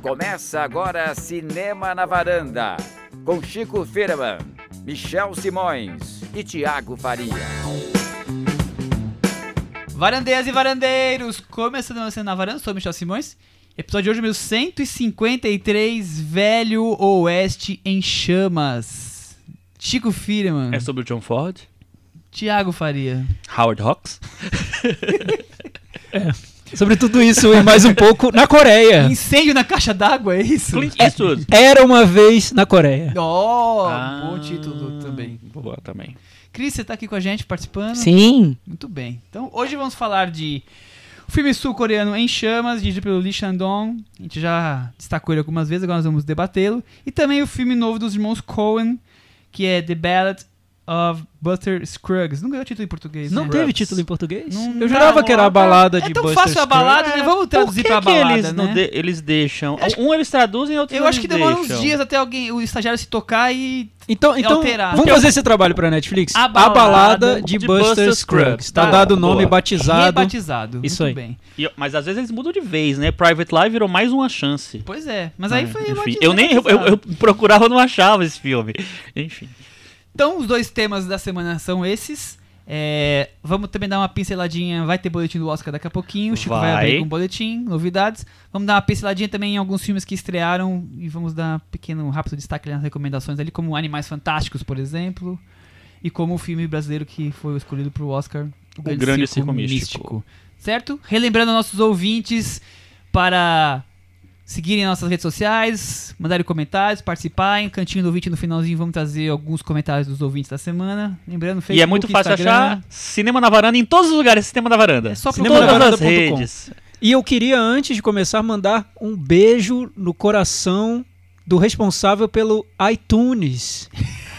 Começa agora Cinema na Varanda, com Chico Firman, Michel Simões e Thiago Faria. Varandeiras e varandeiros, começando a Cinema na Varanda, sou o Michel Simões. Episódio de hoje, 1153, Velho Oeste em Chamas. Chico Firman. É sobre o John Ford. Thiago Faria. Howard Hawks. Sobre tudo isso e mais um pouco na Coreia. Incêndio na caixa d'água, é isso? Clint Eastwood. Era uma vez na Coreia. Bom título também. Boa também. Cris, você tá aqui com a gente participando? Sim. Muito bem. Então, hoje vamos falar de o filme sul-coreano Em Chamas, dirigido pelo Lee Chan-dong. A gente já destacou ele algumas vezes, agora nós vamos debatê-lo. E também o filme novo dos irmãos Coen, que é The Ballad of Buster Scruggs. Não ganhou título em português, Não né? teve título em português? Não, Eu jurava que era a balada de É tão Buster fácil a Scruggs. balada, né? Vamos traduzir pra balada, eles, né? eles deixam? Eles traduzem, outros Eu não acho que demora deixam. uns dias até o estagiário se tocar e Então alterar. vamos fazer esse trabalho pra Netflix? A A balada balada de de Buster Buster Scruggs. Scruggs. Tá Tá, dado o nome boa. batizado. rebatizado. Isso Muito aí. bem. Mas às vezes eles mudam de vez, né? Private Live virou mais uma chance. Pois é, mas aí foi Enfim, eu procurava e não achava esse filme. Enfim. Então, os dois temas da semana são esses. Vamos também dar uma pinceladinha. Vai ter boletim do Oscar daqui a pouquinho. O Chico vai abrir com um boletim, novidades. Vamos dar uma pinceladinha também em alguns filmes que estrearam. E vamos dar um pequeno, rápido destaque nas recomendações ali, como Animais Fantásticos, por exemplo. E como o filme brasileiro que foi escolhido para o Oscar, O Grande Circo Místico. Certo? Relembrando nossos ouvintes para seguirem nossas redes sociais, mandarem comentários, participarem. Cantinho do ouvinte no finalzinho, vamos trazer alguns comentários dos ouvintes da semana. Lembrando, Facebook, E é muito fácil Instagram. achar Cinema na Varanda em todos os lugares. Cinema na Varanda. É só Cinema procurar. na todas as varanda.com. redes. E eu queria, antes de começar, mandar um beijo no coração do responsável pelo iTunes.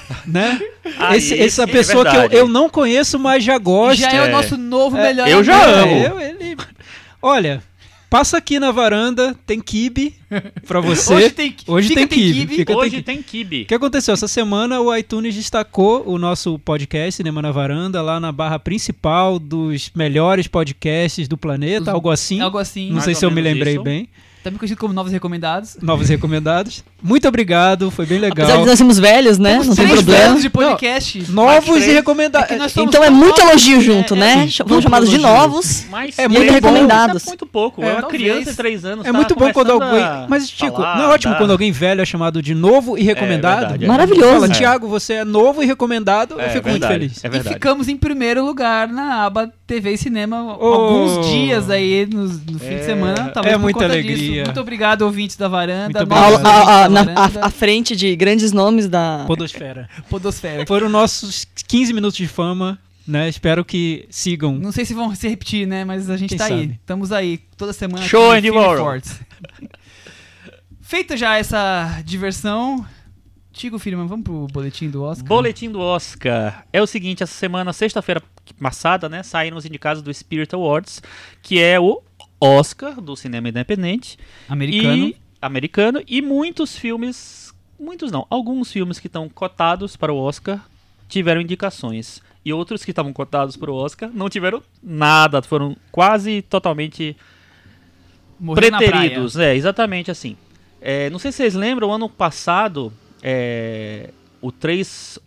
Né? Essa pessoa que verdade. eu não conheço, mas já gosto. Já é o nosso novo melhor eu já amigo. amo. Olha, passa aqui na varanda, tem quibe pra você. Hoje tem quibe. Fica tem Hoje quibe. tem Kibe. O que aconteceu? Essa semana o iTunes destacou o nosso podcast Cinema na Varanda lá na barra principal dos melhores podcasts do planeta, algo assim. Algo assim. Não Mais sei ou se eu me menos lembrei isso. bem. Também conhecido como Novos Recomendados. Novos recomendados. Muito obrigado, foi bem legal. Apesar de nós sermos velhos, né? Temos Não tem 3 problema. anos de podcast. Novos três. e recomendados. É que nós somos Então é tão muito novos, elogio junto, né? sim, Vamos chamados de elogio. novos. Mas É muito três bom. recomendados. É muito pouco. É, É uma talvez. criança de 3 anos. É tá muito bom quando começando alguém. a Mas, Chico, falar, não é ótimo dar- quando alguém velho é chamado de novo e recomendado? verdade, é. Maravilhoso. Fala, É. Thiago, você é novo e recomendado, eu fico muito verdade, feliz. É E verdade. ficamos em primeiro lugar na aba TV e Cinema Oh. alguns dias aí no fim de semana. Talvez É por muita conta alegria. disso. Muito obrigado, ouvintes da varanda. Muito novos obrigado. ouvintes da varanda. À frente de grandes nomes da... Podosfera. Podosfera. Foram nossos 15 minutos de fama, né? Espero que sigam. Não sei se vão se repetir, né? Mas a gente Quem tá aí. sabe? Estamos aí toda semana. Show aqui no and Firme e Moral. Fortes. Feita já essa diversão, Tigo Firman, vamos pro boletim do Oscar? Boletim do Oscar. É o seguinte, essa semana, sexta-feira passada, né, saíram os indicados do Spirit Awards, que é o Oscar do cinema independente. Americano. E muitos filmes, alguns filmes que estão cotados para o Oscar tiveram indicações. E outros que estavam cotados para o Oscar não tiveram nada, foram quase totalmente Morreu na preteridos. É, exatamente assim. Não sei se vocês lembram, ano passado, o três,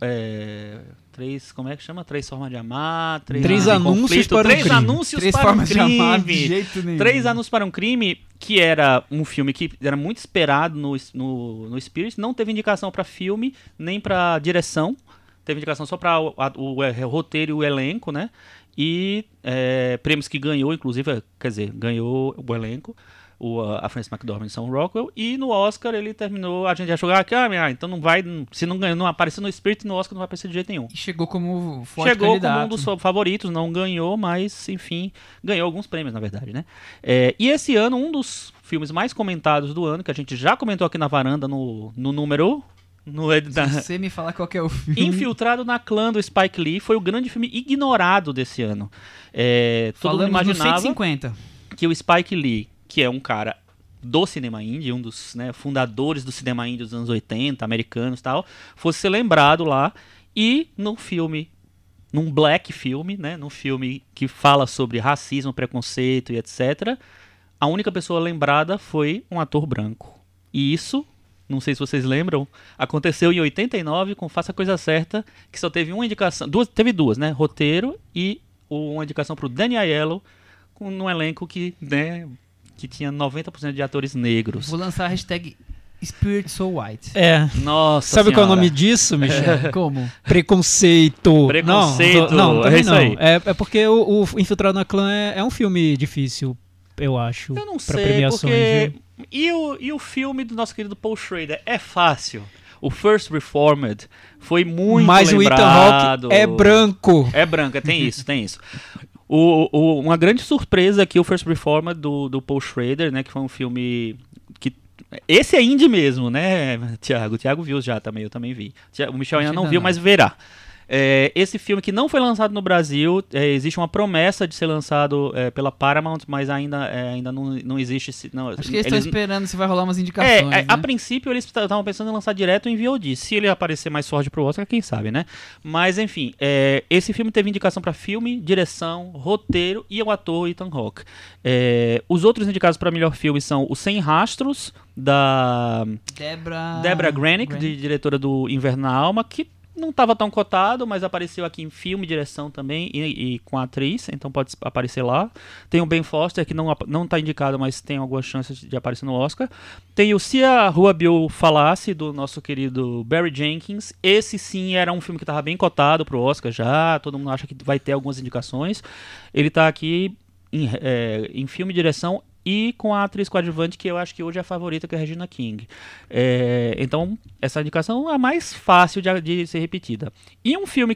como é que chama? 3 formas de amar, Três de anúncios conflito, para um três crime. anúncios 3 para um formas de amar de crime. jeito nenhum. 3 anúncios para um crime, que era um filme que era muito esperado no Spirit, não teve indicação para filme, nem para direção, teve indicação só para o roteiro e o elenco, né? E prêmios que ganhou, inclusive, ganhou o elenco, a Frances McDormand e Sam Rockwell, e no Oscar ele terminou, a gente achou que então não vai, se não ganhou, não apareceu no Spirit, no Oscar não vai aparecer de jeito nenhum. E chegou como forte Chegou candidato. como um dos favoritos, não ganhou, mas enfim, ganhou alguns prêmios, na verdade, né? E esse ano, um dos filmes mais comentados do ano, que a gente já comentou aqui na varanda no número... Se você me falar qual que é o filme... Infiltrado na Clã do Spike Lee, foi o grande filme ignorado desse ano. Todo mundo Falamos no imaginava 150. que o Spike Lee, que é um cara do cinema indie, um dos fundadores do cinema indie dos anos 80, americanos e tal, fosse ser lembrado lá, e no filme, num black filme, né, num filme que fala sobre racismo, preconceito e etc., a única pessoa lembrada foi um ator branco. E isso, não sei se vocês lembram, aconteceu em 89 com Faça a Coisa Certa, que só teve uma indicação, teve duas, né? Roteiro e uma indicação pro Danny Aiello, num elenco que, né, que tinha 90% de atores negros. Vou lançar a hashtag Spirit So White. Nossa Sabe qual é o senhora. nome disso, Michel? Como? Preconceito. Preconceito, Não, também é isso não. aí. É porque o Infiltrado na Clã é um filme difícil, eu acho. Eu não pra sei, premiações, porque... viu? E o filme do nosso querido Paul Schrader é fácil. O First Reformed foi muito Mas lembrado. o Ethan Hawke é branco. É branco, tem isso, tem isso. Uma grande surpresa aqui, o First Reformed do Paul Schrader, né, que foi um filme que... Esse é indie mesmo, né, Thiago? O Thiago viu já também, eu também vi. O Michel ainda não viu, mas verá. Esse filme que não foi lançado no Brasil, existe uma promessa de ser lançado pela Paramount, mas ainda não existe. Acho que eles estão esperando se vai rolar umas indicações. Né? A princípio eles estavam pensando em lançar direto em VOD. Se ele aparecer mais forte pro Oscar, quem sabe, né? Mas enfim, esse filme teve indicação para filme, direção, roteiro e o ator Ethan Hawke. Os outros indicados para melhor filme são O Sem Rastros, da Deborah Granick, diretora do Inverno na Alma, que não estava tão cotado, mas apareceu aqui em filme, direção também e com a atriz, então pode aparecer lá. Tem o Ben Foster, que não está indicado, mas tem algumas chances de aparecer no Oscar. Tem o Se a Rua Bill Falasse, do nosso querido Barry Jenkins. Esse sim era um filme que estava bem cotado para o Oscar já, todo mundo acha que vai ter algumas indicações. Ele está aqui em filme, direção e com a atriz coadjuvante, que eu acho que hoje é a favorita, que é a Regina King. Então, essa indicação é a mais fácil de ser repetida. E um filme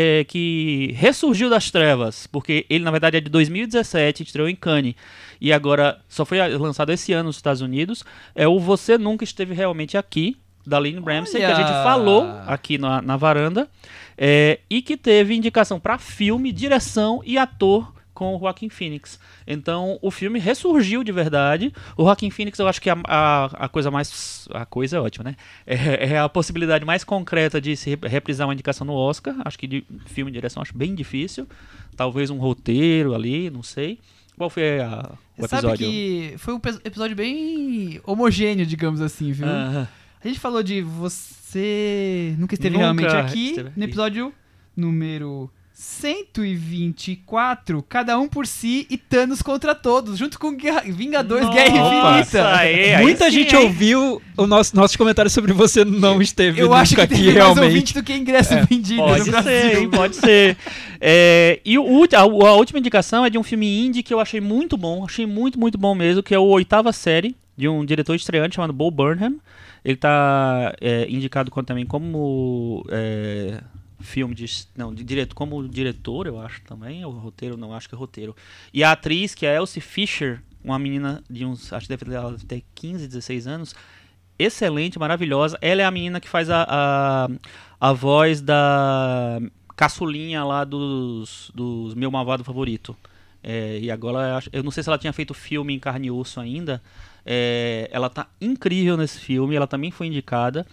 que ressurgiu das trevas, porque ele, na verdade, é de 2017, estreou em Cannes, e agora só foi lançado esse ano nos Estados Unidos, é o Você Nunca Esteve Realmente Aqui, da Lynn Ramsey, que a gente falou aqui na varanda, e que teve indicação para filme, direção e ator, com o Joaquin Phoenix. Então, o filme ressurgiu de verdade. O Joaquin Phoenix, eu acho que a coisa mais... A coisa é ótima, né? É a possibilidade mais concreta de se reprisar uma indicação no Oscar. Acho que de filme e direção acho bem difícil. Talvez um roteiro ali, não sei. Qual foi o episódio? Sabe que foi um episódio bem homogêneo, digamos assim, viu? A gente falou de Você Nunca Esteve Realmente Aqui, no episódio número 124, Cada Um por Si e Thanos contra Todos, junto com Vingadores Guerra Infinita. Muita gente ouviu nossos comentários sobre Você Não Esteve Eu Nunca acho que Aqui, teve realmente. mais ouvinte do que ingresso vendido no Brasil. Pode ser. E a última indicação é de um filme indie que eu achei muito bom, muito bom mesmo, que é o Oitava Série, de um diretor estreante chamado Bo Burnham. Ele está indicado também como... filme como diretor, eu acho também, ou roteiro, não, acho que é roteiro. E a atriz, que é a Elsie Fisher, uma menina de acho que deve ter 15, 16 anos, excelente, maravilhosa. Ela é a menina que faz a voz da caçulinha lá dos Meu Malvado Favorito. E agora, eu não sei se ela tinha feito filme em carne e osso ainda. Ela tá incrível nesse filme, ela também foi indicada.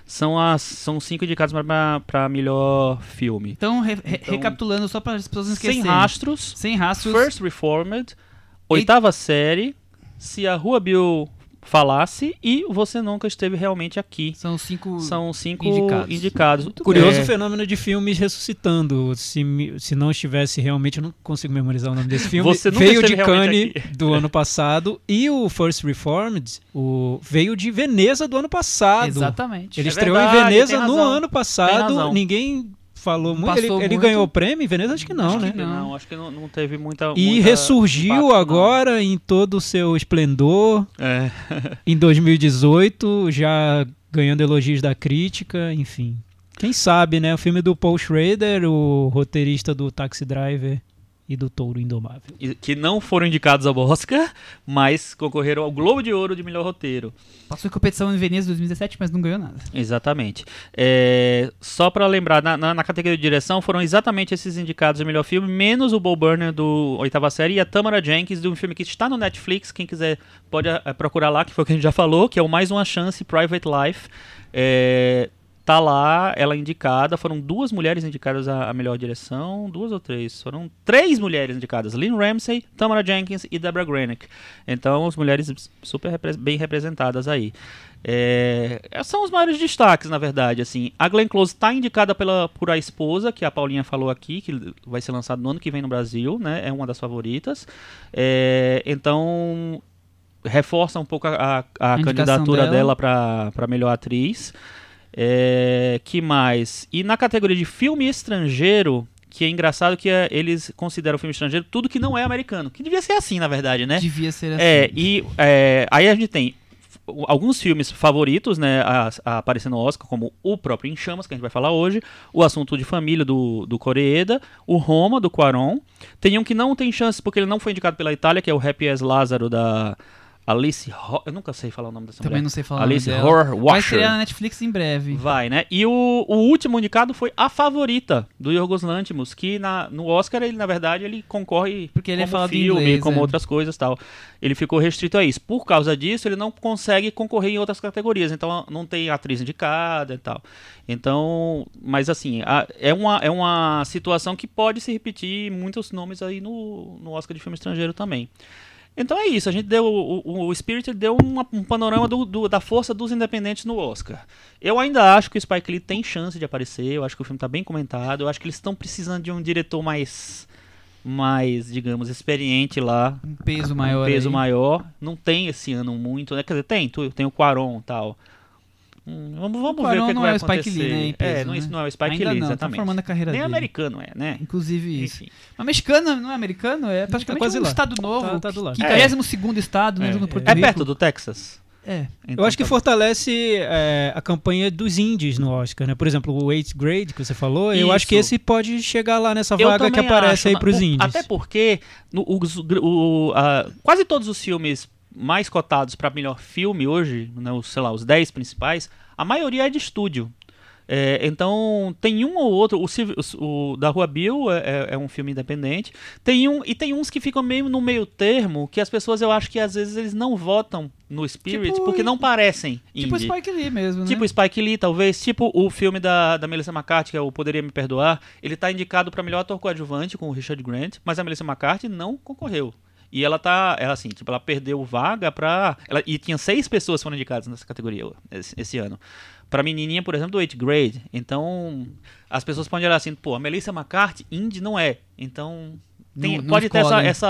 São 5 indicados para melhor filme. Então, recapitulando, só para as pessoas não esquecerem. Sem Rastros, First Reformed, Oitava Série, Se a Rua Bill Falasse e Você Nunca Esteve Realmente Aqui. São 5 indicados. Curioso o fenômeno de filmes ressuscitando. Se não estivesse realmente, eu não consigo memorizar o nome desse filme. Veio de Cannes do ano passado e o First Reformed veio de Veneza do ano passado. Exatamente. Ele estreou em Veneza no ano passado. Ninguém falou muito. Ele ganhou o prêmio em Veneza? Acho que não, né? Não, acho que não teve muita... E ressurgiu agora em todo o seu esplendor. Em 2018, já ganhando elogios da crítica, enfim. Quem sabe, né? O filme do Paul Schrader, o roteirista do Taxi Driver e do Touro Indomável. Que não foram indicados ao Oscar, mas concorreram ao Globo de Ouro de melhor roteiro. Passou em competição em Veneza em 2017, mas não ganhou nada. Exatamente. Só para lembrar, na categoria de direção foram exatamente esses indicados ao melhor filme, menos o Bo Burnham do Oitava Série e a Tamara Jenkins de um filme que está no Netflix, quem quiser pode procurar lá, que foi o que a gente já falou, que é o Mais Uma Chance, Private Life. tá lá, ela indicada, foram 2 mulheres indicadas a melhor direção, 2 ou 3, foram 3 mulheres indicadas, Lynn Ramsey, Tamara Jenkins e Deborah Granik. Então, as mulheres super bem representadas aí. São os maiores destaques, na verdade. Assim, a Glenn Close está indicada por A Esposa, que a Paulinha falou aqui, que vai ser lançado no ano que vem no Brasil, né? É uma das favoritas. Então, reforça um pouco a candidatura dela para melhor atriz. Que mais? E na categoria de filme estrangeiro, que é engraçado que eles consideram o filme estrangeiro tudo que não é americano. Que devia ser assim, na verdade, né? Devia ser assim. Aí a gente tem alguns filmes favoritos, né, a aparecer no Oscar, como o próprio Em Chamas, que a gente vai falar hoje, O Assunto de Família, do Koreeda, o Roma, do Cuarón. Tem um que não tem chances porque ele não foi indicado pela Itália, que é o Happy as Lázaro, da Alice eu nunca sei falar o nome dessa mulher. Também não sei falar Alice o nome dela. Rohrwacher. Vai estrear na Netflix em breve. Vai, né? E o último indicado foi A Favorita, do Yorgos Lanthimos, que no Oscar, ele, na verdade, ele concorre porque ele como é filme, inglês, como outras coisas e tal. Ele ficou restrito a isso. Por causa disso, ele não consegue concorrer em outras categorias. Então, não tem atriz indicada e tal. Então, mas assim, é uma situação que pode se repetir muitos nomes aí no Oscar de filme estrangeiro também. Então é isso, a gente deu, o Spirit deu um panorama da força dos independentes no Oscar. Eu ainda acho que o Spike Lee tem chance de aparecer, eu acho que o filme está bem comentado, eu acho que eles estão precisando de um diretor mais, digamos, experiente lá. Um peso maior. Maior. Não tem esse ano muito, né? Quer dizer, tem o Cuarón e tal. Vamos ver o que vai acontecer. Lee, né, não é o Spike ainda Lee, não, exatamente. Tá formando a carreira nem dele. Americano né? Inclusive isso. Enfim. Mas mexicano não é americano? É praticamente quase um lá. estado novo. Tá do lado. 52º estado, né? Junto com Porto Rico. Perto do Texas? Então, eu acho que fortalece a campanha dos indies no Oscar, né? Por exemplo, o 8th Grade, que você falou, eu acho que esse pode chegar lá nessa vaga que aparece aí pros indies. Até porque quase todos os filmes mais cotados para melhor filme hoje, né, os 10 principais, a maioria é de estúdio. Então tem um ou outro, o da Rua Bill é um filme independente, tem uns que ficam meio no meio termo, que as pessoas, eu acho que às vezes eles não votam no Spirit porque não parecem indie. Tipo Spike Lee mesmo, né? Tipo Spike Lee, talvez, tipo o filme da Melissa McCarthy, que é o Poderia Me Perdoar, ele tá indicado para melhor ator coadjuvante com o Richard Grant, mas a Melissa McCarthy não concorreu. E ela perdeu vaga e tinha 6 pessoas que foram indicadas nessa categoria esse ano. Pra menininha, por exemplo, do 8th Grade. Então, as pessoas podem olhar assim, a Melissa McCarthy, indie não é. Então, pode ter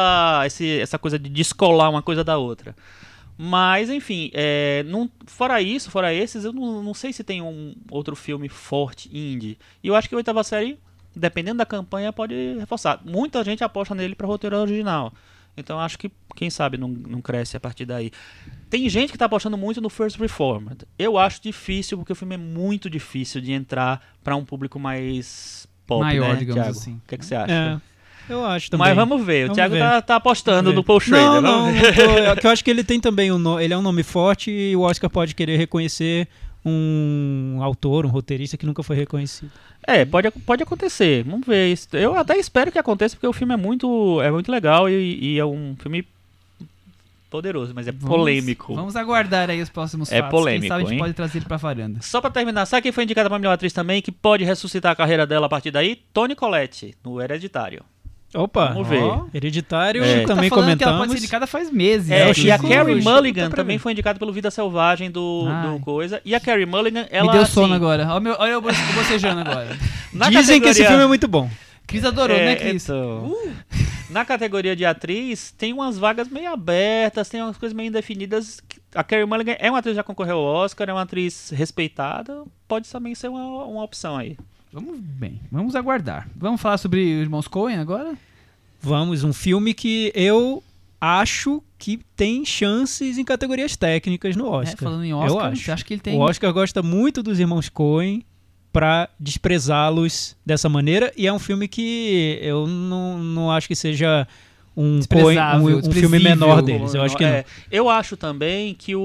essa coisa de descolar uma coisa da outra. Mas, enfim, fora esses, eu não sei se tem um outro filme forte indie. E eu acho que a 8ª Série, dependendo da campanha, pode reforçar. Muita gente aposta nele pra roteiro original. Então acho que, quem sabe, não cresce a partir daí. Tem gente que tá apostando muito no First Reformed. Eu acho difícil, porque o filme é muito difícil de entrar para um público mais pop, maior, né, digamos Thiago? assim. O que você acha? Eu acho também. Mas vamos ver. O Thiago tá apostando no Paul Schrader. Não, eu acho que ele tem também ele é um nome forte e o Oscar pode querer reconhecer um autor, um roteirista que nunca foi reconhecido. Pode acontecer. Vamos ver. Eu até espero que aconteça, porque o filme é muito legal e é um filme poderoso, mas polêmico. Vamos aguardar aí os próximos fatos. Polêmico, quem sabe a gente pode trazer ele pra varanda. Só pra terminar, sabe quem foi indicada pra melhor atriz também, que pode ressuscitar a carreira dela a partir daí? Toni Collette, no Hereditário. Opa, vamos ver. Hereditário, também tá comentamos. Que ela pode ser indicada faz meses. E a Carey Mulligan também foi indicada pelo Vida Selvagem do Coisa. E a Carey Mulligan, ela... Me deu sono agora. Olha eu bocejando agora. Dizem que esse filme é muito bom. Cris adorou, né, Cris? Então, na categoria de atriz, tem umas vagas meio abertas, tem umas coisas meio indefinidas. A Carey Mulligan é uma atriz que já concorreu ao Oscar, é uma atriz respeitada. Pode também ser uma opção aí. Vamos aguardar. Vamos falar sobre os irmãos Coen agora? Vamos, um filme que eu acho que tem chances em categorias técnicas no Oscar. Falando em Oscar, você acha que ele tem... O Oscar gosta muito dos irmãos Coen para desprezá-los dessa maneira, e é um filme que eu não acho que seja um filme menor deles. Eu acho que não. Eu acho também que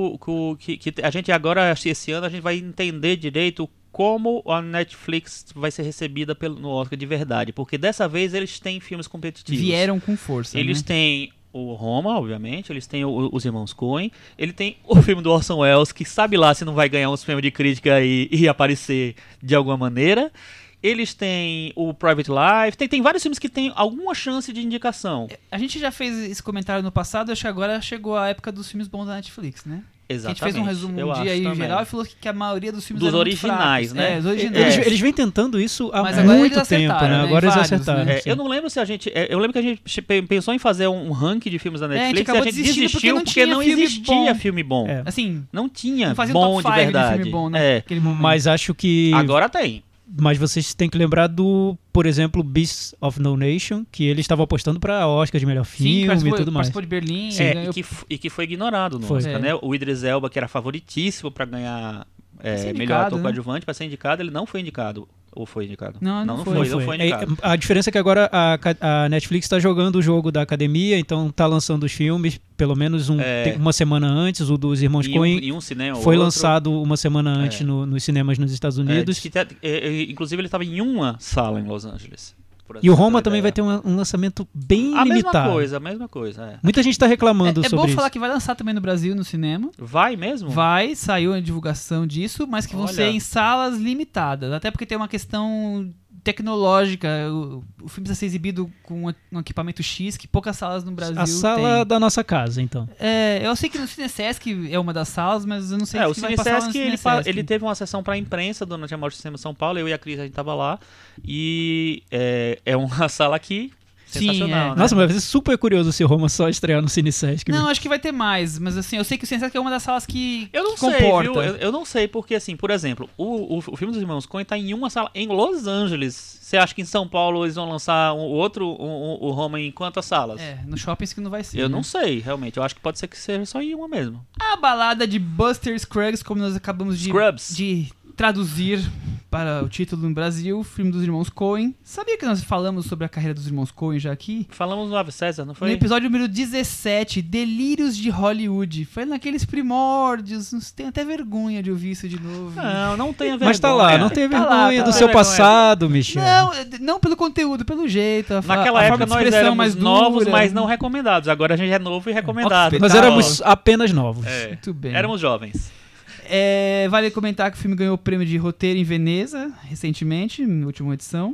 a gente agora, esse ano, a gente vai entender direito como a Netflix vai ser recebida no Oscar de verdade, porque dessa vez eles têm filmes competitivos. Vieram com força. Eles têm o Roma, obviamente, eles têm os irmãos Coen, ele tem o filme do Orson Welles, que sabe lá se não vai ganhar uns prêmios de crítica e aparecer de alguma maneira. Eles têm o Private Life, tem vários filmes que tem alguma chance de indicação. A gente já fez esse comentário no passado, acho que agora chegou a época dos filmes bons da Netflix, né? Exatamente. A gente fez um resumo um dia aí em geral e falou que a maioria dos filmes dos originais, né? Os originais. Eles vêm tentando isso há Mas muito tempo, né? Agora eles vários, acertaram. né? Eu não lembro se a gente... eu lembro que a gente pensou em fazer um ranking de filmes da Netflix a gente e a gente desistiu porque não existia filme bom. Assim, não tinha fazia bom um top de verdade. filme bom, né? Mas acho que... Agora tem. Mas vocês têm que lembrar do, por exemplo, Beasts of No Nation, que ele estava apostando para Oscar de melhor filme e tudo mais. Participou de Berlim. E que foi ignorado no Oscar, né? O Idris Elba, que era favoritíssimo para ganhar melhor ator coadjuvante, para ser indicado, ele não foi indicado. Ou foi indicado? Não foi indicado. A diferença é que agora a Netflix está jogando o jogo da Academia, então está lançando os filmes, pelo menos uma semana antes. O dos Irmãos Coen um cinema, foi lançado uma semana antes nos cinemas nos Estados Unidos. Inclusive ele estava em uma sala em Los Angeles. E o Roma também vai ter um lançamento bem limitado. A mesma coisa. Muita gente está reclamando sobre isso. É bom falar que vai lançar também no Brasil, no cinema. Vai mesmo? Vai, saiu a divulgação disso, mas que vão ser em salas limitadas. Até porque tem uma questão tecnológica. O filme precisa ser exibido com um equipamento X que poucas salas no Brasil A sala tem. da nossa casa, então. Eu sei que no CineSesc é uma das salas, mas eu não sei se vai passar no CineSesc. Ele teve uma sessão para a imprensa durante a Mostra do Cinema São Paulo, eu e a Cris, a gente tava lá, e é uma sala aqui sensacional, né? Nossa, mas vai ser super curioso se o Roma só estrear no CineSesc. Não, acho que vai ter mais, mas assim, eu sei que o CineSesc é uma das salas que eu não que sei, comporta. viu? Eu não sei, porque assim, por exemplo, o filme dos Irmãos Coen tá em uma sala em Los Angeles. Você acha que em São Paulo eles vão lançar o Roma em quantas salas? No shopping isso que não vai ser. Eu não sei, realmente. Eu acho que pode ser que seja só em uma mesmo. A balada de Buster Scruggs, como nós acabamos de traduzir para o título no Brasil, filme dos Irmãos Coen. Sabia que nós falamos sobre a carreira dos Irmãos Coen já aqui? Falamos no Ave César, não foi? No episódio número 17, Delírios de Hollywood. Foi naqueles primórdios. Tenho até vergonha de ouvir isso de novo. Não tenha vergonha. Mas tá lá, não tem vergonha do seu passado, Michel. Não pelo conteúdo, pelo jeito. Naquela época nós éramos mais novos, mas não recomendados. Agora a gente é novo e recomendado. Nós éramos apenas novos. Muito bem. Éramos jovens. Vale comentar que o filme ganhou o prêmio de roteiro em Veneza, recentemente, na última edição.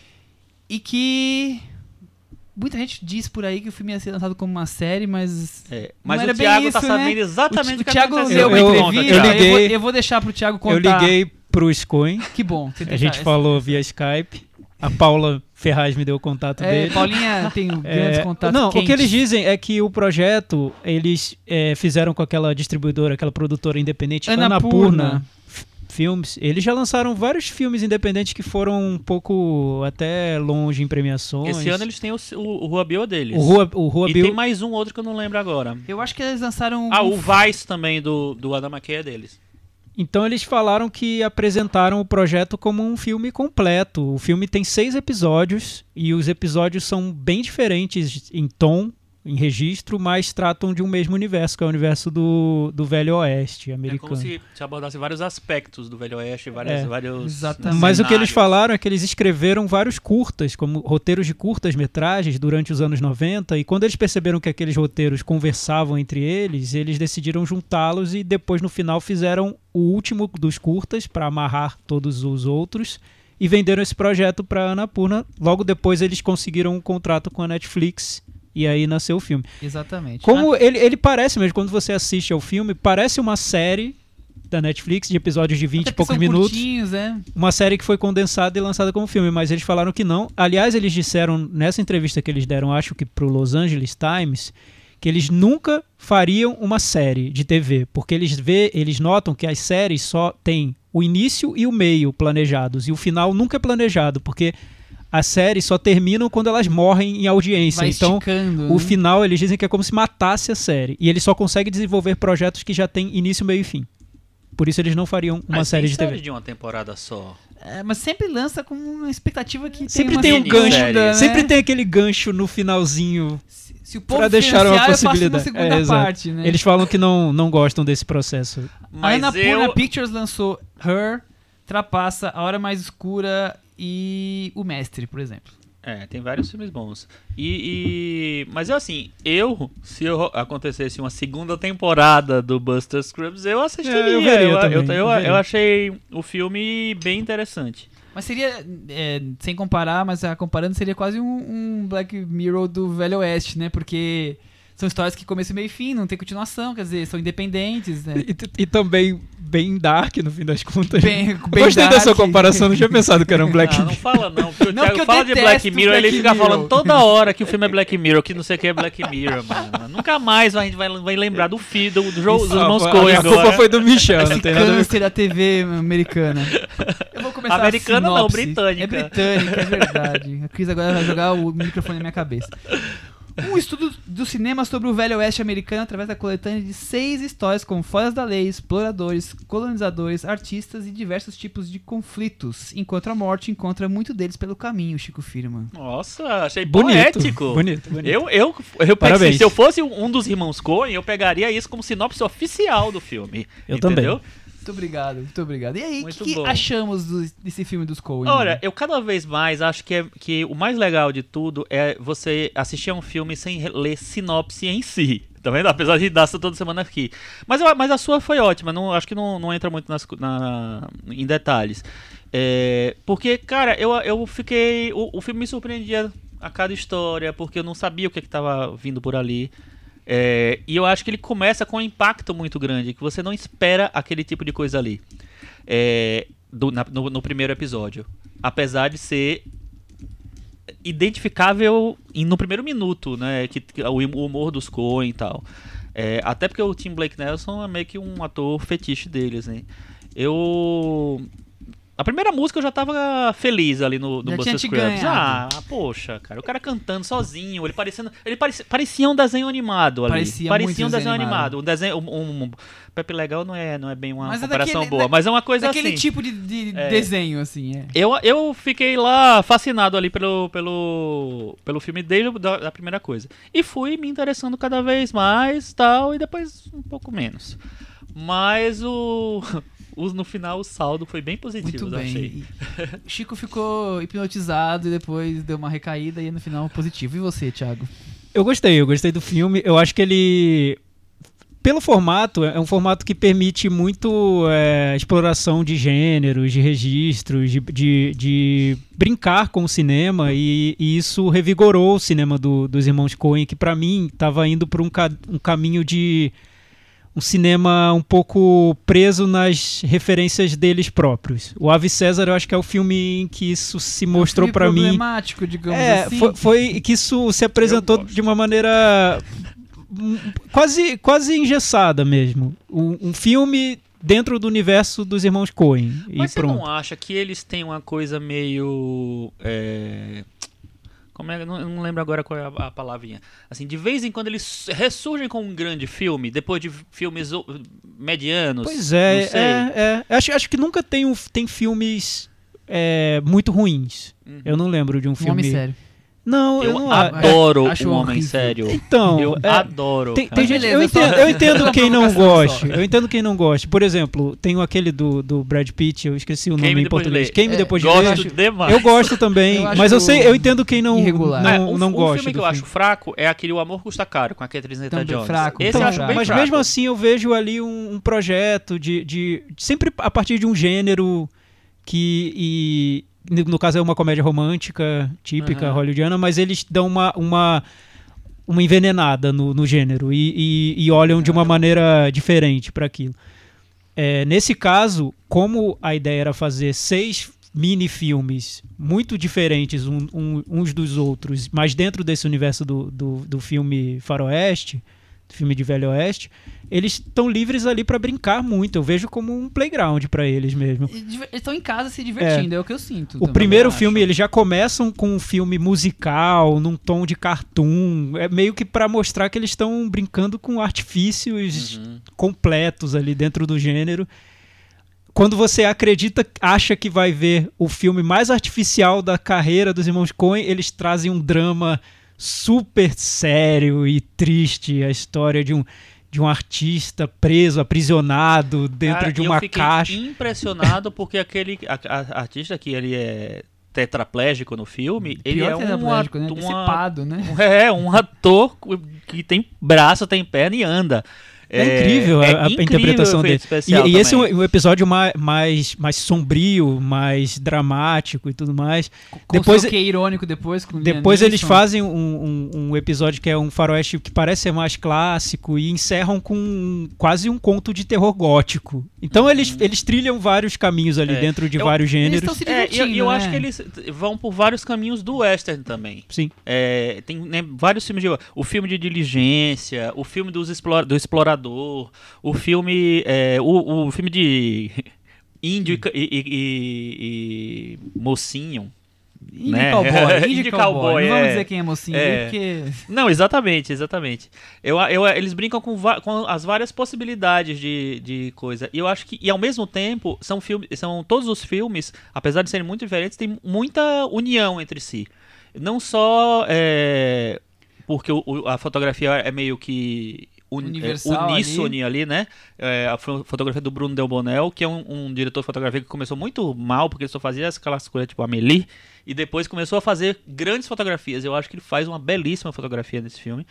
E que muita gente diz por aí que o filme ia ser lançado como uma série, mas mas era o Thiago bem tá isso, sabendo né? exatamente o que Thiago aconteceu. leu uma entrevista, eu vou deixar pro Thiago contar. Eu liguei pro Coen. Que bom. A gente falou via Skype. A Paula Ferraz me deu o contato dele. Paulinha tem grandes contatos quentes. O que eles dizem é que o projeto, eles fizeram com aquela distribuidora, aquela produtora independente, Annapurna Filmes. Eles já lançaram vários filmes independentes que foram um pouco até longe em premiações. Esse ano eles têm o Rua Bio deles. O Rua e Bio... tem mais um outro que eu não lembro agora. Eu acho que eles lançaram... o Vice também, do Adam McKay é deles. Então eles falaram que apresentaram o projeto como um filme completo. O filme tem 6 episódios e os episódios são bem diferentes em tom, em registro, mas tratam de um mesmo universo, que é o universo do Velho Oeste americano. É como se abordasse vários aspectos do Velho Oeste, vários... Exatamente. Mas o que eles falaram é que eles escreveram vários curtas, como roteiros de curtas-metragens durante os anos 90, e quando eles perceberam que aqueles roteiros conversavam entre eles, eles decidiram juntá-los e depois no final fizeram o último dos curtas para amarrar todos os outros e venderam esse projeto para a Annapurna. Logo depois eles conseguiram um contrato com a Netflix e aí nasceu o filme. Exatamente. Como ele parece mesmo, quando você assiste ao filme, parece uma série da Netflix de episódios de 20 e poucos minutos. Uma série que foi condensada e lançada como filme, mas eles falaram que não. Aliás, eles disseram nessa entrevista que eles deram, acho que pro Los Angeles Times, que eles nunca fariam uma série de TV, porque eles notam que as séries só têm o início e o meio planejados, e o final nunca é planejado, porque as séries só terminam quando elas morrem em audiência. Então, o final, eles dizem que é como se matasse a série. E eles só conseguem desenvolver projetos que já têm início, meio e fim. Por isso eles não fariam uma série de TV. De uma temporada só. Mas sempre lança com uma expectativa que sempre tem um gancho, né? Sempre tem aquele gancho no finalzinho. Se o povo pra deixar uma possibilidade. Eu faço uma segunda parte, né? Eles falam que não gostam desse processo. A Annapurna Pictures lançou Her, Trapaça, A Hora Mais Escura e O Mestre, por exemplo. Tem vários filmes bons. Mas assim, se acontecesse uma segunda temporada do Buster Scruggs, eu assistiria. Eu achei o filme bem interessante. Mas seria, sem comparar, mas comparando, seria quase um Black Mirror do Velho Oeste, né? Porque são histórias que começam meio e fim, não tem continuação, quer dizer, são independentes, né? E também bem dark, no fim das contas. Bem Gostei dark. dessa comparação, não tinha pensado que era um Black Mirror. Não fala não, porque o Não, Thiago eu fala de Black Mirror, Black ele fica Mirror. falando toda hora que o filme é Black Mirror, que não sei o que é Black Mirror, mano. Nunca mais a gente vai lembrar do filho, dos irmãos Coen A agora. culpa foi do Michel, não tem nada a ver. Câncer da TV americana. Eu vou começar Americana a não, sinopse. britânica. É britânica, é verdade. A Cris agora vai jogar o microfone na minha cabeça. Um estudo do cinema sobre o Velho Oeste americano através da coletânea de 6 histórias como foras da lei, exploradores, colonizadores, artistas e diversos tipos de conflitos, enquanto a morte encontra muito deles pelo caminho, Chico Firman. Nossa, achei Bonito, poético. bonito. Eu pensei, Parabéns. se eu fosse um dos irmãos Coen, eu pegaria isso como sinopse oficial do filme. Eu entendeu? também. Muito obrigado. E aí, o Muito que bom. achamos desse filme dos Coen? Olha, eu cada vez mais acho que o mais legal de tudo é você assistir a um filme sem ler sinopse em si. Tá vendo? Apesar de dar toda semana aqui. Mas a sua foi ótima. Acho que não entra muito em detalhes. Porque, cara, eu fiquei... O filme me surpreendia a cada história, porque eu não sabia o que estava vindo por ali. E eu acho que ele começa com um impacto muito grande, que você não espera aquele tipo de coisa ali no primeiro episódio, apesar de ser identificável no primeiro minuto, né, o humor dos Coen e tal, até porque o Tim Blake Nelson é meio que um ator fetiche deles, né? A primeira música eu já tava feliz ali no Buster Scruggs. Poxa, cara, o cara cantando sozinho, ele parecia um desenho animado ali. Parecia um desenho animado. Um Pepe Legal não é bem uma comparação boa, mas é uma coisa assim. Aquele tipo de desenho, assim, Eu fiquei lá fascinado ali pelo filme desde a primeira coisa. E fui me interessando cada vez mais, tal, e depois um pouco menos. Mas no final o saldo foi bem positivo, muito eu bem. achei. Chico ficou hipnotizado e depois deu uma recaída e no final positivo. E você, Thiago? Eu gostei do filme. Eu acho que ele, pelo formato, é um formato que permite muito exploração de gêneros, de registros, de brincar com o cinema, e isso revigorou o cinema dos irmãos Coen, que pra mim estava indo por um caminho de um cinema um pouco preso nas referências deles próprios. O Ave César, eu acho que é o filme em que isso se mostrou pra mim. Problemático, digamos assim. Foi que isso se apresentou de uma maneira quase engessada mesmo. Um filme dentro do universo dos irmãos Coen. Mas você não acha que eles têm uma coisa meio... não lembro agora qual é a palavrinha. Assim, de vez em quando eles ressurgem com um grande filme, depois de filmes medianos. Pois acho que nunca tem filmes muito ruins. Uhum. Eu não lembro de um filme... Homem sério. Não, eu não adoro acho um homem horrível. sério. Então, eu adoro. Tem gente, beleza, eu entendo quem não provocação goste. Eu entendo quem não goste. Por exemplo, tem aquele do Brad Pitt, eu esqueci o nome em português. Quem me depois de ler. Gosto demais. Eu gosto também, mas eu entendo quem não gosta. O filme que eu acho fraco é aquele O Amor Custa Caro, com a Catherine Zeta-Jones. Fraco. Esse eu acho bem mas fraco. mesmo assim eu vejo ali um projeto de sempre a partir de um gênero que no caso é uma comédia romântica típica hollywoodiana, mas eles dão uma envenenada no gênero e olham de uma maneira diferente para aquilo. Nesse caso, como a ideia era fazer 6 mini-filmes muito diferentes uns dos outros, mas dentro desse universo do filme faroeste, do filme de Velho Oeste, eles estão livres ali para brincar muito. Eu vejo como um playground para eles mesmo. Eles estão em casa se divertindo, é o que eu sinto. O primeiro filme, eles já começam com um filme musical, num tom de cartoon. É meio que para mostrar que eles estão brincando com artifícios completos ali dentro do gênero. Quando você acha que vai ver o filme mais artificial da carreira dos irmãos Coen, eles trazem um drama super sério e triste, a história de um artista preso, aprisionado dentro de uma caixa. Eu fiquei impressionado porque aquele artista que ele é tetraplégico no filme, Pior ele é tetraplégico, né? Decepado, né? Um ator que tem braço, tem perna e anda. É incrível a interpretação dele. E esse é um episódio mais sombrio, mais dramático e tudo mais. Depois que é irônico depois. Depois eles fazem um episódio que é um faroeste que parece ser mais clássico e encerram com quase um conto de terror gótico. Então eles trilham vários caminhos ali dentro de vários gêneros. E eu acho que eles vão por vários caminhos do western também. Sim. Tem, né, vários filmes o filme de diligência, o filme do explorador, o filme o filme de índio e mocinho, né? Indie Cowboy. Não vamos dizer quem é mocinho, porque... Não, exatamente. Eles brincam com as várias possibilidades de coisa. E eu acho que, e ao mesmo tempo, são todos os filmes, apesar de serem muito diferentes, tem muita união entre si. Não só porque a fotografia é meio que uníssone ali, né? A fotografia do Bruno Delbonnel, que é um diretor de fotografia que começou muito mal, porque ele só fazia aquelas coisas tipo Amélie, e depois começou a fazer grandes fotografias. Eu acho que ele faz uma belíssima fotografia nesse filme.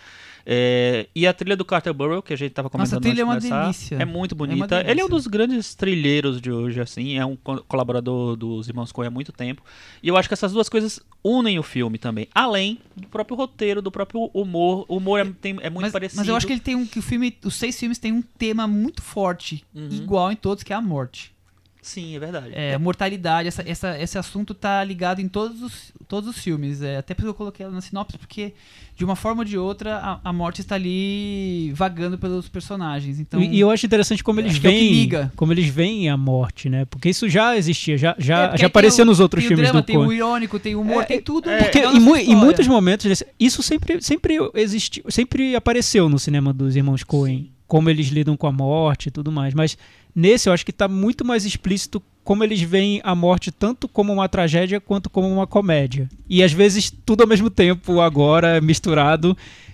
E a trilha do Carter Burwell, que a gente estava comentando antes de começar, é uma delícia. É muito bonita. Ele é um dos grandes trilheiros de hoje, assim, é um colaborador dos Irmãos Coen há muito tempo. E eu acho que essas duas coisas unem o filme também, além do próprio roteiro, do próprio humor. O humor é muito parecido. Mas eu acho que ele tem os 6 filmes têm um tema muito forte, igual em todos, que é a morte. Sim, é verdade. Mortalidade, esse assunto tá ligado em todos os filmes. Até porque eu coloquei ela na sinopse, porque de uma forma ou de outra a morte está ali vagando pelos personagens. Então, e eu acho interessante como eles veem a morte, né? Porque isso já existia, já aparecia nos outros filmes drama, do Coen. Tem o irônico, tem o humor, tem tudo. Porque em muitos momentos isso sempre existiu, sempre apareceu no cinema dos Irmãos Coen. Sim. Como eles lidam com a morte e tudo mais. Mas nesse eu acho que está muito mais explícito como eles veem a morte tanto como uma tragédia quanto como uma comédia. E às vezes tudo ao mesmo tempo agora misturado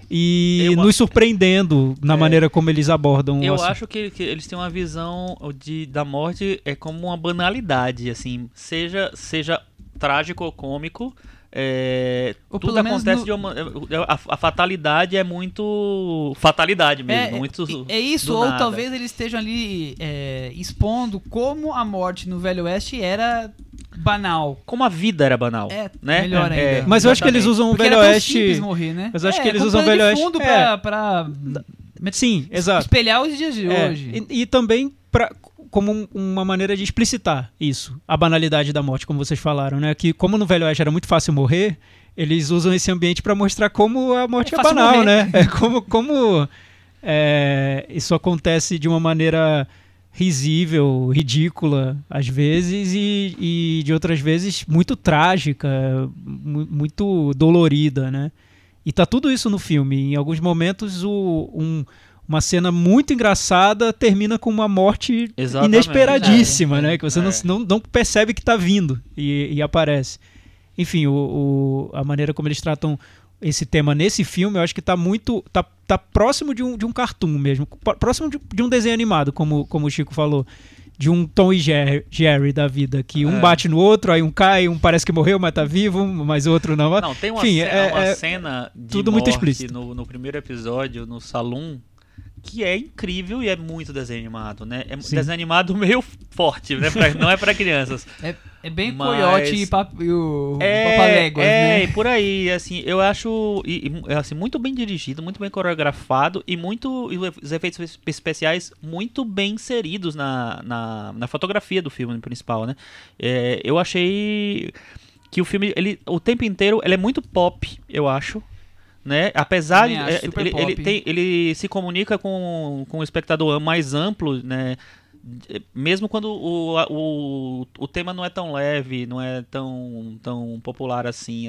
e nos surpreendendo na maneira como eles abordam. Eu acho que eles têm uma visão da morte como uma banalidade, assim, seja trágico ou cômico. Tudo acontece a fatalidade é muito fatalidade mesmo, isso, ou nada. Talvez eles estejam ali expondo como a morte no Velho Oeste era banal, como a vida era banal, né? Melhor ainda. Mas eu acho que eles usam o Velho Oeste morrer, né? Mas eu acho que eles usam o Velho Oeste pra sim, exato, espelhar os dias de hoje e também como uma maneira de explicitar isso, a banalidade da morte, como vocês falaram, né? Que como no Velho Oeste era muito fácil morrer, eles usam esse ambiente para mostrar como a morte é banal, né? Como isso acontece de uma maneira risível, ridícula, às vezes, e de outras vezes muito trágica, muito dolorida, né? E tá tudo isso no filme. Em alguns momentos uma cena muito engraçada termina com uma morte inesperadíssima, né? Que você não percebe que está vindo e aparece. Enfim, a maneira como eles tratam esse tema nesse filme, eu acho que está muito... Tá próximo de um cartoon mesmo. Próximo de um desenho animado, como o Chico falou. De um Tom e Jerry da vida, que um bate no outro, aí um cai, um parece que morreu, mas tá vivo, mas o outro não. Não, tem uma cena de tudo morte muito explícito. No primeiro episódio, no salão, que é incrível e é muito desenho animado, né? Desenho animado meio forte, né? Não é pra crianças. É bem Coyote e o Papaléguas, né? E por aí, assim, eu acho assim, muito bem dirigido, muito bem coreografado e os efeitos especiais muito bem inseridos na fotografia do filme principal, né? Eu achei que o filme, o tempo inteiro, ele é muito pop, eu acho. Né? Apesar de ele se comunica com o espectador mais amplo, né? Mesmo quando o tema não é tão leve, não é tão popular assim.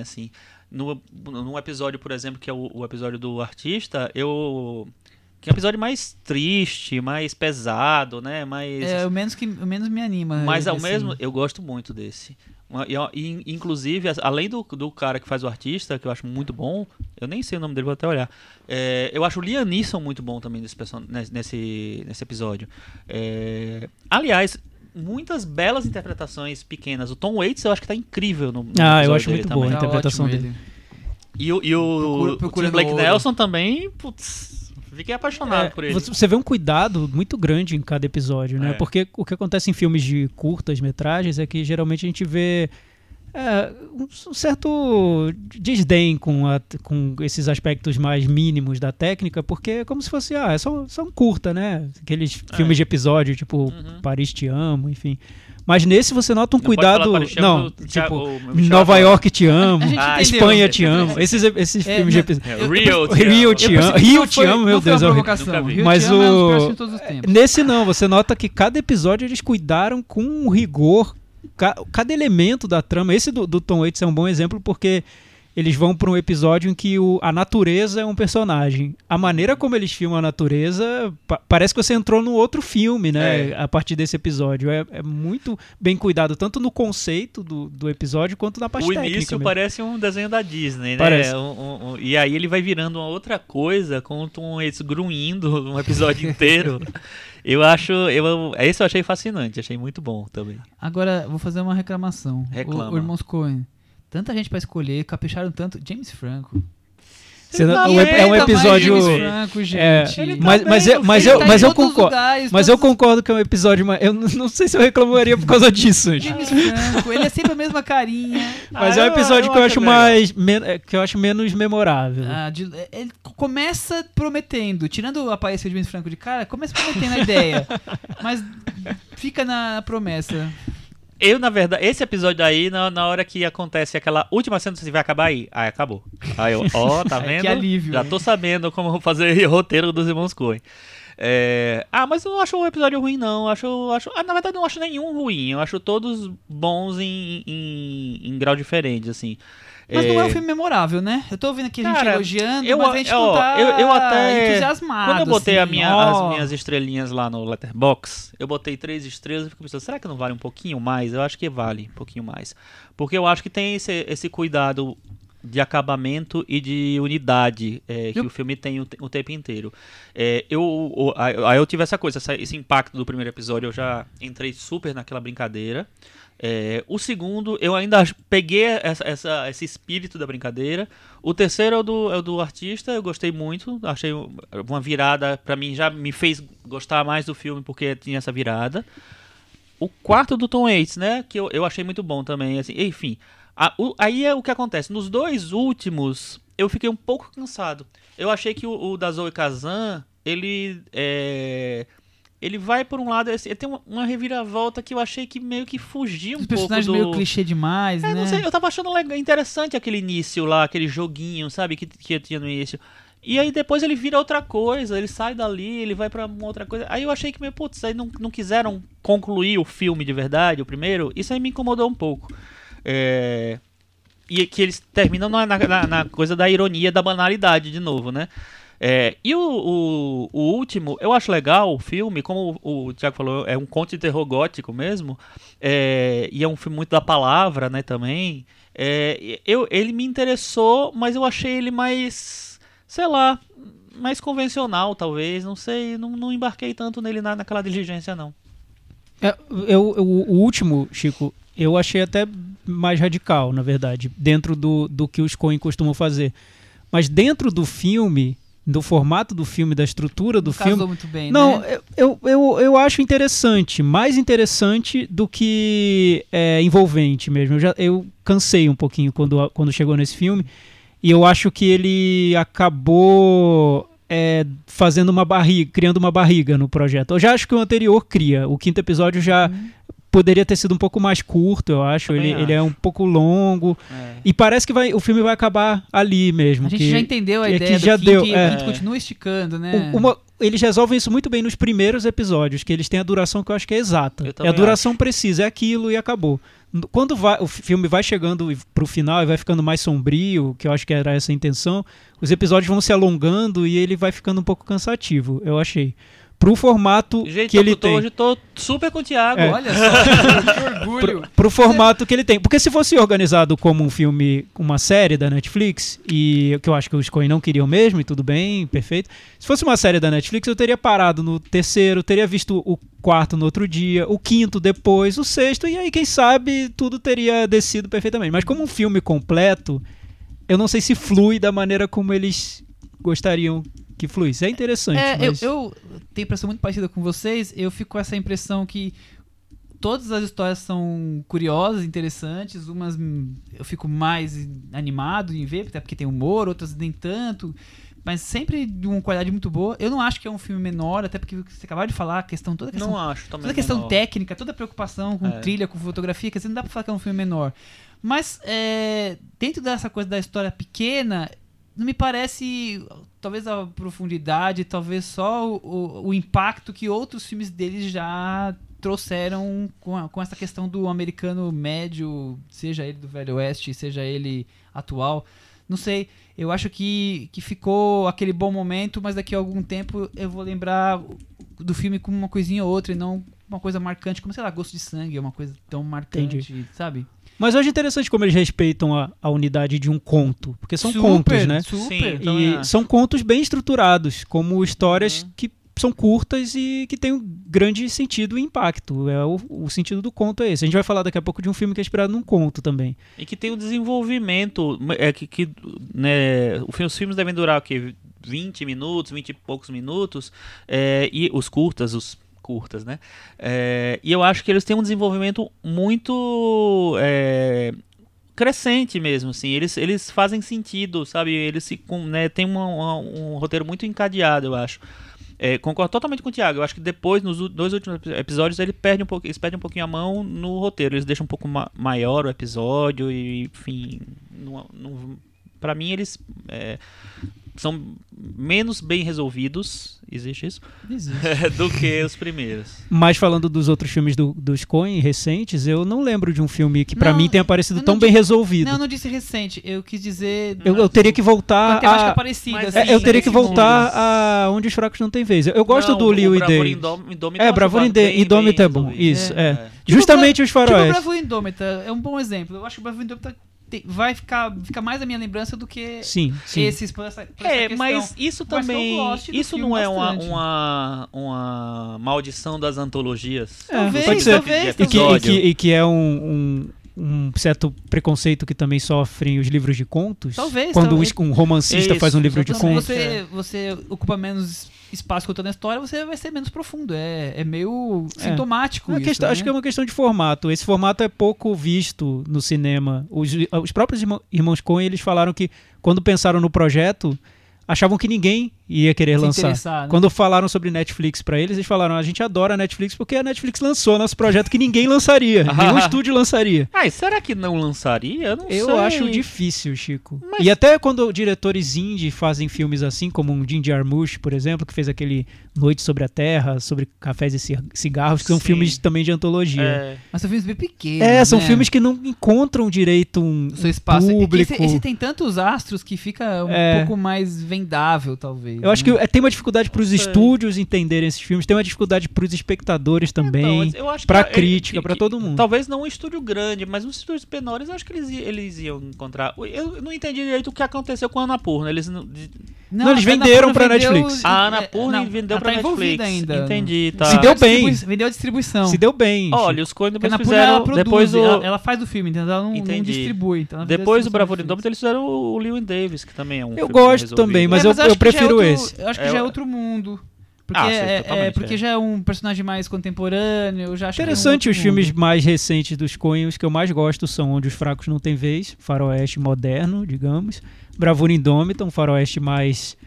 Num episódio, por exemplo, que é o episódio do artista, que é um episódio mais triste, mais pesado, né? O menos me anima. Mas eu gosto muito desse. Inclusive, além do cara que faz o artista, que eu acho muito bom, eu nem sei o nome dele, vou até olhar. Eu acho o Liam Neeson muito bom também nesse episódio. Aliás, muitas belas interpretações pequenas. O Tom Waits eu acho que tá incrível no eu acho muito boa a interpretação dele. E o Tim Blake Nelson também, putz, fiquei apaixonado por ele. Você vê um cuidado muito grande em cada episódio, né? Porque o que acontece em filmes de curtas metragens é que geralmente a gente vê um certo desdém com esses aspectos mais mínimos da técnica, porque é como se fosse, é só um curta, né? Aqueles filmes de episódio, tipo Paris Te Amo, enfim. Mas nesse você nota um cuidado. Não, tipo, Nova York Te Amo, Espanha Te Amo. Esses filmes de episódio. Rio Te Amo, meu Deus. Mas nesse não, você nota que cada episódio eles cuidaram com um rigor. Cada elemento da trama. Esse do Tom Waits é um bom exemplo porque eles vão para um episódio em que a natureza é um personagem. A maneira como eles filmam a natureza parece que você entrou num outro filme, né? A partir desse episódio. É muito bem cuidado, tanto no conceito do episódio quanto na parte técnica. O início parece um desenho da Disney, né? Parece. E aí ele vai virando uma outra coisa, com o Tom Waits gruindo um episódio inteiro. Esse eu achei fascinante, achei muito bom também. Agora, vou fazer uma reclamação. Reclama. O Irmãos Coen. Tanta gente pra escolher, capricharam tanto. James Franco. É um episódio. James Franco, gente. Mas eu concordo que é um episódio. Eu não sei se eu reclamaria por causa disso. James Franco, ele é sempre a mesma carinha. Mas é um episódio que eu acho que eu acho menos memorável. Ele começa prometendo, tirando a aparência de James Franco de cara, começa prometendo a ideia. Mas fica na promessa. Na verdade, esse episódio aí, na hora que acontece aquela última cena, você vai acabar aí. Aí acabou. Aí eu, tá vendo? Que alívio. Já tô sabendo como fazer roteiro dos Irmãos Coen. Mas eu não acho o episódio ruim, não. Na verdade, eu não acho nenhum ruim. Eu acho todos bons em grau diferente, assim. Mas não é um filme memorável, né? Eu tô ouvindo aqui a gente elogiando, mas a gente não tá eu até entusiasmado. Quando eu botei assim, as minhas estrelinhas lá no Letterboxd, eu botei 3 estrelas e fico pensando, será que não vale um pouquinho mais? Eu acho que vale um pouquinho mais. Porque eu acho que tem esse cuidado de acabamento e de unidade que o filme tem o tempo inteiro. Aí eu tive essa coisa, esse impacto do primeiro episódio, eu já entrei super naquela brincadeira. O segundo, eu ainda peguei esse espírito da brincadeira. O terceiro é o do artista, eu gostei muito. Achei uma virada, pra mim, já me fez gostar mais do filme porque tinha essa virada. O quarto do Tom Waits, né, que eu achei muito bom também, assim, enfim. Aí é o que acontece. Nos 2 últimos, eu fiquei um pouco cansado. Eu achei que o da Zoe Kazan, ele vai por um lado, ele tem uma reviravolta que eu achei que meio que fugia um pouco do... Os personagens meio clichê demais, né? Não sei, eu tava achando interessante aquele início lá, aquele joguinho, sabe, que tinha no início. E aí depois ele vira outra coisa, ele sai dali, ele vai pra uma outra coisa. Aí eu achei que, aí não quiseram concluir o filme de verdade, o primeiro. Isso aí me incomodou um pouco. E que eles terminam na coisa da ironia, da banalidade de novo, né? E o último, eu acho legal o filme, como o Thiago falou, é um conto de terror gótico mesmo, e é um filme muito da palavra, né, também. Ele me interessou, mas eu achei ele mais, sei lá, mais convencional, talvez, não sei, não embarquei tanto nele naquela diligência, não. O último, Chico, eu achei até mais radical, na verdade, dentro do que os Coen costumam fazer. Mas dentro do filme, do formato do filme, da estrutura do filme... Casou muito bem, não, né? Eu acho interessante, mais interessante do que envolvente mesmo. Eu cansei um pouquinho quando chegou nesse filme, e eu acho que ele acabou fazendo criando uma barriga no projeto. Eu já acho que o anterior cria. O 5º episódio já... poderia ter sido um pouco mais curto, eu acho. Ele é um pouco longo. E parece que o filme vai acabar ali mesmo. A gente já entendeu a ideia que a gente continua esticando, né? Eles resolvem isso muito bem nos primeiros episódios, que eles têm a duração que eu acho que é exata. É a duração precisa, é aquilo e acabou. Quando o filme vai chegando pro final e vai ficando mais sombrio, que eu acho que era essa a intenção, os episódios vão se alongando e ele vai ficando um pouco cansativo, eu achei. pro formato que ele tem. Hoje tô super com o Thiago. Olha só, que orgulho. Pro formato que ele tem. Porque se fosse organizado como um filme, uma série da Netflix, e que eu acho que os Coen não queriam mesmo, e tudo bem, perfeito. Se fosse uma série da Netflix, eu teria parado no terceiro, teria visto o quarto no outro dia, o quinto depois, o sexto, e aí, quem sabe, tudo teria descido perfeitamente. Mas como um filme completo, eu não sei se flui da maneira como eles gostariam que fluísse. É interessante. Mas... eu tenho impressão muito parecida com vocês. Eu fico com essa impressão que todas as histórias são curiosas, interessantes. Umas eu fico mais animado em ver, até porque tem humor, outras nem tanto. Mas sempre de uma qualidade muito boa. Eu não acho que é um filme menor, até porque você acabou de falar, toda a questão, não acho também toda a questão menor. Técnica, toda a preocupação com trilha, com fotografia, que não dá pra falar que é um filme menor. Mas dentro dessa coisa da história pequena, não me parece, talvez a profundidade, talvez só o impacto que outros filmes deles já trouxeram com essa questão do americano médio, seja ele do Velho Oeste, seja ele atual. Não sei, eu acho que ficou aquele bom momento, mas daqui a algum tempo eu vou lembrar do filme como uma coisinha ou outra e não uma coisa marcante, como, sei lá, Gosto de Sangue, é uma coisa tão marcante, Entendi. Sabe? Mas eu acho interessante como eles respeitam a unidade de um conto, porque são contos, né? Super. Então E são contos bem estruturados, como histórias que são curtas e que têm um grande sentido e impacto. O sentido do conto é esse. A gente vai falar daqui a pouco de um filme que é inspirado num conto também. E que tem um desenvolvimento, né, os filmes devem durar o quê? 20 minutos, 20 e poucos minutos, e os curtas, né? E eu acho que eles têm um desenvolvimento muito crescente mesmo, assim. Eles fazem sentido, sabe? Eles têm um roteiro muito encadeado, eu acho. Concordo totalmente com o Thiago. Eu acho que depois, nos dois últimos episódios, eles perdem um pouquinho a mão no roteiro. Eles deixam um pouco maior o episódio e, enfim, pra mim eles são menos bem resolvidos, existe isso? Existe. Do que os primeiros. Mas falando dos outros filmes dos Coen recentes, eu não lembro de um filme que pra Não, mim tenha parecido eu tão não bem disse- resolvido. Não, eu não disse recente. Eu quis dizer... Eu teria que voltar Uma temática a... parecida. Mas assim, eu teria que nesse voltar mundo. a Onde os Fracos Não Têm Vez. Eu gosto Não, do Liu e Bravura Davis. Indômita. Bravura Indômita é bom. Isso, Tipo, Justamente os Tipo, faróis. Bravura Indômita é um bom exemplo. Eu acho que o Bravura Indômita vai ficar mais na minha lembrança do que Sim. esses por essa questão. Mas isso Mas também. eu gosto do Isso filme não é bastante. uma maldição das antologias. Talvez, pode ser. talvez. E que é um certo preconceito que também sofrem os livros de contos. Talvez, Quando talvez. um romancista Isso, faz um livro de exatamente. contos. Você ocupa menos espaço contando a história, você vai ser menos profundo. É meio sintomático isso, né? Acho que é uma questão de formato. Esse formato é pouco visto no cinema. Os próprios irmãos Coen, eles falaram que quando pensaram no projeto, achavam que ninguém ia querer Se lançar. interessar, né? Quando falaram sobre Netflix pra eles falaram, a gente adora a Netflix porque a Netflix lançou nosso projeto que ninguém lançaria, nenhum estúdio lançaria. E será que não lançaria? Eu não sei. Eu acho difícil, Chico. E até quando diretores indie fazem filmes assim, como um Jim Jarmusch, por exemplo, que fez aquele Noite sobre a Terra, sobre cafés e cigarros, que são Sim. filmes também de antologia. Mas são filmes bem pequenos. São né? filmes que não encontram direito O seu espaço. público. Esse tem tantos astros que fica um pouco mais vendável, talvez. Eu acho né? que tem uma dificuldade para os sei. estúdios entenderem esses filmes, tem uma dificuldade para os espectadores também, eu acho para a que- crítica, para todo mundo. Talvez não um estúdio grande, mas uns estúdios menores, eu acho que eles iam encontrar. Eu não entendi direito o que aconteceu com a Annapurna. Eles não. Não, eles a venderam Annapurna pra vendeu- Netflix. A Annapurna não, vendeu ela pra tá envolvida Netflix. ainda. Entendi, tá. Se deu bem. Vendeu a distribuição. Se deu bem. Olha, os Coen Porque a depois Annapurna, ela fizeram. produz, Depois ela faz o filme, entendeu? Ela não Entendi. distribui. Então ela vende a Depois do distribuição Bravura do Indômita, eles fizeram o Liu Davis, que também é um Eu filme gosto resolvido. também, mas acho eu que já é prefiro outro- esse. Eu acho que já é outro mundo. Porque, sim, totalmente, porque já é um personagem mais contemporâneo. Eu já acho Interessante, que é um os outro filmes mundo. mais recentes dos Coen, os que eu mais gosto são Onde os Fracos Não Têm Vez, faroeste moderno, digamos. Bravura Indômita, um faroeste mais,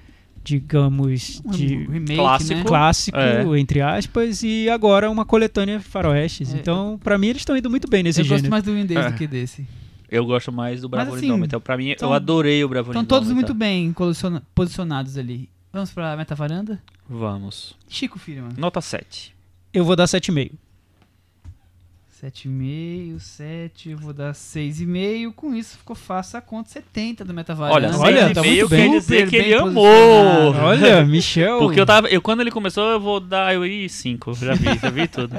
digamos, de remake, clássico. né? clássico, É. entre aspas, e agora uma coletânea faroestes. Então, pra mim, eles estão indo muito bem nesse Eu gênero. gosto mais do Windows do que desse. Eu gosto mais do Bravura assim, Indômita. Pra mim, eu são- adorei o Bravura Estão Indômita. todos muito bem posicionados ali. Vamos pra Metavaranda? Vamos. Chico Firman. Nota 7. Eu vou dar 7,5. 7,5, 7, eu vou dar 6,5. Com isso ficou fácil a conta, 70 do Metavaranda. Olha, tá muito bem. Quer dizer que ele bem amou. posicionado. Olha, Michel. Porque quando ele começou, eu vou dar 5. Já vi tudo.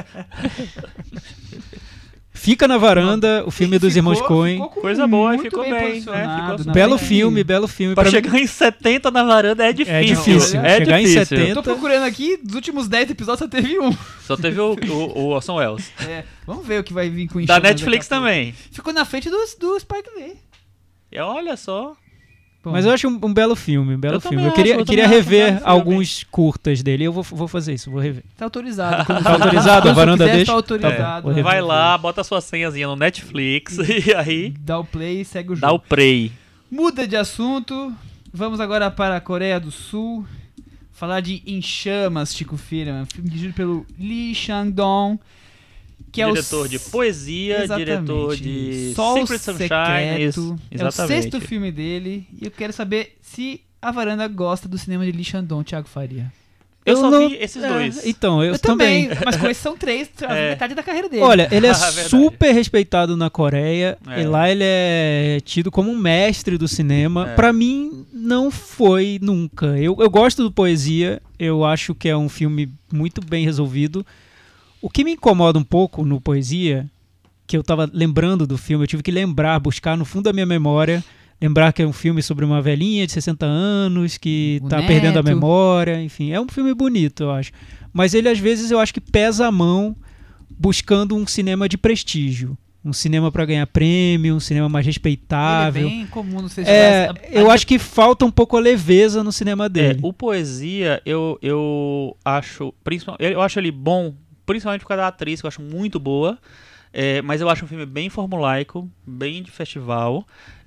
Fica na Varanda, o filme dos Irmãos Coen. Coisa boa, muito ficou bem, posicionado, ficou na Belo frente. filme, belo filme. Pra chegar em 70 na Varanda é difícil. É difícil. É Chegar em difícil. 70. Eu tô procurando aqui, dos últimos 10 episódios só teve um. Só teve o Orson Welles. Vamos ver o que vai vir com o Da Enxamas Netflix daqui a pouco. também. Ficou na frente do Spike Lee. E olha só. Bom, Mas eu acho um belo filme, um belo Eu filme. também Eu queria, acho, eu queria também acho um rever belo filme. alguns curtas dele. Eu vou fazer isso, vou rever. tá autorizado. Tá autorizado? A varanda deixa? Tá autorizado. Vou rever. Vai lá, bota a sua senhazinha no Netflix e aí Dá o play e segue o jogo. dá o play. Muda de assunto. Vamos agora para a Coreia do Sul. Falar de Em Chamas, Chico Firman. Filme dirigido pelo Lee Chang-dong. Que Diretor é o de poesia, Exatamente. diretor de Sol Secret Sunshine. Secreto. É o Exatamente. 6º filme dele. E eu quero saber se a Varanda gosta do cinema de Lee Chang-dong, Thiago Faria. Eu só não- vi esses dois. Então, eu também. também. Mas com esses são 3, metade da carreira dele. Olha, ele é Verdade. super respeitado na Coreia. É. E lá ele é tido como um mestre do cinema. É. Pra mim, não foi nunca. Eu gosto do Poesia. Eu acho que é um filme muito bem resolvido. O que me incomoda um pouco no Poesia, que eu tava lembrando do filme, eu tive que buscar no fundo da minha memória, lembrar que é um filme sobre uma velhinha de 60 anos que O tá neto. perdendo a memória, enfim. É um filme bonito, eu acho. Mas ele, às vezes, eu acho que pesa a mão buscando um cinema de prestígio. Um cinema pra ganhar prêmio, um cinema mais Ele é respeitável. bem comum nos festivais. Eu acho que falta um pouco a leveza no cinema dele. O Poesia, eu acho. Eu acho ele bom, principalmente por causa da atriz, que eu acho muito boa. Mas eu acho um filme bem formulaico, bem de festival.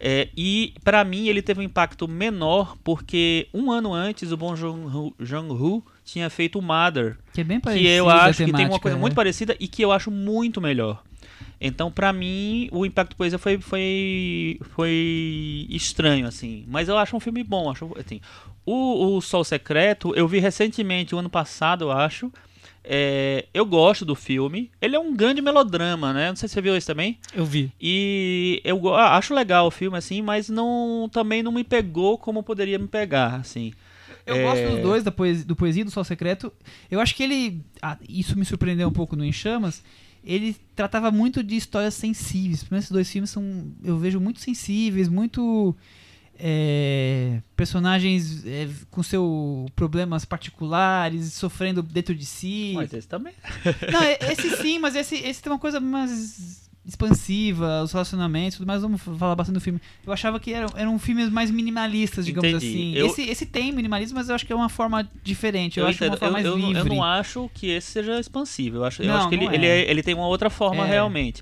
E pra mim ele teve um impacto menor, porque um ano antes o Bong Joon-ho tinha feito o Mother, Que é bem que parecido. eu acho que tem uma temática, coisa né? muito parecida e que eu acho muito melhor. Então, pra mim, o impacto do Poesia foi estranho, assim. Mas eu acho um filme bom. Assim, o Sol Secreto, eu vi recentemente, o ano passado, eu acho. Eu gosto do filme. Ele é um grande melodrama, né? Não sei se você viu esse também. Eu vi. E eu acho legal o filme, assim, mas também não me pegou como poderia me pegar, assim. Eu gosto dos dois, do Poesia e do Sol Secreto. Eu acho que ele... isso me surpreendeu um pouco no Em Chamas. Ele tratava muito de histórias sensíveis. Esses dois filmes eu vejo muito sensíveis, muito... personagens com seus problemas particulares, sofrendo dentro de si. Mas esse também. Não, esse sim, mas esse tem uma coisa mais expansiva, os relacionamentos, tudo mais. Vamos falar bastante do filme. Eu achava que eram filmes mais minimalistas, digamos Entendi. assim. Esse tem minimalismo, mas eu acho que é uma forma diferente. Eu acho uma forma mais livre. Eu não acho que esse seja expansivo. Eu acho que Não ele tem uma outra forma realmente.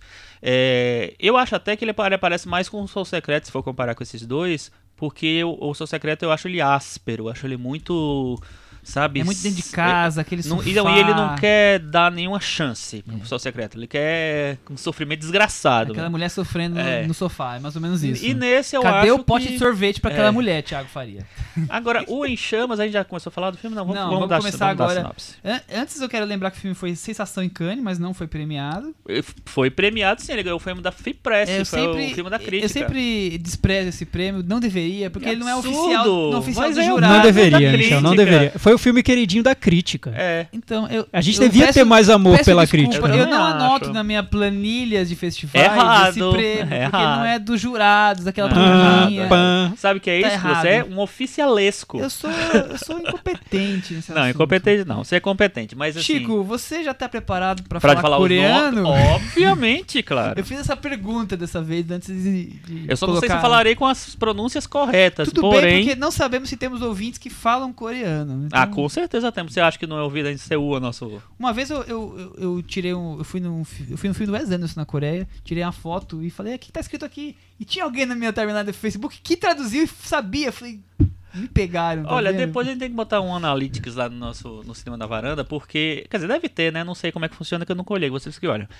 Eu acho até que ele parece mais com o Sol Secreto, se for comparar com esses dois, porque o Sol Secreto eu acho ele áspero, eu acho ele muito... Sabe? É muito dentro de casa, aquele sofá. E ele não quer dar nenhuma chance pro Sol Secreto. Ele quer um sofrimento desgraçado. Aquela mulher sofrendo no sofá, é mais ou menos isso. E nesse eu Cadê acho o pote que... de sorvete pra aquela mulher, Thiago Faria? Agora, o Em Chamas, a gente já começou a falar do filme? Não, vamos começar agora. sinopse. Antes eu quero lembrar que o filme foi sensação em Cannes, mas não foi premiado. Foi premiado, sim. Ele ganhou o filme da Free Press, o filme da crítica. Eu sempre desprezo esse prêmio, não deveria, porque ele não é absurdo! oficial Mas do é jurado. Não deveria, da Michel, não crítica. deveria. Foi o filme queridinho da crítica. Então, A gente devia ter mais amor peço pela desculpa, crítica. Eu né? não Acho. anoto na minha planilha de festivais Errado, esse prêmio, porque errado. não é dos jurados, daquela Ah, turminha. Sabe o que é Tá isso? errado. Você é um oficialesco. Eu sou incompetente nesse Não, assunto. incompetente não. Você é competente, mas assim... Chico, você já tá preparado pra pra falar falar coreano? os nomes? Obviamente, claro. Eu fiz essa pergunta dessa vez antes de Eu só não sei se colocar. eu falarei com as pronúncias corretas, Tudo porém... bem, porque não sabemos se temos ouvintes que falam coreano. Então, Com certeza temos. Você acha que não é ouvido em Seul, nosso... Uma vez eu tirei eu fui no filme do Wes Anderson na Coreia, tirei uma foto e falei, o que tá escrito aqui? E tinha alguém na minha timeline do Facebook que traduziu e sabia. Falei, me pegaram. Tá Olha, vendo? depois a gente tem que botar um Analytics lá no Cinema da Varanda, porque... Quer dizer, deve ter, né? Não sei como é que funciona, que eu nunca olhei, vocês que olham.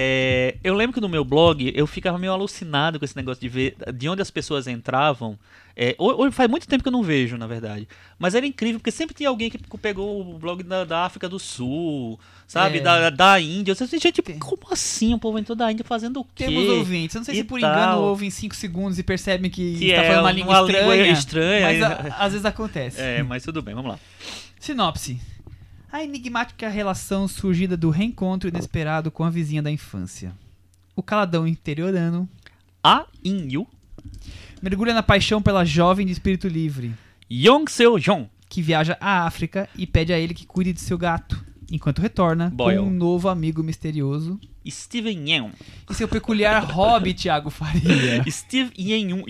Eu lembro que no meu blog, eu ficava meio alucinado com esse negócio de ver de onde as pessoas entravam Hoje faz muito tempo que eu não vejo, na verdade. Mas era incrível, porque sempre tinha alguém que pegou o blog da África do Sul, sabe? Da Índia. Eu sei, gente, como assim? O povo entrou da Índia fazendo o quê? Temos ouvintes. Eu não sei se por engano ouvem 5 segundos e percebem que está é falando uma língua estranha. Mas às vezes acontece. Mas tudo bem, vamos lá. Sinopse. A enigmática relação surgida do reencontro inesperado com a vizinha da infância. O caladão interiorano A Inyu mergulha na paixão pela jovem de espírito livre Yong Seo-jong, que viaja à África e pede a ele que cuide de seu gato, enquanto retorna Boyle, com um novo amigo misterioso Steven Yeun e seu peculiar hobby, Thiago Faria. Steve Yeun.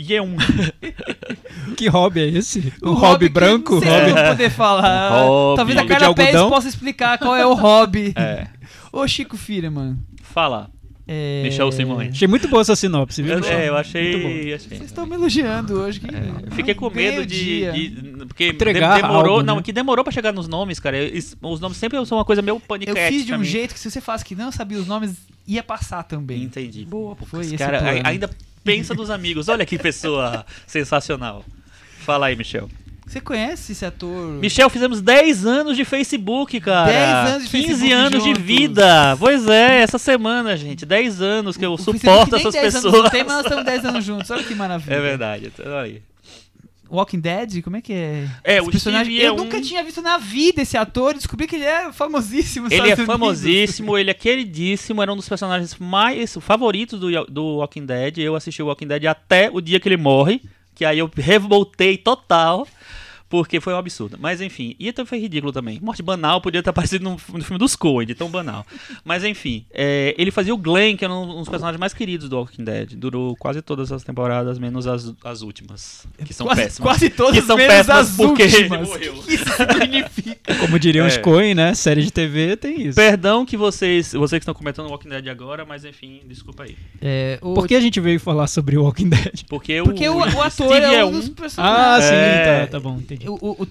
Que hobby é esse? Um hobby branco? Não sei se eu vou poder falar. Hobby. Talvez a Hobby de Carla Pérez algodão? possa explicar qual é o hobby. Ô Chico Firman. Fala. Michel Simões. Achei muito boa essa sinopse, viu? Eu achei. Vocês estão me elogiando hoje. Fiquei com medo porque entregar demorou, algo, né? que demorou pra chegar nos nomes, cara. Os nomes sempre são uma coisa meio paniquete. Eu fiz de pra um mim. jeito que se você falasse que não sabia os nomes, ia passar também. Entendi. Boa, foi esse Cara, plano. ainda pensa dos amigos. Olha que pessoa sensacional. Fala aí, Michel. Você conhece esse ator? Michel, fizemos 10 anos de Facebook, cara. 10 anos de 15 Facebook anos de juntos. vida. Pois é, essa semana, gente. 10 anos que eu O Facebook suporto nem essas 10 pessoas. Anos não tem, mas nós estamos 10 anos juntos. Olha que maravilha. É verdade. Olha aí. Walking Dead? Como é que é? O personagem. Steve Eu nunca tinha visto na vida esse ator. Descobri que ele é famosíssimo. Ele é famosíssimo, ele é queridíssimo. Era um dos personagens mais favoritos do Walking Dead. Eu assisti o Walking Dead até o dia que ele morre. Que aí eu revoltei total. Porque foi um absurdo. Mas enfim, e até foi ridículo também. Morte banal podia ter aparecido no filme dos Coen, de tão banal. Mas enfim, ele fazia o Glenn, que era um dos personagens mais queridos do Walking Dead. Durou quase todas as temporadas, menos as últimas, que são péssimas. Quase todas, que são menos péssimas as porque últimas. ele morreu. O que isso significa? Como diriam os Coen, né? Série de TV tem isso. Perdão que vocês que estão comentando o Walking Dead agora, mas enfim, desculpa aí. Por que a gente veio falar sobre o Walking Dead? Porque o ator Steve é é um dos personagens. sim, tá bom, entendi.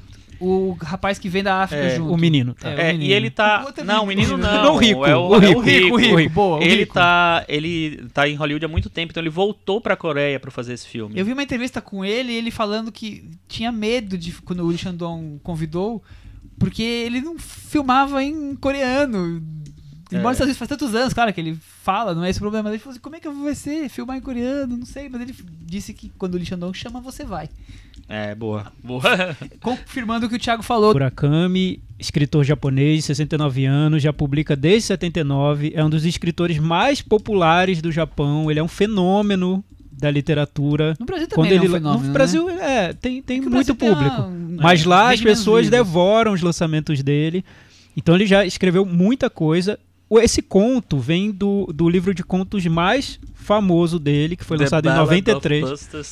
O rapaz que vem da África junto. O menino. Tá. o menino. E ele tá... Não, o menino não. Não, o rico. O rico. Boa, o Ele rico. tá em Hollywood há muito tempo, então ele voltou pra Coreia pra fazer esse filme. Eu vi uma entrevista com ele e ele falando que tinha medo de quando o Lee Shandong convidou, porque ele não filmava em coreano. Embora isso faz tantos anos, claro, que ele fala, não é esse o problema. Ele falou assim, como é que vai ser filmar em coreano? Não sei, mas ele disse que quando o Lee Shandong chama, você vai. Boa. Confirmando o que o Thiago falou. Murakami, escritor japonês, 69 anos, já publica desde 79, é um dos escritores mais populares do Japão, ele é um fenômeno da literatura. No Brasil também é um fenômeno, no Brasil, né? tem o muito Brasil tem público. Mas lá as pessoas livros. devoram os lançamentos dele. Então ele já escreveu muita coisa. Esse conto vem do livro de contos mais famoso dele, que foi lançado em 93.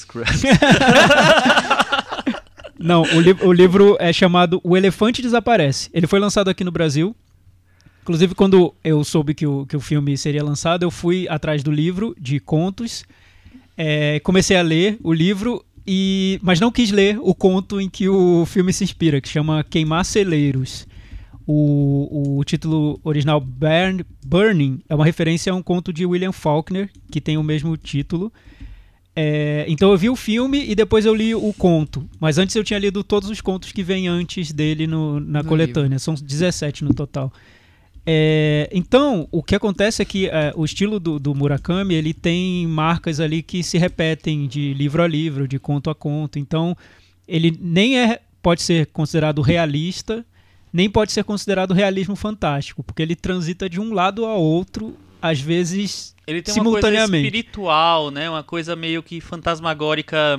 Não, o livro é chamado O Elefante Desaparece. Ele foi lançado aqui no Brasil. Inclusive, quando eu soube que o filme seria lançado, eu fui atrás do livro de contos. Comecei a ler o livro, mas não quis ler o conto em que o filme se inspira, que chama Queimar Celeiros. O título original Burning é uma referência a um conto de William Faulkner, que tem o mesmo título. Então eu vi o filme e depois eu li o conto. Mas antes eu tinha lido todos os contos que vêm antes dele na coletânea. Livro. São 17 no total. Então, o que acontece é que o estilo do Murakami, ele tem marcas ali que se repetem de livro a livro, de conto a conto. Então, ele nem pode ser considerado realista, nem pode ser considerado realismo fantástico, porque ele transita de um lado a outro, às vezes ele tem simultaneamente. Uma coisa espiritual, né? Uma coisa meio que fantasmagórica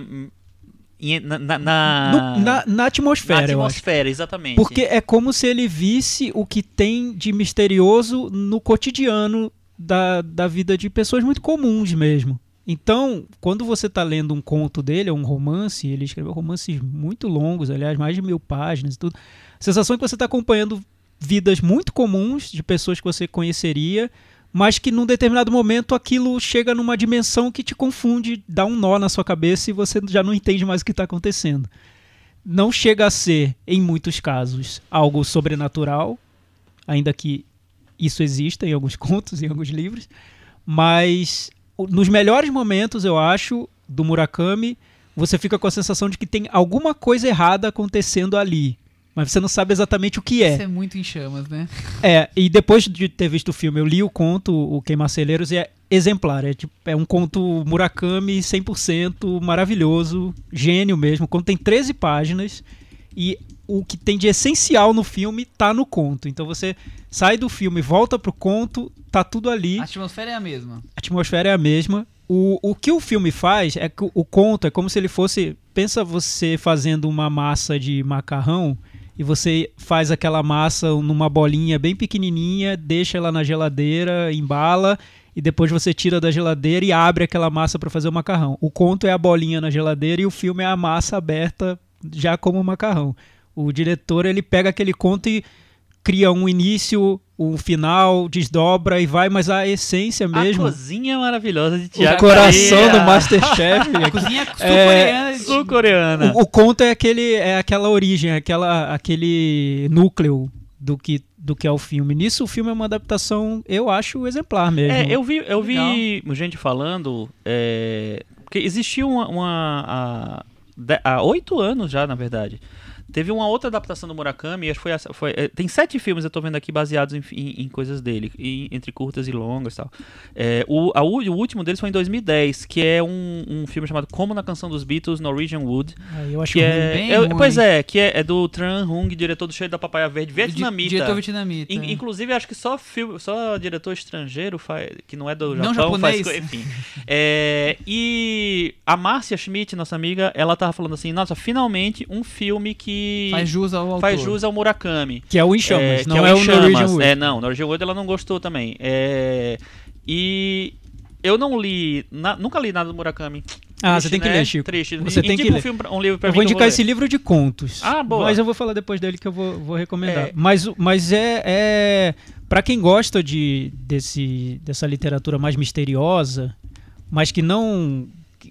na atmosfera, na eu atmosfera, acho. exatamente. Porque é como se ele visse o que tem de misterioso no cotidiano da vida de pessoas muito comuns mesmo. Então, quando você está lendo um conto dele, ou um romance, ele escreveu romances muito longos, aliás, mais de 1000 páginas e tudo, a sensação é que você está acompanhando vidas muito comuns de pessoas que você conheceria, mas que num determinado momento aquilo chega numa dimensão que te confunde, dá um nó na sua cabeça e você já não entende mais o que está acontecendo. Não chega a ser, em muitos casos, algo sobrenatural, ainda que isso exista em alguns contos, em alguns livros, mas nos melhores momentos, eu acho, do Murakami, você fica com a sensação de que tem alguma coisa errada acontecendo ali. Mas você não sabe exatamente o que é. Isso é muito em chamas, né? E depois de ter visto o filme, eu li o conto, o Queimar Celeiros, e é exemplar. É um conto Murakami 100%, maravilhoso, gênio mesmo. O conto tem 13 páginas e o que tem de essencial no filme tá no conto. Então você sai do filme, volta pro conto, tá tudo ali. A atmosfera é a mesma. A atmosfera é a mesma. O que o filme faz é que o conto é como se ele fosse... Pensa você fazendo uma massa de macarrão e você faz aquela massa numa bolinha bem pequenininha, deixa ela na geladeira, embala e depois você tira da geladeira e abre aquela massa para fazer o macarrão. O conto é a bolinha na geladeira e o filme é a massa aberta já como macarrão. O diretor, ele pega aquele conto e cria um início, um final, desdobra e vai, mas a essência mesmo... A cozinha maravilhosa de Thiago. O coração do Masterchef. A cozinha sul-coreana. Sul-coreana. O conto é aquela origem, aquele núcleo do que é o filme. Nisso, o filme é uma adaptação, eu acho, exemplar mesmo. Eu vi gente falando... porque existiu há 8 anos já, na verdade. Teve uma outra adaptação do Murakami, acho que tem 7 filmes, eu tô vendo aqui, baseados em coisas dele, entre curtas e longas e tal. O último deles foi em 2010, que é um filme chamado Como na Canção dos Beatles, Norwegian Wood. Eu acho ruim. Pois que é do Tran Hung, diretor do Cheiro da Papaya Verde, vietnamita. Diretor vietnamita. Inclusive, acho que só diretor estrangeiro que não é do Japão, não japonês. Enfim. E a Márcia Schmidt, nossa amiga, ela tava falando assim, nossa, finalmente um filme que faz jus ao autor. Faz jus ao Murakami. Que é o Em Chamas, não é o Norwegian Wood. Não, o Norwegian Wood ela não gostou também. E eu não li, nunca li nada do Murakami. Você tem que ler, Chico. Triste. Você tem que ler. Um livro pra eu mim vou indicar esse livro de contos. Boa. Mas eu vou falar depois dele que eu vou recomendar. Mas pra quem gosta dessa literatura mais misteriosa, mas que não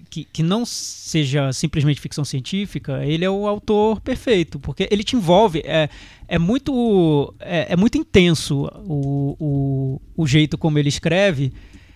seja simplesmente ficção científica, ele é o autor perfeito, porque ele te envolve, é muito intenso o jeito como ele escreve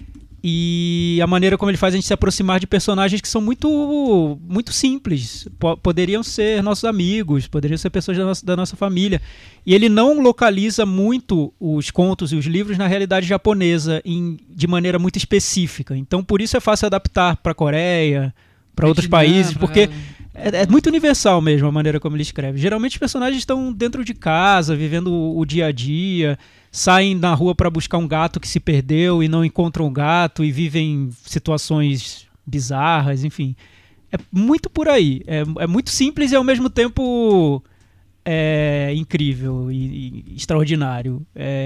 e a maneira como ele faz a gente se aproximar de personagens que são muito, muito simples, poderiam ser nossos amigos, poderiam ser pessoas da nossa família, e ele não localiza muito os contos e os livros na realidade japonesa de maneira muito específica, então por isso é fácil adaptar para a Coreia, para outros países, porque é muito universal mesmo a maneira como ele escreve. Geralmente os personagens estão dentro de casa, vivendo o dia a dia, saem na rua para buscar um gato que se perdeu e não encontram o gato e vivem situações bizarras, enfim. É muito por aí. É muito simples e ao mesmo tempo incrível e extraordinário.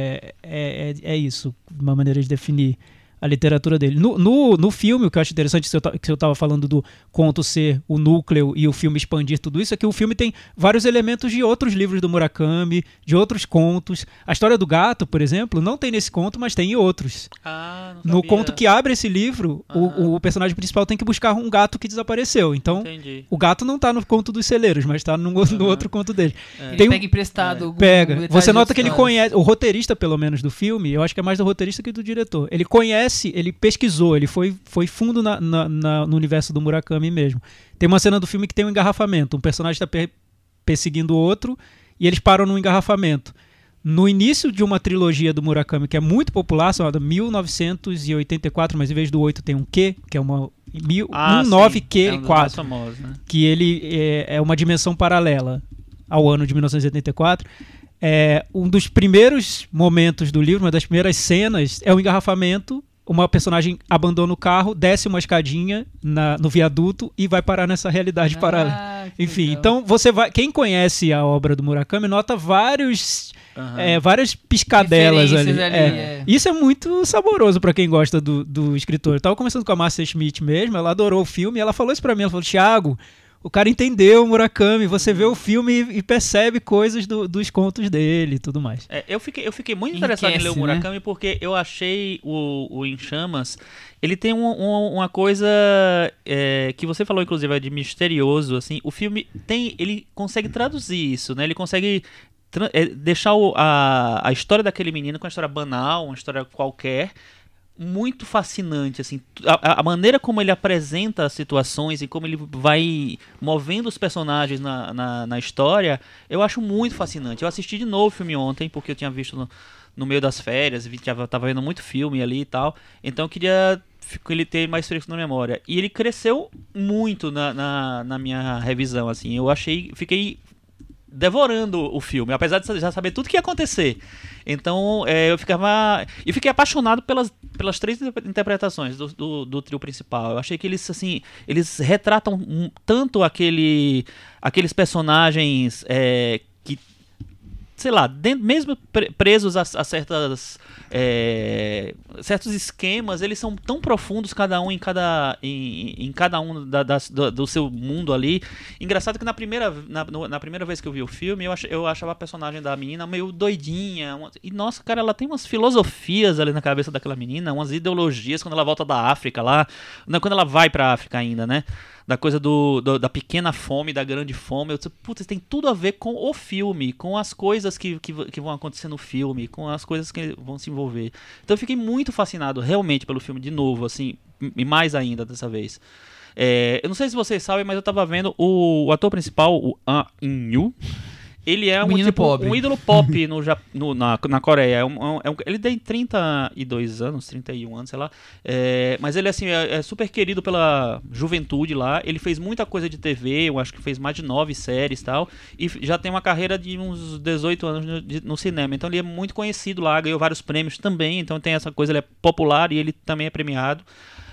É isso, uma maneira de definir a literatura dele. No filme, o que eu acho interessante, que eu estava falando do conto ser o núcleo e o filme expandir tudo isso, é que o filme tem vários elementos de outros livros do Murakami, de outros contos. A história do gato, por exemplo, não tem nesse conto, mas tem em outros. Não no conto que abre esse livro, o personagem principal tem que buscar um gato que desapareceu. Então, o gato não está no conto dos celeiros, mas está no outro conto dele. Ele pega emprestado. Pega. Você nota que ele conhece, o roteirista, pelo menos, do filme, eu acho que é mais do roteirista que do diretor. Ele conhece, ele pesquisou, ele foi fundo no universo do Murakami mesmo. Tem uma cena do filme que tem um engarrafamento, um personagem está perseguindo o outro e eles param num engarrafamento. No início de uma trilogia do Murakami que é muito popular, chamada 1984, mas em vez do 8 tem um Q, que é uma 19Q4, né? que ele é uma dimensão paralela ao ano de 1984. Um dos primeiros momentos do livro, uma das primeiras cenas, é o engarrafamento. Uma personagem abandona o carro, desce uma escadinha no viaduto e vai parar nessa realidade paralela. Enfim, legal. Então quem conhece a obra do Murakami nota várias piscadelas ali. Isso é muito saboroso para quem gosta do escritor. Eu estava conversando com a Márcia Schmidt mesmo, ela adorou o filme e ela falou isso para mim, ela falou, Thiago, o cara entendeu o Murakami, você vê o filme e percebe coisas dos contos dele e tudo mais. Eu fiquei muito interessado em ler o Murakami, né? Porque eu achei o Em Chamas, ele tem uma coisa que você falou, inclusive, de misterioso, assim. O filme ele consegue traduzir isso, né? Ele consegue deixar a história daquele menino com uma história banal, uma história qualquer, muito fascinante, assim, a maneira como ele apresenta as situações e como ele vai movendo os personagens na história, eu acho muito fascinante. Eu assisti de novo o filme ontem, porque eu tinha visto no meio das férias, tava vendo muito filme ali e tal, então eu queria ele ter mais fresco na memória. E ele cresceu muito na minha revisão, assim, fiquei devorando o filme, apesar de já saber tudo que ia acontecer. Então eu fiquei apaixonado pelas 3 interpretações do trio principal. Eu achei que eles retratam tanto aqueles personagens que, sei lá, mesmo presos a certos esquemas, eles são tão profundos, cada um em cada um do seu mundo ali. Engraçado que na primeira vez que eu vi o filme, eu achava a personagem da menina meio doidinha. E nossa, cara, ela tem umas filosofias ali na cabeça daquela menina, umas ideologias quando ela volta da África lá, quando ela vai pra África ainda, né? Da coisa da pequena fome, da grande fome. Eu disse, putz, tem tudo a ver com o filme, com as coisas que vão acontecer no filme, com as coisas que vão se envolver. Então eu fiquei muito fascinado realmente pelo filme de novo, assim, e mais ainda dessa vez. Eu não sei se vocês sabem, mas eu tava vendo o ator principal, o An In-yu. Ele é um ídolo pop na Coreia. Ele tem 32 anos, 31 anos, sei lá. Mas ele assim, é super querido pela juventude lá. Ele fez muita coisa de TV, eu acho que fez mais de 9 séries e tal. E já tem uma carreira de uns 18 anos no cinema. Então ele é muito conhecido lá, ganhou vários prêmios também. Então tem essa coisa, ele é popular e ele também é premiado.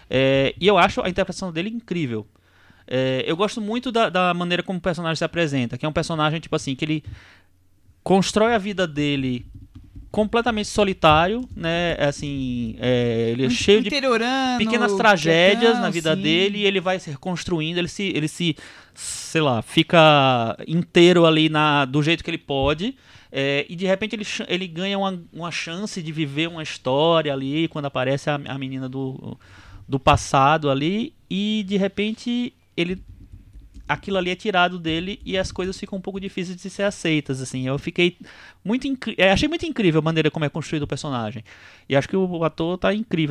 E eu acho a interpretação dele incrível. Eu gosto muito da maneira como o personagem se apresenta, que é um personagem tipo assim, que ele constrói a vida dele completamente solitário, né? Assim, ele é cheio de pequenas tragédias na vida dele, e ele vai se reconstruindo, ele se sei lá, fica inteiro ali do jeito que ele pode. E de repente ele ganha uma chance de viver uma história ali, quando aparece a menina do passado ali, e de repente aquilo ali é tirado dele e as coisas ficam um pouco difíceis de ser aceitas, assim. Eu fiquei achei muito incrível a maneira como é construído o personagem. E acho que o ator tá incrível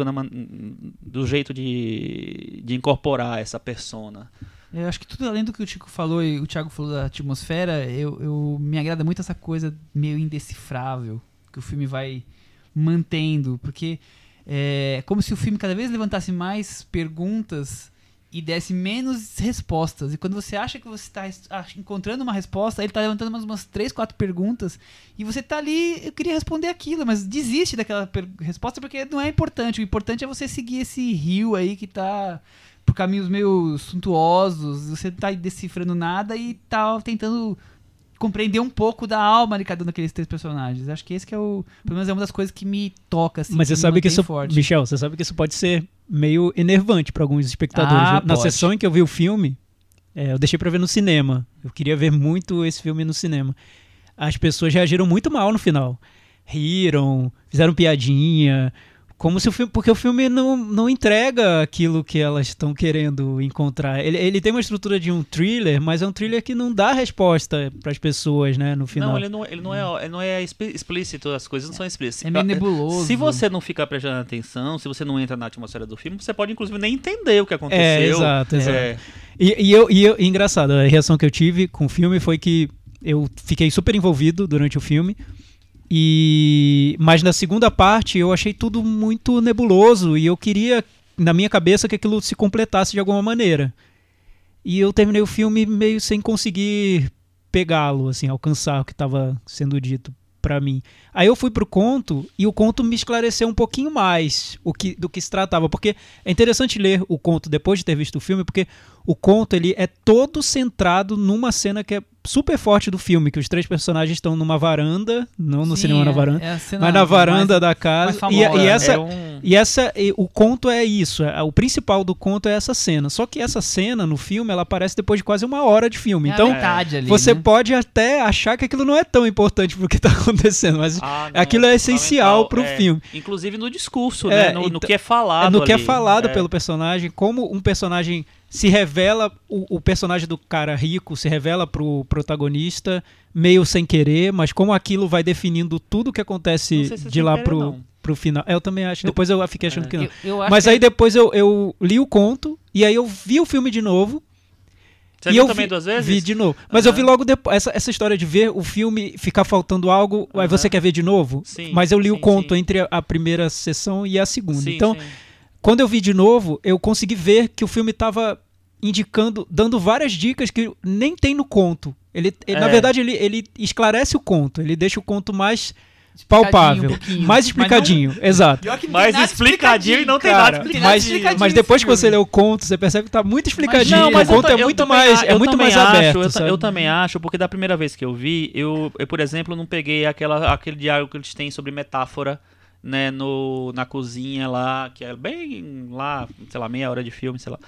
do jeito de incorporar essa persona. Eu acho que tudo além do que o Chico falou e o Thiago falou da atmosfera, me agrada muito essa coisa meio indecifrável que o filme vai mantendo, porque é como se o filme cada vez levantasse mais perguntas e desse menos respostas. E quando você acha que você está encontrando uma resposta, ele está levantando umas 3, 4 perguntas e você está ali, eu queria responder aquilo, mas desiste daquela resposta porque não é importante. O importante é você seguir esse rio aí que está por caminhos meio suntuosos, você não está decifrando nada e está tentando compreender um pouco da alma de cada um daqueles 3 personagens. Acho que esse que pelo menos é uma das coisas que me toca, assim. Mas você sabe que isso, forte. Michel, você sabe que isso pode ser meio enervante para alguns espectadores. Na sessão em que eu vi o filme, eu deixei para ver no cinema. Eu queria ver muito esse filme no cinema. As pessoas reagiram muito mal no final. Riram, fizeram piadinha, como se porque o filme não entrega aquilo que elas estão querendo encontrar. Ele tem uma estrutura de um thriller, mas é um thriller que não dá resposta para as pessoas, né, no final. Não, ele não é explícito, as coisas não são explícitas. É meio nebuloso. Se você não ficar prestando atenção, se você não entra na atmosfera do filme, você pode inclusive nem entender o que aconteceu. Exato. E engraçado, a reação que eu tive com o filme foi que eu fiquei super envolvido durante o filme. Mas na segunda parte eu achei tudo muito nebuloso e eu queria, na minha cabeça, que aquilo se completasse de alguma maneira. E eu terminei o filme meio sem conseguir pegá-lo, assim, alcançar o que estava sendo dito pra mim. Aí eu fui pro conto e o conto me esclareceu um pouquinho mais do que se tratava, porque é interessante ler o conto depois de ter visto o filme, porque o conto ele é todo centrado numa cena que é super forte do filme, que os 3 personagens estão numa varanda, não no cinema na varanda, mas na varanda da casa. O conto é isso, o principal do conto é essa cena. Só que essa cena no filme, ela aparece depois de quase 1 hora de filme. Então, ali, você né? pode até achar que aquilo não é tão importante pro que tá acontecendo, mas aquilo é essencial pro filme. Inclusive no discurso, né? No que é falado. Que é falado pelo personagem, como um personagem se revela, o personagem do cara rico se revela pro protagonista meio sem querer, mas como aquilo vai definindo tudo que acontece de lá pro pro final. Eu também acho. Depois eu fiquei achando que não. Mas aí depois eu li o conto e aí eu vi o filme de novo. Você viu também 2 vezes? Vi de novo. Mas eu vi logo depois. Essa história de ver o filme, ficar faltando algo, aí você quer ver de novo? Sim, mas eu li o conto entre a primeira sessão e a segunda. Então, quando eu vi de novo, eu consegui ver que o filme estava indicando, dando várias dicas que nem tem no conto. Na verdade, ele esclarece o conto. Ele deixa o conto mais palpável, mais explicadinho, exato. Mais explicadinho e não tem nada explicadinho. Mas depois que você lê o conto, você percebe que tá muito explicadinho. O conto é muito mais aberto. Eu também acho, porque da primeira vez que eu vi, eu por exemplo, não peguei aquele diálogo que eles têm sobre metáfora, né, na cozinha lá, que é bem lá, sei lá, meia hora de filme, sei lá.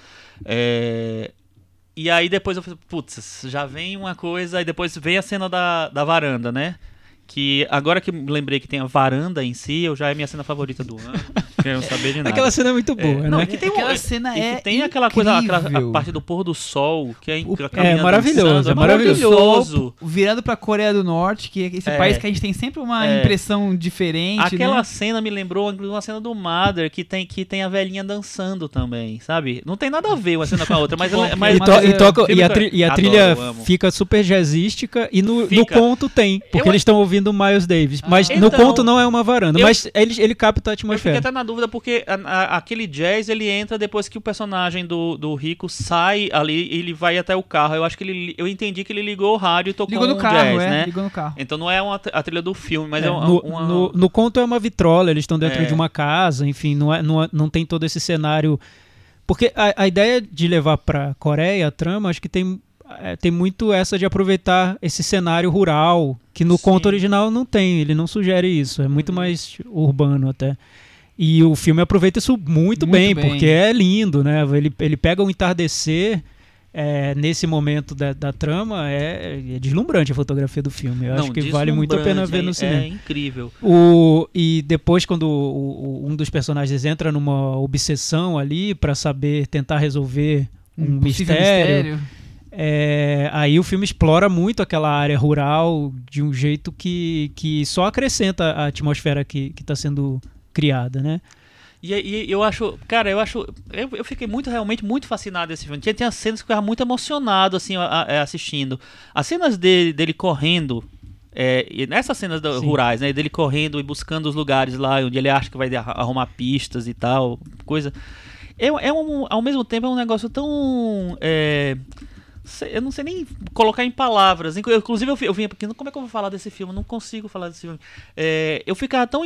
E aí depois eu falei, putz, já vem uma coisa, e depois vem a cena da varanda, né? Que agora que lembrei que tem a varanda em si, já é minha cena favorita do ano. Quero saber de nada. Aquela cena é muito boa, né? Que tem aquela cena que tem aquela coisa, a parte do pôr do sol, que é maravilhoso, dançando, é maravilhoso. Virando pra Coreia do Norte, que é esse país que a gente tem sempre uma impressão diferente. Aquela cena me lembrou uma cena do Mother, que tem a velhinha dançando também, sabe? Não tem nada a ver uma cena com a outra, mas a trilha fica super jazzística e no conto tem, porque eles estão ouvindo o Miles Davis, mas no conto não é uma varanda, mas ele capta a atmosfera. Eu fiquei até na dúvida porque aquele jazz ele entra depois que o personagem do Rico sai ali, ele vai até o carro. Eu acho que eu entendi que ele ligou o rádio e tocou no carro, jazz, né? Ligou no carro. Então não é a trilha do filme, mas no conto é uma vitrola, eles estão dentro de uma casa, enfim, não tem todo esse cenário. Porque a ideia de levar pra Coreia a trama, acho que tem muito essa de aproveitar esse cenário rural, que no conto original não tem, ele não sugere isso, é muito mais urbano até. E o filme aproveita isso muito bem, porque é lindo, né? Ele pega o entardecer nesse momento da trama, é deslumbrante a fotografia do filme. Eu acho que vale muito a pena ver no cinema. É incrível. E depois, quando um dos personagens entra numa obsessão ali para tentar resolver um mistério. Aí o filme explora muito aquela área rural de um jeito que só acrescenta a atmosfera que está sendo criada, né? E eu acho, cara, eu fiquei realmente muito fascinado desse filme. Tinha cenas que eu ficava muito emocionado assim, assistindo. As cenas dele correndo, e nessas cenas rurais, né, dele correndo e buscando os lugares lá onde ele acha que vai arrumar pistas e tal, coisa. Ao mesmo tempo é um negócio tão... eu não sei nem colocar em palavras. Inclusive eu vim aqui, como é que eu vou falar desse filme? Eu não consigo falar desse filme. Eu ficava tão...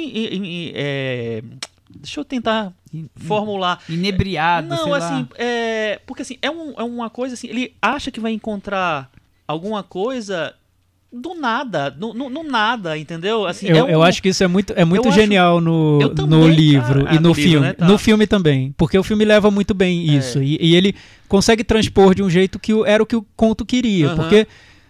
deixa eu tentar formular. Inebriado, não, sei assim, lá. porque assim, é uma coisa assim, ele acha que vai encontrar alguma coisa do nada, no nada, entendeu? Assim, eu acho que isso é muito genial no livro e no filme. Né? Tá. No filme também, porque o filme leva muito bem isso. E ele consegue transpor de um jeito que era o que o conto queria. Porque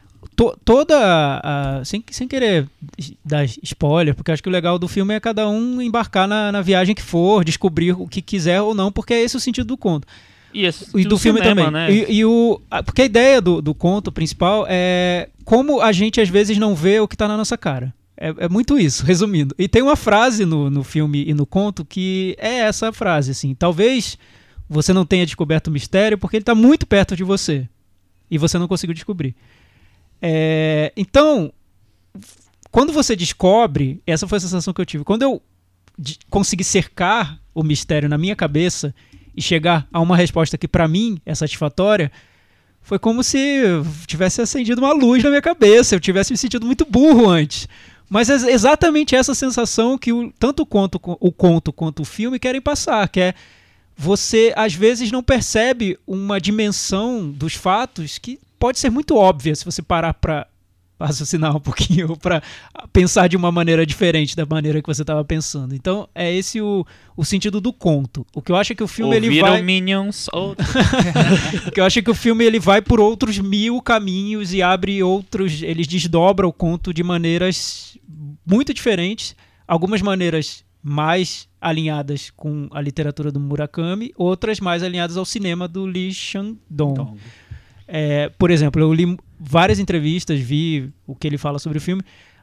sem querer dar spoiler, porque acho que o legal do filme é cada um embarcar na viagem que for, descobrir o que quiser ou não, porque é esse o sentido do conto. E do filme também. Né? Porque a ideia do conto principal é como a gente às vezes não vê o que está na nossa cara. É muito isso, resumindo. E tem uma frase no filme e no conto que é essa frase, assim: talvez você não tenha descoberto o mistério porque ele está muito perto de você e você não conseguiu descobrir. Então, quando você descobre, essa foi a sensação que eu tive. Quando eu consegui cercar o mistério na minha cabeça e chegar a uma resposta que pra mim é satisfatória, foi como se tivesse acendido uma luz na minha cabeça, eu tivesse me sentido muito burro antes. Mas é exatamente essa sensação que tanto o conto quanto o filme querem passar, que é você às vezes não percebe uma dimensão dos fatos que pode ser muito óbvia se você parar para raciocinar um pouquinho, para pensar de uma maneira diferente da maneira que você estava pensando. Então, é esse o sentido do conto. O que eu acho é que o filme ele vai... Minions. O que eu acho é que o filme ele vai por outros 1000 caminhos e abre outros... Ele desdobra o conto de maneiras muito diferentes. Algumas maneiras mais alinhadas com a literatura do Murakami, outras mais alinhadas ao cinema do Lee Chang-dong. Por exemplo, eu li várias entrevistas, vi o que ele fala sobre o filme.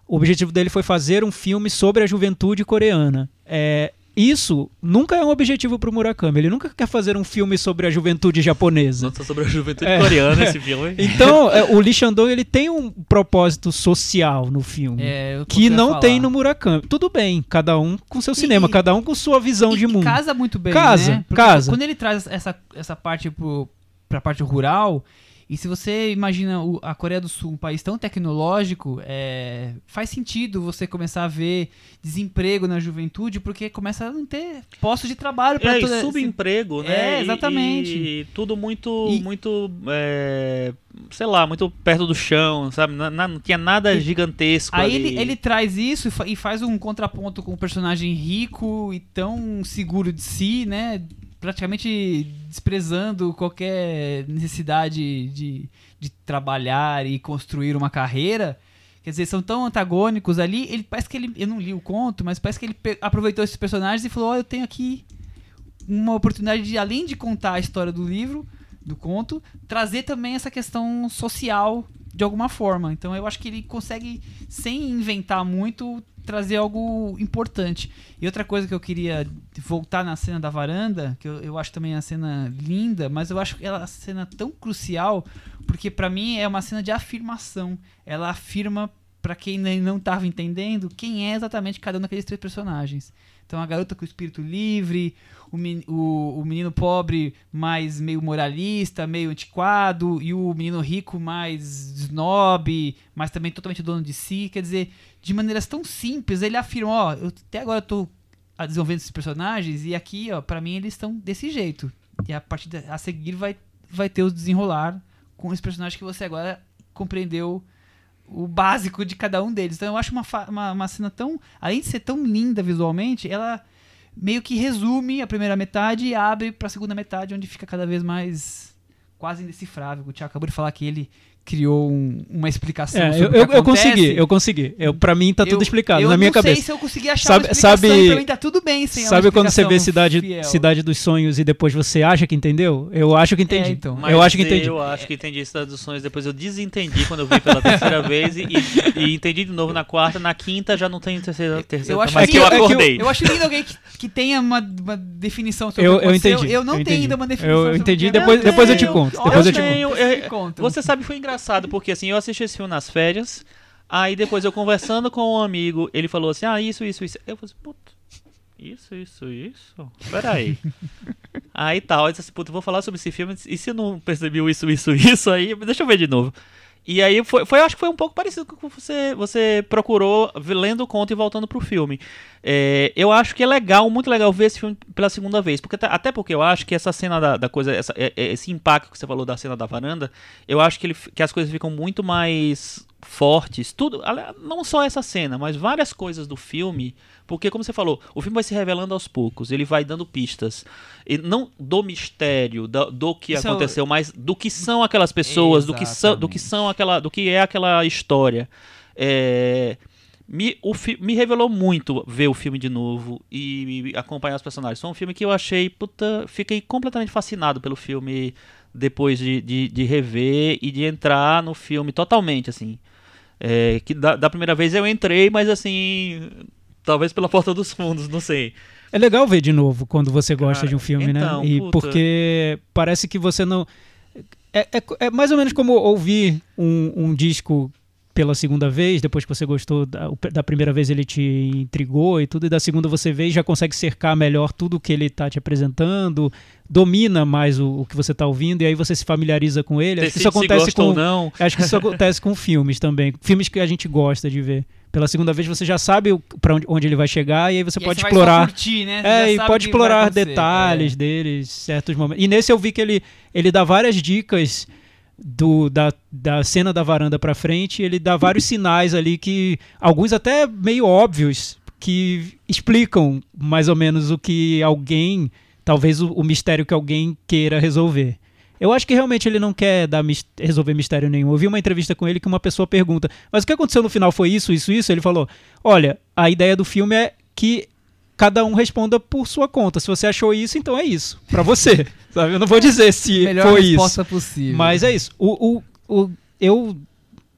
O objetivo dele foi fazer um filme sobre a juventude coreana. Isso nunca é um objetivo pro Murakami. Ele nunca quer fazer um filme sobre a juventude japonesa. Não só sobre a juventude coreana esse filme. Então, o Lee Shandong, ele tem um propósito social no filme que não tem no Murakami. Tudo bem, cada um com seu cinema, cada um com sua visão de mundo. Casa muito bem, né? Casa. Quando ele traz essa parte pra parte rural... E se você imagina a Coreia do Sul, um país tão tecnológico, faz sentido você começar a ver desemprego na juventude, porque começa a não ter postos de trabalho para todo subemprego, né? Exatamente. E tudo muito, sei lá, muito perto do chão, sabe? Não tinha nada gigantesco aí ali. Ele traz isso e faz um contraponto com um personagem rico e tão seguro de si, né? Praticamente desprezando qualquer necessidade de trabalhar e construir uma carreira. Quer dizer, são tão antagônicos ali. Parece que eu não li o conto, mas parece que ele aproveitou esses personagens e falou: eu tenho aqui uma oportunidade de, além de contar a história do livro, do conto, trazer também essa questão social de alguma forma. Então eu acho que ele consegue, sem inventar muito, trazer algo importante. E outra coisa que eu queria voltar na cena da varanda, que eu acho também a cena linda, mas eu acho ela a cena tão crucial, porque pra mim é uma cena de afirmação. Ela afirma pra quem não estava entendendo quem é exatamente cada um daqueles 3 personagens. Então a garota com o espírito livre, o menino pobre mais meio moralista, meio antiquado, e o menino rico mais snob, mas também totalmente dono de si. Quer dizer, de maneiras tão simples, ele afirma, eu até agora estou desenvolvendo esses personagens, e aqui, pra mim, eles estão desse jeito. E a partir a seguir vai ter o desenrolar com os personagens que você agora compreendeu o básico de cada um deles. Então eu acho uma cena tão... Além de ser tão linda visualmente, ela meio que resume a primeira metade e abre para a segunda metade, onde fica cada vez mais quase indecifrável. O Thiago acabou de falar que ele criou uma explicação sobre o que acontece. Eu consegui. Pra mim tá tudo explicado na minha cabeça. Eu não sei se eu consegui achar uma explicação, pra mim tá tudo bem sem Sabe quando você vê Cidade dos Sonhos e depois você acha que entendeu? Eu acho que entendi. Então. Eu acho que entendi Cidade dos Sonhos, depois eu desentendi quando eu vi pela terceira vez e entendi de novo na quarta, na quinta já não tem terceira mas eu acordei. Eu acho lindo alguém que tenha uma definição sobre o que aconteceu. Eu não tenho ainda uma definição. Eu entendi, depois eu te conto. Você sabe que foi engraçado, porque assim, eu assisti esse filme nas férias, aí depois eu conversando com um amigo, ele falou assim, isso. Eu falei assim, puta, isso? Peraí. Aí tal, eu disse assim, puta, eu vou falar sobre esse filme, e se eu não percebi isso, aí, deixa eu ver de novo. E aí acho que foi um pouco parecido com o que você procurou lendo o conto e voltando pro filme. Eu acho que é legal, muito legal ver esse filme pela segunda vez, até porque eu acho que essa cena da coisa, esse impacto que você falou da cena da varanda, eu acho que as coisas ficam muito mais fortes, tudo, não só essa cena, mas várias coisas do filme, porque como você falou, o filme vai se revelando aos poucos, ele vai dando pistas, e não do mistério, do que aconteceu, mas do que são aquelas pessoas, do que é aquela história. Me revelou muito ver o filme de novo e acompanhar os personagens. Foi um filme que eu achei, fiquei completamente fascinado pelo filme depois de rever e de entrar no filme totalmente, assim. Que da primeira vez eu entrei, mas assim, talvez pela porta dos fundos, não sei. É legal ver de novo quando você gosta de um filme, então, né? Porque parece que você não... É mais ou menos como ouvir um disco pela segunda vez, depois que você gostou da primeira vez, ele te intrigou e tudo, e da segunda você vê e já consegue cercar melhor tudo que ele está te apresentando, domina mais o que você está ouvindo, e aí você se familiariza com ele. Acho que isso acontece acho que isso acontece com filmes também, filmes que a gente gosta de ver. Pela segunda vez você já sabe para onde ele vai chegar, e aí você pode explorar. Curtir, né? E pode explorar detalhes deles, certos momentos. E nesse eu vi que ele dá várias dicas da cena da varanda pra frente, ele dá vários sinais ali, que alguns até meio óbvios, que explicam mais ou menos o que alguém, talvez o mistério que alguém queira resolver. Eu acho que realmente ele não quer resolver mistério nenhum. Eu vi uma entrevista com ele que uma pessoa pergunta, mas o que aconteceu no final foi isso? Ele falou, olha, a ideia do filme é que cada um responda por sua conta. Se você achou isso, então é isso. Pra você. Sabe? Eu não vou dizer se melhor foi resposta isso. Possível. Mas é isso. Eu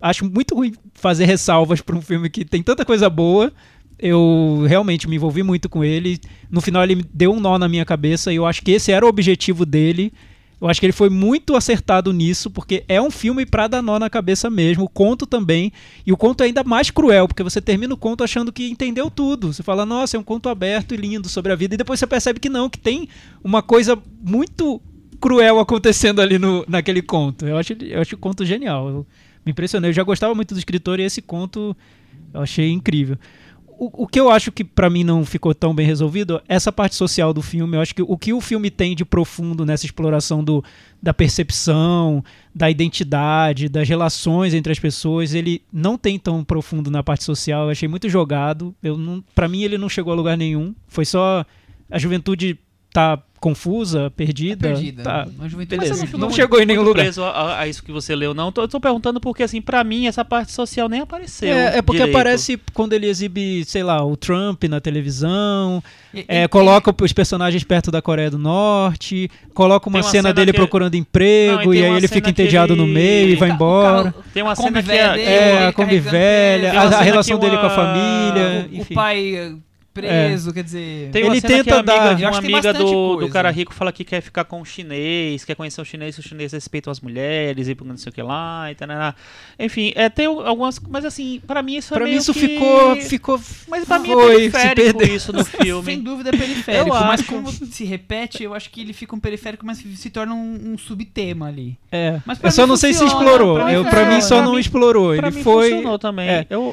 acho muito ruim fazer ressalvas para um filme que tem tanta coisa boa. Eu realmente me envolvi muito com ele. No final ele deu um nó na minha cabeça e eu acho que esse era o objetivo dele. Eu acho que ele foi muito acertado nisso, porque é um filme pra dar nó na cabeça mesmo. O conto também. E o conto é ainda mais cruel, porque você termina o conto achando que entendeu tudo. Você fala, nossa, é um conto aberto e lindo sobre a vida. E depois você percebe que não, que tem uma coisa muito cruel acontecendo ali naquele conto. Eu acho o conto genial. Eu me impressionei. Eu já gostava muito do escritor e esse conto eu achei incrível. O que eu acho que pra mim não ficou tão bem resolvido, essa parte social do filme, eu acho que o que o filme tem de profundo nessa exploração da percepção, da identidade, das relações entre as pessoas, ele não tem tão profundo na parte social. Eu achei muito jogado. Pra mim ele não chegou a lugar nenhum. Foi só a juventude tá confusa, perdida. Tá, beleza. Não chegou em nenhum lugar. Preso a isso que você leu, não. Tô perguntando porque, assim, pra mim, essa parte social nem apareceu. É porque direito. Aparece quando ele exibe, sei lá, o Trump na televisão, coloca os personagens perto da Coreia do Norte, coloca uma cena dele procurando emprego, e aí ele fica entediado no meio e vai embora. Tem uma cena que a Kombi velha, a relação dele com a família. O pai preso, quer dizer... Tem uma cena que uma amiga do cara rico fala que quer ficar com o chinês, quer conhecer o chinês respeitam as mulheres e não sei o que lá, e tal. Enfim, tem algumas... Mas assim, pra mim isso é meio isso que... ficou... Mas pra mim é periférico isso no filme. Sem dúvida é periférico, mas como se repete, eu acho que ele fica um periférico, mas se torna um subtema ali. Mas eu só não sei se explorou. Pra mim só não explorou. Pra mim funcionou também.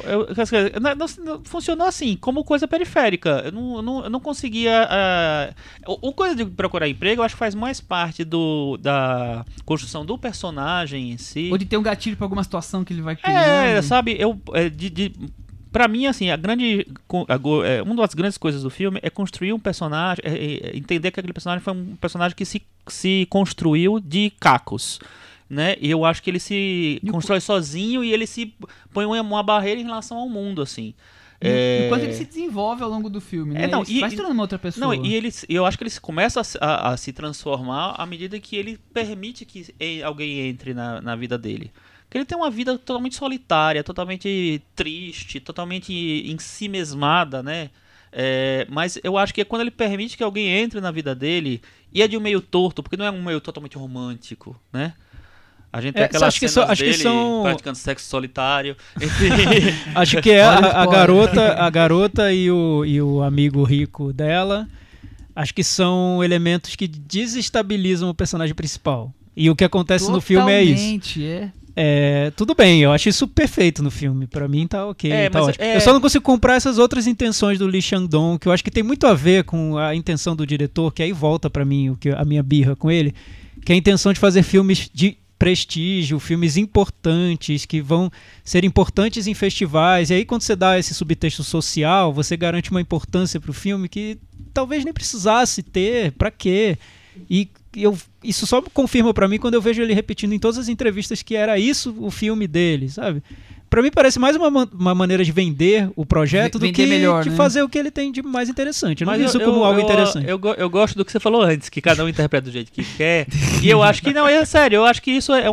Funcionou assim, como coisa periférica. Eu não conseguia... O coisa de procurar emprego, eu acho que faz mais parte da construção do personagem em si. Ou de ter um gatilho pra alguma situação que ele vai criando. Sabe? Pra mim, assim, uma das grandes coisas do filme é construir um personagem, entender que aquele personagem foi um personagem que se construiu de cacos. Né? E eu acho que ele se constrói sozinho e ele se põe uma barreira em relação ao mundo, assim. Enquanto ele se desenvolve ao longo do filme, né? Ele vai se tornando uma outra pessoa. Eu acho que ele começa a se transformar à medida que ele permite que alguém entre na vida dele. Porque ele tem uma vida totalmente solitária, totalmente triste, totalmente ensimesmada, né? Mas eu acho que é quando ele permite que alguém entre na vida dele, e é de um meio torto, porque não é um meio totalmente romântico, né? A gente tem aquelas cenas dele praticando sexo solitário. Acho que é a garota e o amigo rico dela. Acho que são elementos que desestabilizam o personagem principal. E o que acontece no filme é isso. Tudo bem, eu acho isso perfeito no filme. Pra mim tá ok, tá ótimo. Eu só não consigo comprar essas outras intenções do Lee Chang-dong, que eu acho que tem muito a ver com a intenção do diretor, que aí volta pra mim a minha birra com ele, que é a intenção de fazer filmes de prestígio, filmes importantes, que vão ser importantes em festivais. E aí quando você dá esse subtexto social, você garante uma importância pro filme que talvez nem precisasse ter, pra quê? E isso só confirma pra mim quando eu vejo ele repetindo em todas as entrevistas que era isso o filme dele, sabe? Pra mim parece mais uma maneira de vender o projeto do que melhor, de né? fazer o que ele tem de mais interessante. Eu não vi isso como algo interessante. Eu gosto do que você falou antes, que cada um interpreta do jeito que quer. E eu acho que, não, é sério, eu acho que isso é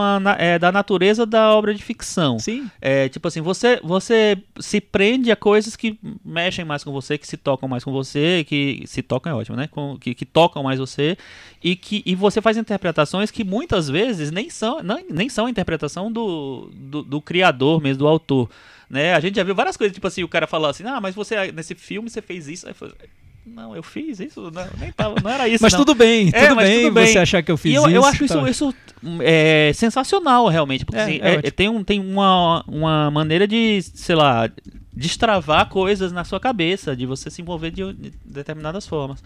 da natureza da obra de ficção. Sim. Tipo assim, você se prende a coisas que mexem mais com você, que se tocam mais com você, que se tocam é ótimo, né? Que tocam mais você, e você faz interpretações que muitas vezes nem são a interpretação do criador mesmo, do autor, né? A gente já viu várias coisas, tipo assim, o cara falou assim, mas você, nesse filme, você fez isso. Aí eu falei, não, eu fiz isso? Não era isso, mas não. Tudo bem você achar que eu fiz isso. Eu acho isso sensacional, realmente, porque assim, tem uma maneira de, sei lá, destravar coisas na sua cabeça, de você se envolver de determinadas formas.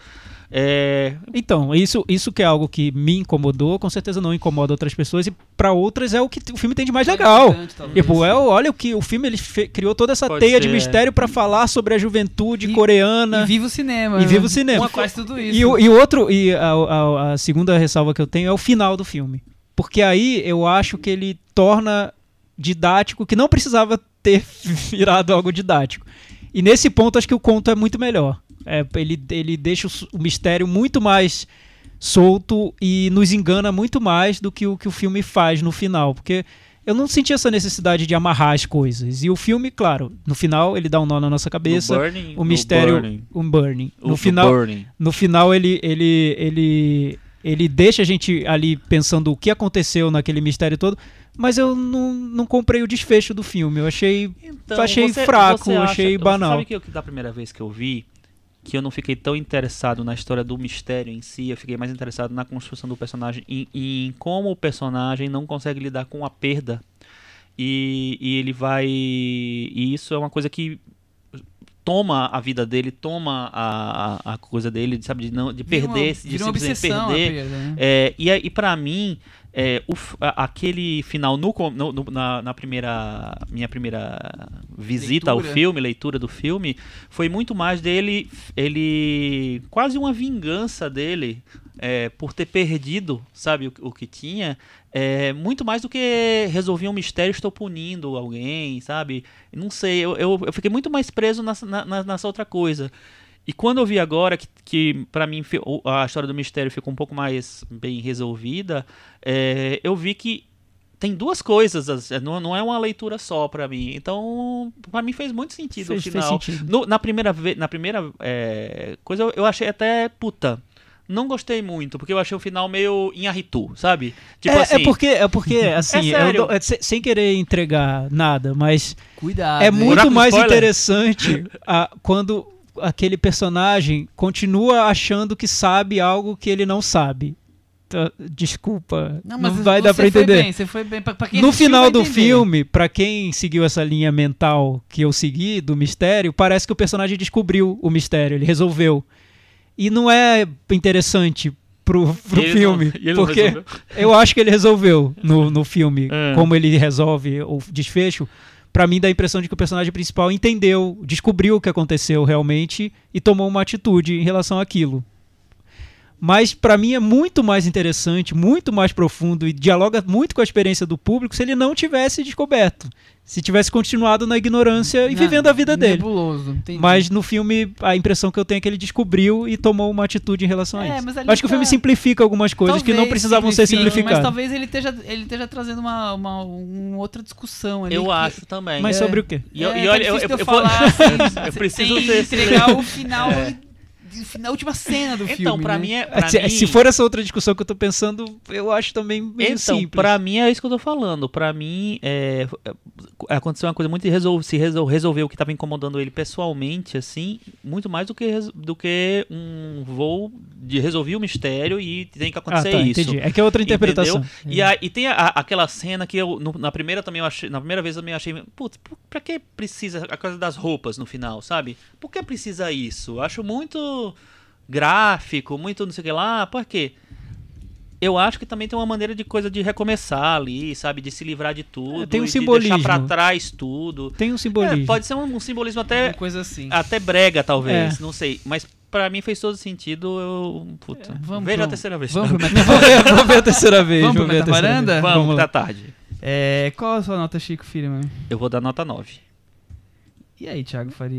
Então, isso que é algo que me incomodou, com certeza não incomoda outras pessoas, e para outras é o que o filme tem de mais legal. Tipo, olha o que o filme ele criou toda essa teia de mistério para falar sobre a juventude coreana. E viva o cinema. E viva o cinema. Faz tudo isso. E a segunda ressalva que eu tenho é o final do filme. Porque aí eu acho que ele torna didático, que não precisava ter virado algo didático. E nesse ponto acho que o conto é muito melhor. Ele deixa o mistério muito mais solto e nos engana muito mais do que o filme faz no final. Porque eu não senti essa necessidade de amarrar as coisas. E o filme, claro, no final ele dá um nó na nossa cabeça. O mistério, Burning. No final ele deixa a gente ali pensando o que aconteceu naquele mistério todo, mas eu não comprei o desfecho do filme. Eu achei fraco, achei banal. Sabe que da primeira vez que eu vi, que eu não fiquei tão interessado na história do mistério em si, eu fiquei mais interessado na construção do personagem e em como o personagem não consegue lidar com a perda. E ele vai... E isso é uma coisa que toma a vida dele, toma a coisa dele, sabe, de perder, de simplesmente perder. Perda, né? E pra mim, aquele final na minha primeira visita ao filme, leitura do filme, foi muito mais dele, quase uma vingança dele por ter perdido, sabe, o que tinha. Muito mais do que resolver um mistério, estou punindo alguém, sabe? Não sei, eu fiquei muito mais preso nessa outra coisa. E quando eu vi agora que pra mim a história do mistério ficou um pouco mais bem resolvida, eu vi que tem duas coisas, não é uma leitura só pra mim. Então, pra mim fez muito sentido o final. Fez sentido. Na primeira coisa eu achei até não gostei muito, porque eu achei o final meio Inharitu, sabe? Tipo assim, porque assim, sem querer entregar nada, mas cuidado, é muito mais interessante quando aquele personagem continua achando que sabe algo que ele não sabe. Desculpa, não vai dar pra entender. Você foi bem. Pra quem no final do filme, pra quem seguiu essa linha mental que eu segui do mistério, parece que o personagem descobriu o mistério, ele resolveu. E não é interessante pro filme, porque eu acho que ele resolveu no filme, como ele resolve o desfecho. Pra mim dá a impressão de que o personagem principal entendeu, descobriu o que aconteceu realmente e tomou uma atitude em relação àquilo. Mas pra mim é muito mais interessante, muito mais profundo e dialoga muito com a experiência do público se ele não tivesse descoberto. Se tivesse continuado na ignorância e vivendo a vida dele. Nebuloso, mas no filme a impressão que eu tenho é que ele descobriu e tomou uma atitude em relação a isso. Acho que o filme simplifica algumas coisas que não precisavam ser simplificadas. Mas talvez ele esteja trazendo uma outra discussão ali. Eu acho também. Mas sobre o quê? E olha, eu preciso entregar o final... Na última cena do filme. Então, pra mim se for essa outra discussão que eu tô pensando, eu acho também meio simples. Pra mim é isso que eu tô falando. Pra mim, aconteceu uma coisa muito resolver o que tava incomodando ele pessoalmente, assim, muito mais do que um voo de resolver o mistério e tem que acontecer isso. Entendi. É que é outra interpretação. E tem aquela cena que eu, na primeira vez eu também achei, putz, pra que precisa a coisa das roupas no final, sabe? Por que precisa isso? Eu acho muito gráfico, muito não sei o que lá, por quê? Eu acho que também tem uma maneira de coisa de recomeçar ali, sabe? De se livrar de tudo, tem um simbolismo. De deixar pra trás tudo. Tem um simbolismo. Pode ser um simbolismo até, uma coisa assim. Até brega, talvez, não sei. Mas pra mim fez todo sentido. Veja a terceira vez. Vamos ver a terceira vez. Vamos ver a varanda? Vamos, tá tarde. Qual a sua nota, Chico Firman? Eu vou dar nota 9. E aí, Thiago Faria?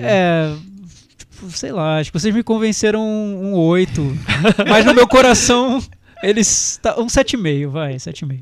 Sei lá, acho que vocês me convenceram um 8. Mas no meu coração, eles... um 7,5, vai, 7,5.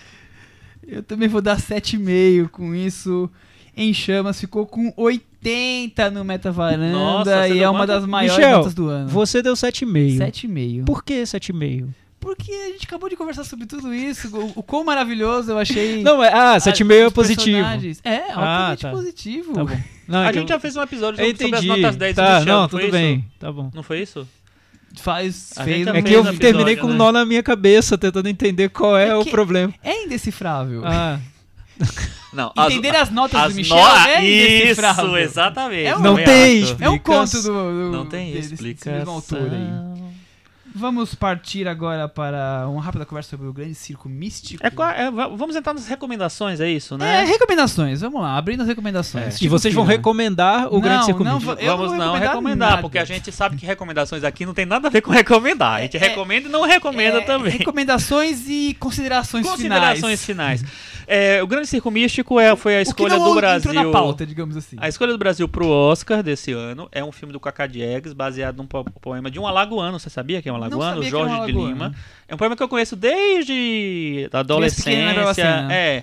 Eu também vou dar 7,5 com isso. Em Chamas ficou com 80 no Metavaranda e é uma das maiores notas do ano. Você deu 7,5. 7,5. Por que 7,5? Porque a gente acabou de conversar sobre tudo isso, o quão maravilhoso eu achei. Não, 7,5 é positivo. Altamente positivo. Tá bom. Não, a gente já fez um episódio sobre as notas 10 do Michel, não, tudo bem, tá bom. Não foi isso? Fez é que eu terminei com um nó na minha cabeça, tentando entender qual é o problema. É indecifrável. Não, entender as notas do Michel é indecifrável. Isso, exatamente. Não tem explicação. É um conto do não tem explicação. Autor aí. Vamos partir agora para uma rápida conversa sobre o grande circo místico. Vamos entrar nas recomendações, é isso, né? Recomendações, vamos lá, abrindo as recomendações. E vocês vão recomendar o grande circo místico? Vamos não recomendar, porque a gente sabe que recomendações aqui não tem nada a ver com recomendar. A gente recomenda e não recomenda também. Recomendações e considerações finais. O grande circo místico foi a escolha do Brasil. Entrou na pauta, digamos assim. A escolha do Brasil pro Oscar desse ano é um filme do Cacá Diegues, baseado num poema de um alagoano. Você sabia que é um alagoano? Jorge de Lima. É um poema que eu conheço desde a adolescência.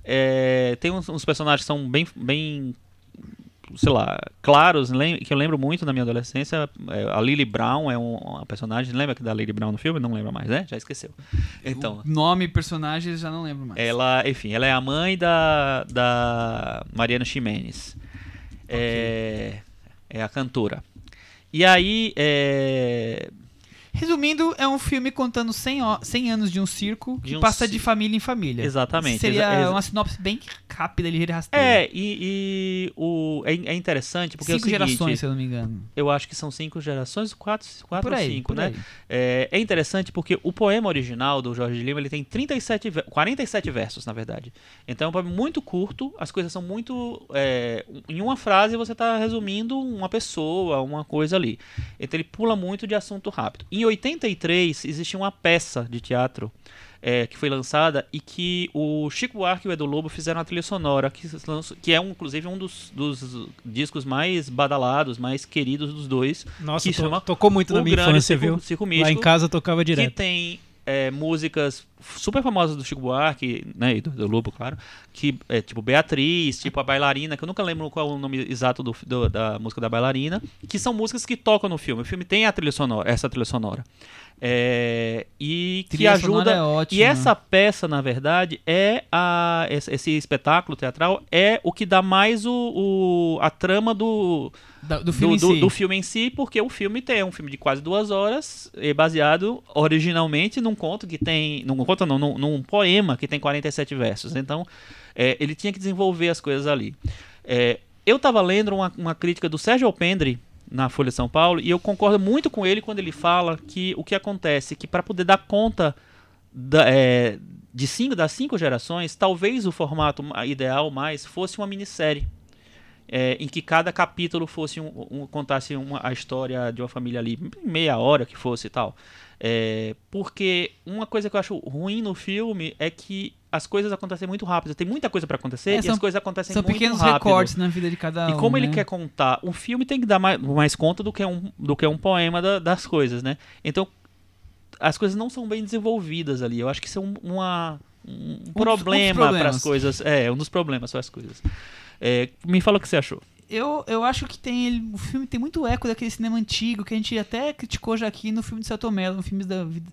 Tem uns personagens que são bem, sei lá, claros, que eu lembro muito na minha adolescência. A Lily Brown é uma personagem, lembra da Lily Brown no filme? Não lembra mais, né? Já esqueceu. Então, o nome, personagens, já não lembro mais. Ela é a mãe da Mariana Ximenes. É a cantora. E aí, resumindo, é um filme contando 100 anos de um circo que passa de família em família. Exatamente. Seria uma sinopse bem rápida, ligeira e rasteira. É interessante porque 5 gerações, se eu não me engano. Eu acho que são 5 gerações, 4 ou 5, né? Aí. É interessante porque o poema original do Jorge Lima, ele tem 47 versos, na verdade. Então é um poema muito curto, as coisas são muito... em uma frase você está resumindo uma pessoa, uma coisa ali. Então ele pula muito de assunto rápido. Em 83, existe uma peça de teatro que foi lançada e que o Chico Buarque e o Edu Lobo fizeram a trilha sonora, que é inclusive um dos discos mais badalados, mais queridos dos dois. Nossa, tocou muito na minha infância, viu? Circo Místico, lá em casa tocava direto. Que tem músicas super famosas do Chico Buarque, né, e do Lobo, claro, que é tipo Beatriz, tipo A Bailarina, que eu nunca lembro qual é o nome exato da música da Bailarina, que são músicas que tocam no filme. O filme tem essa trilha sonora. E que ajuda. E essa peça, na verdade, esse espetáculo teatral é o que dá mais a trama do filme em si, porque o filme é um filme de quase 2 horas, baseado originalmente num conto que tem. Num poema que tem 47 versos. Então, ele tinha que desenvolver as coisas ali. Eu estava lendo uma crítica do Sérgio Alpendre na Folha de São Paulo, e eu concordo muito com ele quando ele fala que o que acontece é que para poder dar conta das 5 gerações, talvez o formato ideal mais fosse uma minissérie, em que cada capítulo fosse contasse a história de uma família ali, meia hora que fosse e tal. Porque uma coisa que eu acho ruim no filme é que as coisas acontecem muito rápido. Tem muita coisa pra acontecer e as coisas acontecem muito rápido. São pequenos recortes na vida de cada um. E como ele quer contar, um filme tem que dar mais conta do que um poema das coisas, né? Então, as coisas não são bem desenvolvidas ali. Eu acho que isso é um problema para as coisas. Um dos problemas para as coisas. Me fala o que você achou. Eu acho que o filme tem muito eco daquele cinema antigo que a gente até criticou já aqui no filme de Selton Mello, no Filmes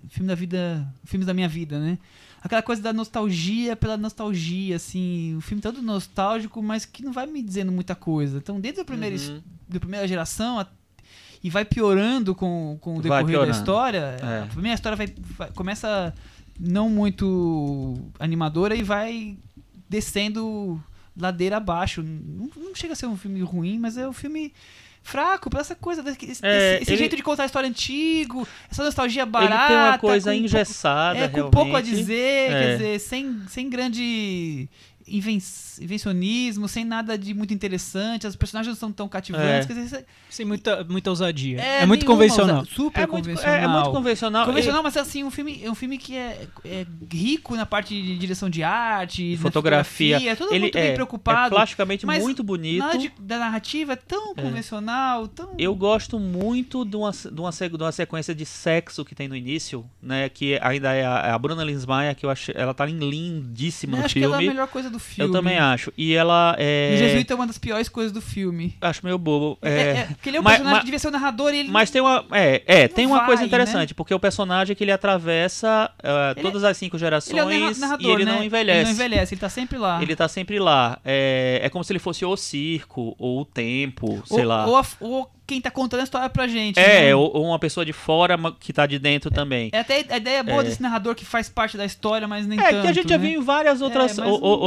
da Minha Vida, né? Aquela coisa da nostalgia pela nostalgia, assim, o filme todo nostálgico, mas que não vai me dizendo muita coisa. Então, desde a primeira geração, e vai piorando com o decorrer da história, a primeira história começa não muito animadora e vai descendo ladeira abaixo. Não chega a ser um filme ruim, mas é um filme fraco, pra essa coisa, esse jeito de contar a história antigo, essa nostalgia barata. Ele tem uma coisa engessada, com pouco a dizer, quer dizer, sem grande invencionismo, sem nada de muito interessante, os personagens não são tão cativantes, quer dizer, sem muita ousadia. É muito convencional. Super convencional. É muito convencional. Convencional, mas assim, é um filme que é rico na parte de direção de arte, fotografia. É tudo muito bem preocupado. É plasticamente muito bonito. Nada da narrativa é tão convencional, tão... Eu gosto muito de uma sequência de sexo que tem no início, né, que ainda é a Bruna Linsmeyer, que eu acho, ela tá lindíssima no filme. Acho que ela é a melhor coisa do filme. Eu também acho. E ela O Jesuíta é uma das piores coisas do filme. Acho meio bobo. Porque ele é um personagem que devia ser o narrador e ele... Mas tem uma coisa interessante, né? Porque o personagem que ele atravessa todas as 5 gerações, ele é narrador, e ele não envelhece. Ele não envelhece, ele tá sempre lá. Ele tá sempre lá. É como se ele fosse o circo, ou o tempo, sei lá. Ou quem tá contando a história pra gente. Ou uma pessoa de fora que tá de dentro também. Até a ideia boa desse narrador que faz parte da história, mas nem tanto. Que a gente já viu em várias outras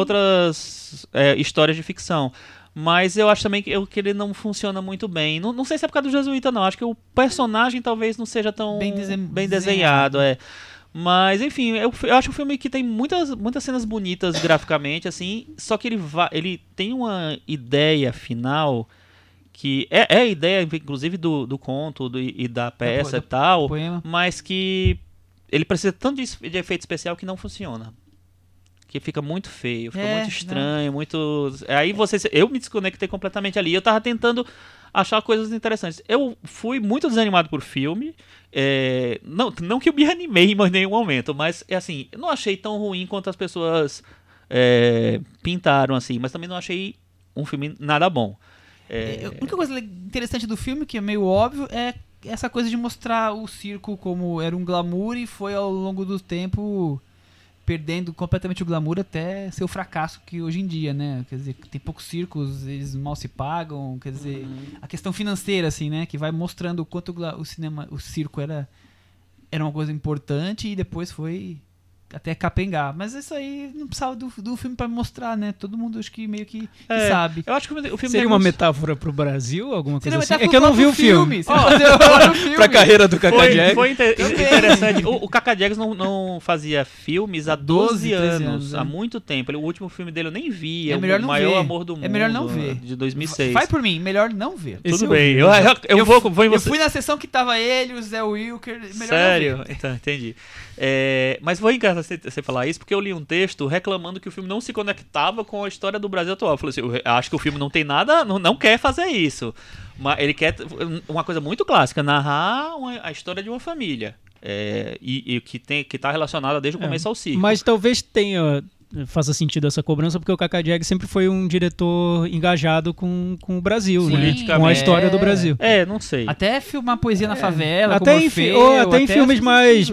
histórias de ficção. Mas eu acho também que ele não funciona muito bem. Não sei se é por causa do Jesuíta, não. Acho que o personagem talvez não seja tão bem desenhado. Mas, enfim, eu acho um filme que tem muitas cenas bonitas graficamente, assim. Só que ele tem uma ideia final que é a ideia, inclusive, do conto e da peça e tal, poema. Mas que ele precisa tanto de efeito especial que não funciona. Que fica muito feio, fica muito estranho, muito... Aí eu me desconectei completamente ali. Eu tava tentando achar coisas interessantes. Eu fui muito desanimado por filme. Não que eu me animei em nenhum momento, mas assim, eu não achei tão ruim quanto as pessoas pintaram, assim. Mas também não achei um filme nada bom. A única coisa interessante do filme, que é meio óbvio, é essa coisa de mostrar o circo como era um glamour e foi ao longo do tempo perdendo completamente o glamour até ser o fracasso que hoje em dia, né? Quer dizer, tem poucos circos, eles mal se pagam, quer dizer, a questão financeira, assim, né? Que vai mostrando o quanto o circo era uma coisa importante e depois foi até capengar. Mas isso aí não precisava do filme pra mostrar, né? Todo mundo acho que meio que sabe. Eu acho que o filme seria uma metáfora pro Brasil, alguma coisa assim? É que eu não vi o filme. Pra carreira do Cacá Diegues. Foi interessante. O Cacá Diegues não fazia filmes há 12 anos, há muito tempo. O último filme dele eu nem vi. É melhor o não Maior ver. Amor do Mundo. É melhor não ver. De 2006. Vai por mim, melhor não ver. Tudo bem. Eu vou em você. Eu fui na sessão que tava ele, o Zé Wilker. Melhor Sério? não ver. Então, entendi. Mas foi engraçado você falar isso, porque eu li um texto reclamando que o filme não se conectava com a história do Brasil atual. Eu falei assim, eu acho que o filme não tem nada, não quer fazer isso. Mas ele quer uma coisa muito clássica, narrar a história de uma família. E que tá relacionada desde o começo ao circo. Mas talvez faça sentido essa cobrança, porque o Cacá Diegues sempre foi um diretor engajado com o Brasil, sim, né? Com a história do Brasil. Não sei. Até filmar poesia na favela, até em filmes mais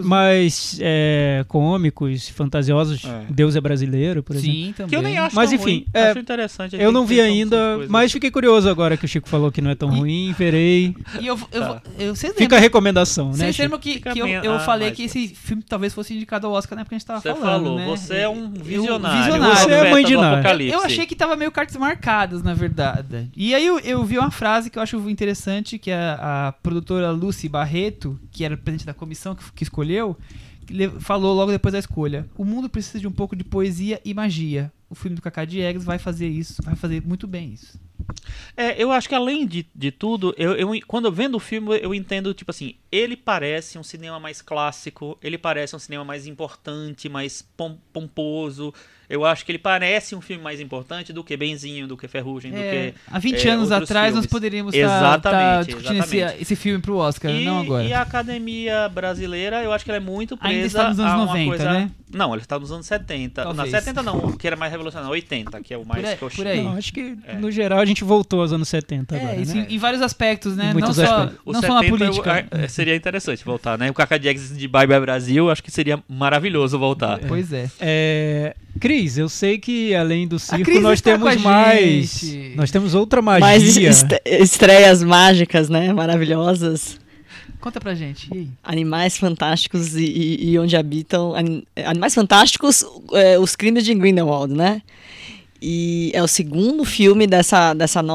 cômicos, fantasiosos, Deus é Brasileiro, por exemplo. Sim, também. Que eu nem acho mas tão enfim, ruim. Acho interessante. Eu não vi ainda, mas fiquei curioso agora que o Chico falou que não é tão ruim, verei. E fica a recomendação, né? Vocês lembram que eu falei que esse filme talvez fosse indicado ao Oscar na época que a gente tava falando, falou, né? você é um visionário. Você é mãe de nada. Eu achei que tava meio cartas marcadas, na verdade. E aí eu vi uma frase que eu acho interessante, que a produtora Lucy Barreto, que era presidente da comissão que escolheu, falou logo depois da escolha: o mundo precisa de um pouco de poesia e magia. O filme do Cacá Diegues vai fazer isso, vai fazer muito bem isso. Eu acho que além de tudo, quando eu vendo o filme, eu entendo, tipo assim, ele parece um cinema mais clássico, ele parece um cinema mais importante, mais pomposo. Eu acho que ele parece um filme mais importante do que Benzinho, do que Ferrugem, do que há 20 anos atrás filmes. nós poderíamos estar discutindo exatamente. esse filme pro Oscar, não agora. E a Academia Brasileira, eu acho que ela é muito presa ainda está nos anos a uma 90, coisa... né? Não, ele está nos anos 70. Talvez. Na 70 não, que era mais revolucionário, 80, que é o mais que eu por aí. Não, acho que, no geral, a gente voltou aos anos 70 agora, isso né? em vários aspectos, né? Muitos não só na política. Seria interessante voltar, né? O Cacá Diegues de Bye Bye Brasil, acho que seria maravilhoso voltar. Pois é. Cris, eu sei que além do circo nós temos nós temos outra magia. Mais estreias mágicas, né? Maravilhosas. Conta pra gente. E aí? Animais Fantásticos e Onde Habitam... Animais Fantásticos, Os Crimes de Grindelwald, né? E é o segundo filme dessa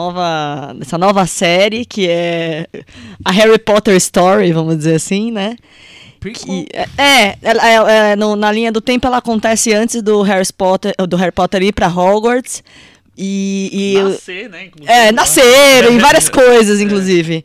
nova série, que é a Harry Potter Story, vamos dizer assim, né? Que, na linha do tempo ela acontece antes do Harry Potter ir pra Hogwarts. Nascer, né? Inclusive, nasceram, em várias coisas, inclusive.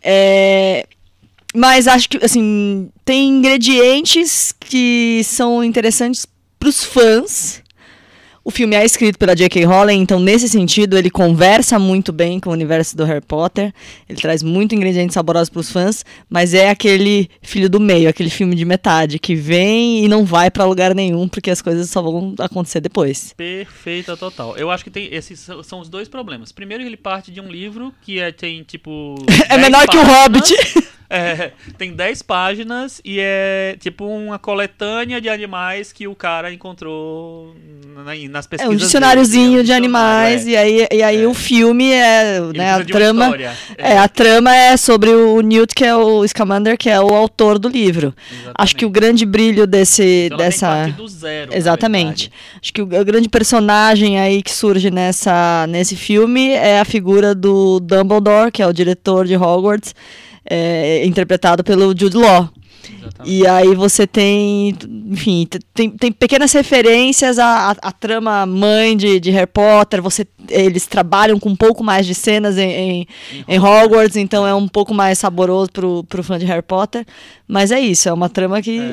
Mas acho que, assim, tem ingredientes que são interessantes pros fãs. O filme é escrito pela J.K. Rowling, então, nesse sentido, ele conversa muito bem com o universo do Harry Potter. Ele traz muito ingredientes saborosos pros fãs, mas é aquele filho do meio, aquele filme de metade, que vem e não vai pra lugar nenhum, porque as coisas só vão acontecer depois. Perfeita, total. Eu acho que esses são os dois problemas. Primeiro, ele parte de um livro que tem, tipo... é menor que o Hobbit. Tem 10 páginas e é tipo uma coletânea de animais que o cara encontrou nas pesquisas. Um dicionáriozinho de animais, e aí o filme né, a trama. A trama é sobre o Newt, que é o Scamander, que é o autor do livro. Exatamente. Acho que o grande brilho dessa. Tem parte do zero. Exatamente. Acho que o grande personagem aí que surge nesse filme é a figura do Dumbledore, que é o diretor de Hogwarts. Interpretado pelo Jude Law. Exatamente. E aí você tem, enfim, tem pequenas referências à trama mãe de Harry Potter. Eles trabalham com um pouco mais de cenas em Hogwarts, então é um pouco mais saboroso pro fã de Harry Potter. Mas é isso, é uma trama que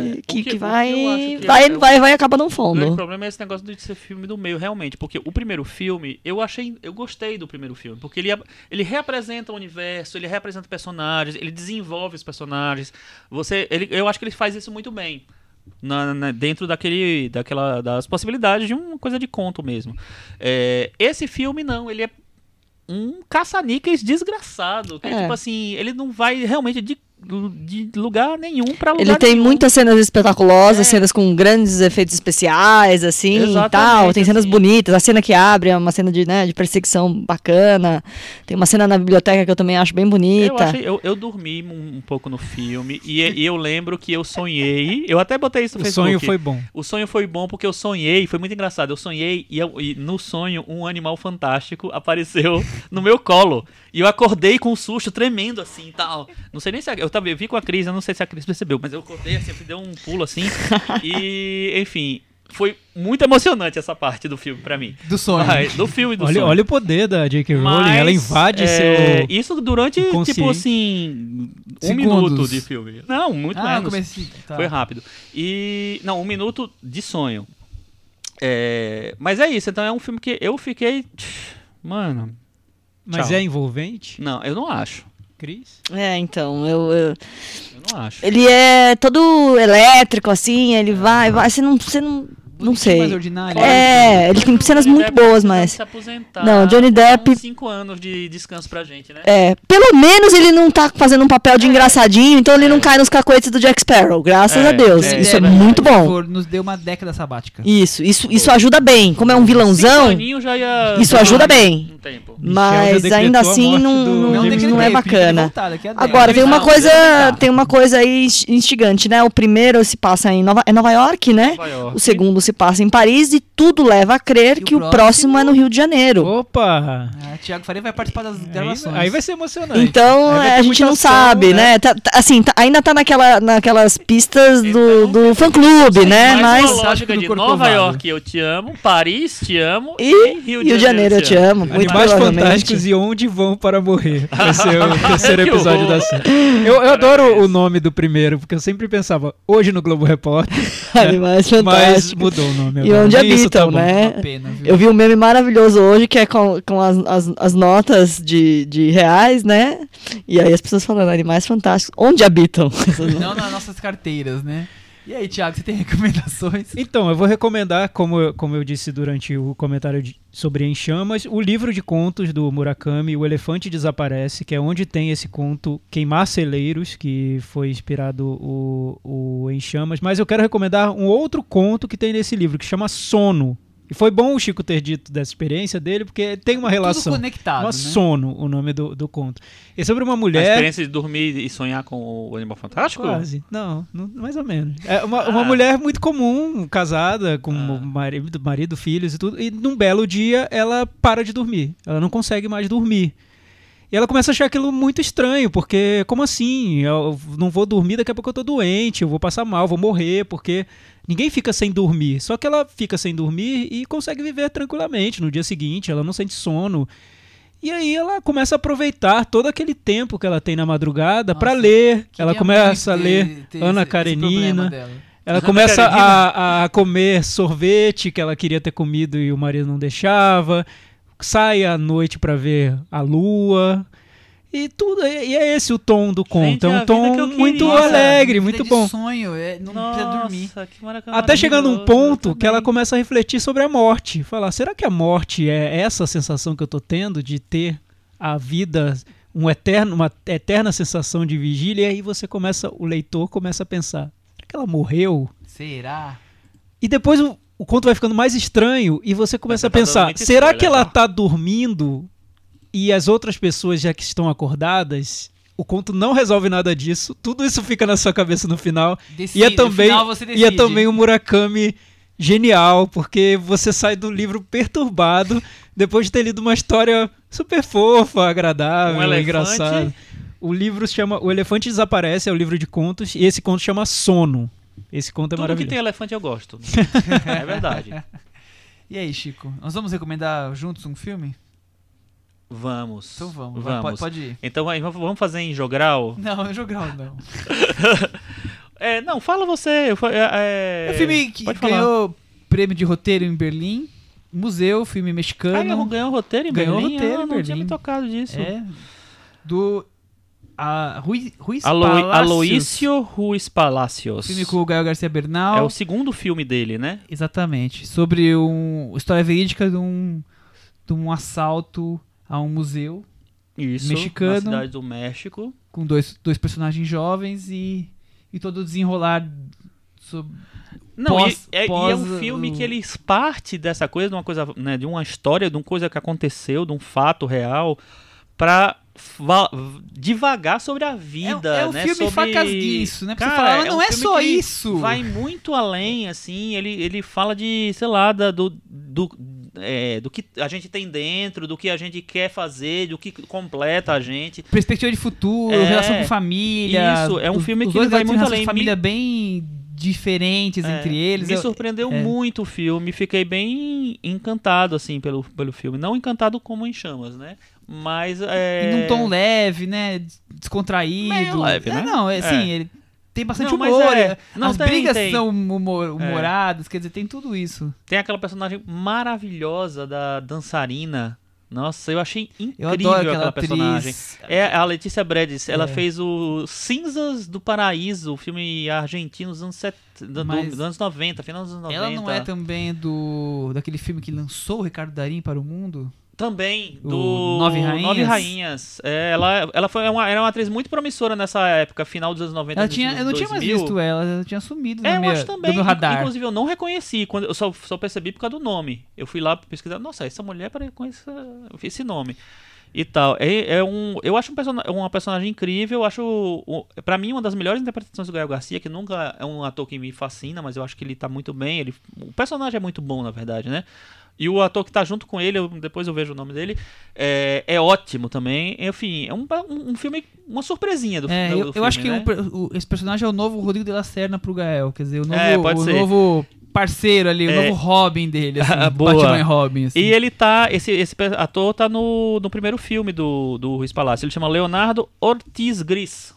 vai acabar no fundo. O grande problema é esse negócio de ser filme do meio, realmente. Porque o primeiro filme, eu gostei do primeiro filme. Porque ele representa o universo, ele representa personagens, ele desenvolve os personagens. Eu acho que ele faz isso muito bem. dentro das possibilidades de uma coisa de conto mesmo. Esse filme não, ele é um caça-níqueis desgraçado. Que, tipo assim, ele não vai realmente de lugar nenhum pra lugar Ele tem nenhum. muitas cenas espetaculosas, cenas com grandes efeitos especiais, assim, e tal. Tem cenas bonitas. A cena que abre é uma cena de perseguição bacana. Tem uma cena na biblioteca que eu também acho bem bonita. Eu dormi um pouco no filme e eu lembro que eu sonhei. Eu até botei isso no Facebook. O sonho foi bom. O sonho foi bom porque eu sonhei, foi muito engraçado. Eu sonhei e no sonho um animal fantástico apareceu no meu colo. E eu acordei com um susto tremendo assim e tal. Não sei nem se eu vi com a Cris, eu não sei se a Cris percebeu, mas eu acordei assim, deu um pulo assim. E, enfim, foi muito emocionante essa parte do filme pra mim. Do sonho. Do filme do sonho. Olha o poder da J.K. Rowling, ela invade seu... Isso durante, tipo assim, Segundos. 1 minuto de filme. Não, muito menos. Comecei, tá. Foi rápido. Não, 1 minuto de sonho. Mas é isso, então é um filme que eu fiquei... Mano... Mas tchau. é envolvente? Não, eu não acho. Cris? Então, Eu não acho. ele é todo elétrico, assim, ele vai, você não sei. Mais ordinário. Ele tem cenas muito boas, mas... Se aposentar, Não, Johnny Depp... 5 anos de descanso pra gente, né? Pelo menos ele não tá fazendo um papel de engraçadinho, então ele não cai nos cacoetes do Jack Sparrow, graças a Deus. Isso é muito bom. Nos deu uma década sabática. Isso ajuda bem. Como é um vilãozão, isso ajuda bem. Tempo. Mas ainda assim não é bacana. Agora, tem uma coisa aí instigante, né? O primeiro se passa em Nova York, né? Nova York. O segundo se passa em Paris e tudo leva a crer que o próximo é no Rio de Janeiro. Opa! Tiago Faria vai participar das gravações. Aí vai ser emocionante. Então, a gente não sabe, né? Ainda tá naquelas pistas do fã-clube, né? Mas uma lógica de Nova York, eu te amo, Paris, te amo, e Rio de Janeiro, eu te amo. Muito Animais Fantásticos e Onde Vão para Morrer. Vai ser o terceiro episódio da série. Eu adoro o nome do primeiro, porque eu sempre pensava, hoje no Globo Repórter. Animais Fantásticos. Mas mudou o nome. E Onde Habitam, né? Pena, eu vi um meme maravilhoso hoje, que é com as notas de reais, né? E aí as pessoas falando, Animais Fantásticos, onde habitam? Não nas nossas carteiras, né? E aí, Thiago, você tem recomendações? Então, eu vou recomendar, como eu disse durante o comentário sobre Em Chamas, o livro de contos do Murakami, O Elefante Desaparece, que é onde tem esse conto Queimar Celeiros, que foi inspirado o Em Chamas. Mas eu quero recomendar um outro conto que tem nesse livro, que chama Sono. E foi bom o Chico ter dito dessa experiência dele, porque tem uma relação. Tudo conectado, né? Sono, o nome do conto. É sobre uma mulher... A experiência de dormir e sonhar com o Animal Fantástico? Quase. Não, mais ou menos. É uma mulher muito comum, casada, com marido, filhos e tudo, e num belo dia ela para de dormir. Ela não consegue mais dormir. E ela começa a achar aquilo muito estranho, porque como assim? Eu não vou dormir, daqui a pouco eu tô doente, eu vou passar mal, vou morrer, porque ninguém fica sem dormir. Só que ela fica sem dormir e consegue viver tranquilamente no dia seguinte, ela não sente sono. E aí ela começa a aproveitar todo aquele tempo que ela tem na madrugada para ler. Ela começa a ler Ana Karenina. Ela começa a comer sorvete que ela queria ter comido e o marido não deixava. Sai à noite para ver a lua e tudo, e é esse o tom do conto. Gente, é um tom muito alegre, muito bom. Sonho, não precisa dormir. Até chegar num ponto que ela começa a refletir sobre a morte, falar, será que a morte é essa sensação que eu tô tendo de ter a vida, uma eterna sensação de vigília? E aí o leitor começa a pensar, será que ela morreu? Será? E depois o conto vai ficando mais estranho e você começa a pensar, será que ela tá dormindo e as outras pessoas já que estão acordadas? O conto não resolve nada disso, tudo isso fica na sua cabeça no final. E é também o Murakami genial, porque você sai do livro perturbado depois de ter lido uma história super fofa, agradável, engraçada. O livro se chama O Elefante Desaparece, é o livro de contos, e esse conto chama Sono. Esse conto é maravilhoso. Tudo que tem elefante eu gosto. É verdade. E aí, Chico? Nós vamos recomendar juntos um filme? Vamos. Então vamos. Pode ir. Então vamos fazer em jogral? Não, em jogral não. Não, fala você. É um filme que ganhou prêmio de roteiro em Berlim. Museu, filme mexicano. Ganhou roteiro em Berlim? Eu não tinha me tocado disso. Do Ruiz Palacios. Aloísio Ruiz Palacios. Filme com o Gael Garcia Bernal. É o segundo filme dele, né? Exatamente. Sobre história verídica de um assalto a um museu mexicano. Na cidade do México. Com dois personagens jovens e todo o desenrolar sobre... E é um filme que eles parte dessa coisa, de uma coisa, né, de uma história, de uma coisa que aconteceu, de um fato real, pra divagar sobre a vida, é um né? filme sobre... facasguiço, né? Cara, você falar, não é só que isso. Vai muito além, assim, ele fala de, sei lá, do que a gente tem dentro, do que a gente quer fazer, do que completa a gente. Perspectiva de futuro, relação com família. Isso, é um filme que ele vai muito além. Família bem diferentes entre eles. Me surpreendeu muito o filme, fiquei bem encantado, assim, pelo filme. Não encantado como Em Chamas, né? Mas E num tom leve, né? Descontraído. Meio leve, né? Assim, ele tem bastante humor. As brigas tem. São humoradas, quer dizer, tem tudo isso. Tem aquela personagem maravilhosa da dançarina. Nossa, eu achei incrível eu adoro aquela personagem. Atriz. É a Letícia Bredes. Ela fez o Cinzas do Paraíso, o filme argentino dos anos 90, final dos anos 90. Ela não é também daquele filme que lançou o Ricardo Darín para o mundo? Também, do Nove Rainhas. Nove Rainhas. Ela era uma atriz muito promissora nessa época, final dos anos 90. Eu não tinha mais visto ela tinha sumido eu acho também, do meu radar. Inclusive, eu não reconheci, eu só percebi por causa do nome. Eu fui lá pesquisar, nossa, essa mulher conhece esse nome. E tal. Eu acho uma personagem incrível. Pra mim, uma das melhores interpretações do Gael Garcia, que nunca é um ator que me fascina, mas eu acho que ele tá muito bem. O personagem é muito bom, na verdade, né? E o ator que tá junto com ele, depois eu vejo o nome dele, é ótimo também. Enfim, é um filme, uma surpresinha do filme. Eu acho que esse personagem é o novo Rodrigo de la Serna pro Gael. Quer dizer, novo parceiro ali, o novo Robin dele, assim, boa. Batman e Robin. Assim. E ele esse ator tá no primeiro filme do Ruiz Palacio. Ele chama Leonardo Ortiz Gris.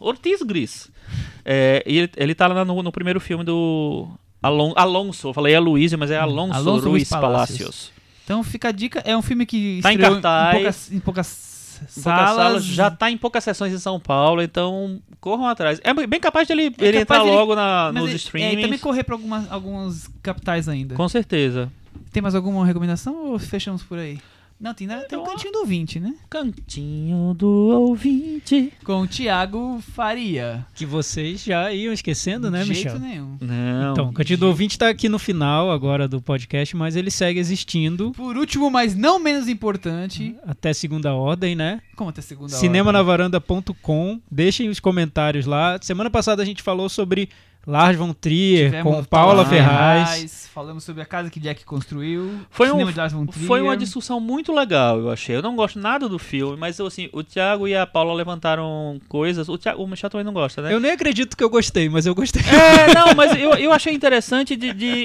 E ele tá lá no primeiro filme do Alonso. Eu falei Aloísio, mas é Alonso Ruiz Palacios. Então fica a dica, é um filme que tá estreou em cartaz, em poucas salas. Já tá em poucas sessões em São Paulo, então corram atrás. É bem capaz de ele entrar logo nos streamings. E também correr para alguns capitais ainda. Com certeza. Tem mais alguma recomendação ou fechamos por aí? Não, tem o Cantinho do Ouvinte, né? Cantinho do Ouvinte. Com o Thiago Faria. Que vocês já iam esquecendo, né, Michel? De jeito nenhum. Não. Então, o Cantinho do Ouvinte tá aqui no final agora do podcast, mas ele segue existindo. Por último, mas não menos importante. Até segunda ordem, né? Como até segunda ordem? cinemanavaranda.com. Deixem os comentários lá. Semana passada a gente falou sobre Lars von Trier com Paula Ferraz. Falamos sobre a casa que Jack construiu. Foi uma discussão muito legal, eu achei. Eu não gosto nada do filme, mas assim, o Thiago e a Paula levantaram coisas. O Michel também não gosta, né? Eu nem acredito que eu gostei, mas eu gostei. Não, mas eu achei interessante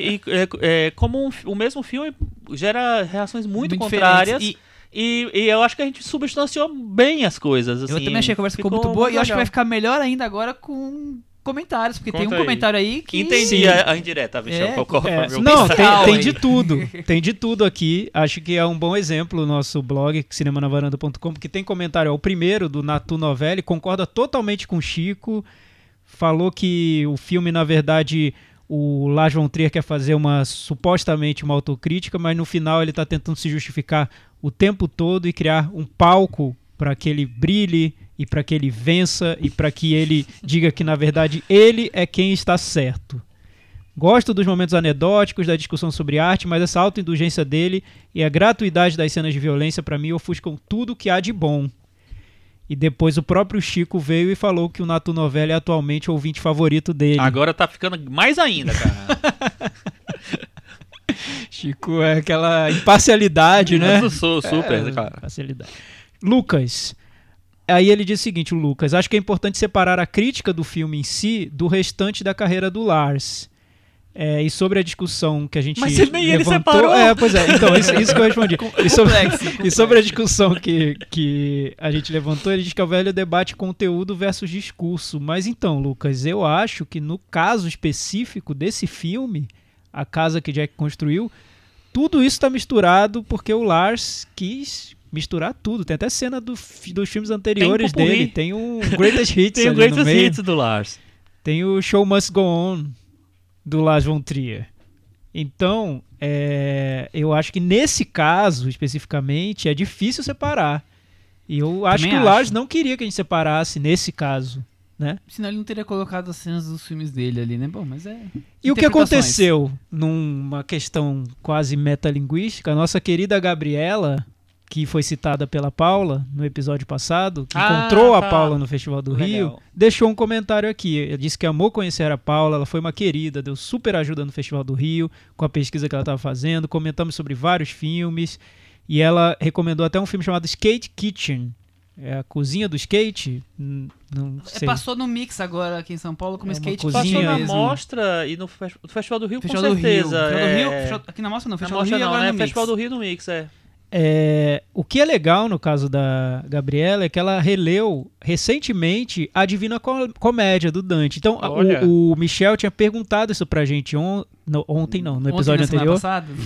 como o mesmo filme gera reações muito contrárias. E eu acho que a gente substanciou bem as coisas. Assim, eu também achei a conversa ficou muito boa. E eu acho que vai ficar melhor ainda agora com comentários, porque tem um comentário aí que... Entendi a indireta, Michel. Não, tem de tudo. Tem de tudo aqui. Acho que é um bom exemplo o nosso blog, cinemanavaranda.com, porque tem comentário. O primeiro, do Natu Novelli, concorda totalmente com o Chico. Falou que o filme, na verdade, o Lars von Trier quer fazer supostamente uma autocrítica, mas no final ele está tentando se justificar o tempo todo e criar um palco para que ele brilhe e para que ele vença e para que ele diga que, na verdade, ele é quem está certo. Gosto dos momentos anedóticos, da discussão sobre arte, mas essa autoindulgência dele e a gratuidade das cenas de violência, para mim, ofuscam tudo que há de bom. E depois o próprio Chico veio e falou que o Natu Novelli é atualmente o ouvinte favorito dele. Agora tá ficando mais ainda, cara. Chico é aquela imparcialidade, né? Eu sou super, cara. Imparcialidade. Lucas... Aí ele diz o seguinte, o Lucas, acho que é importante separar a crítica do filme em si do restante da carreira do Lars. E sobre a discussão que a gente Mas nem ele separou! Pois é, então, isso que eu respondi. E sobre a discussão que a gente levantou, ele diz que é o velho debate conteúdo versus discurso. Mas então, Lucas, eu acho que no caso específico desse filme, A Casa que Jack Construiu, tudo isso está misturado porque o Lars quis misturar tudo. Tem até cena dos filmes anteriores dele. Tem um Greatest Hits tem o Greatest Hits do Lars. Tem o Show Must Go On do Lars von Trier. Então, eu acho que nesse caso, especificamente, é difícil separar. E eu acho que o Lars não queria que a gente separasse nesse caso, né? Senão ele não teria colocado as cenas dos filmes dele ali, né? Bom, mas E o que aconteceu numa questão quase metalinguística? A nossa querida Gabriela, que foi citada pela Paula no episódio passado, que encontrou a Paula no Festival do Rio, deixou um comentário aqui. Ela disse que amou conhecer a Paula, ela foi uma querida, deu super ajuda no Festival do Rio, com a pesquisa que ela estava fazendo, comentamos sobre vários filmes, e ela recomendou até um filme chamado Skate Kitchen, a cozinha do skate. Não sei. Passou no Mix agora aqui em São Paulo como skate cozinha. Passou na mesmo. Mostra e no Festival do Rio, Festival com do certeza. Rio. Aqui na Mostra não, Festival do Rio não, agora né? no Festival Mix. do Rio no Mix, O que é legal no caso da Gabriela é que ela releu recentemente a Divina Comédia do Dante. Então o Michel tinha perguntado isso pra gente ontem, no episódio anterior.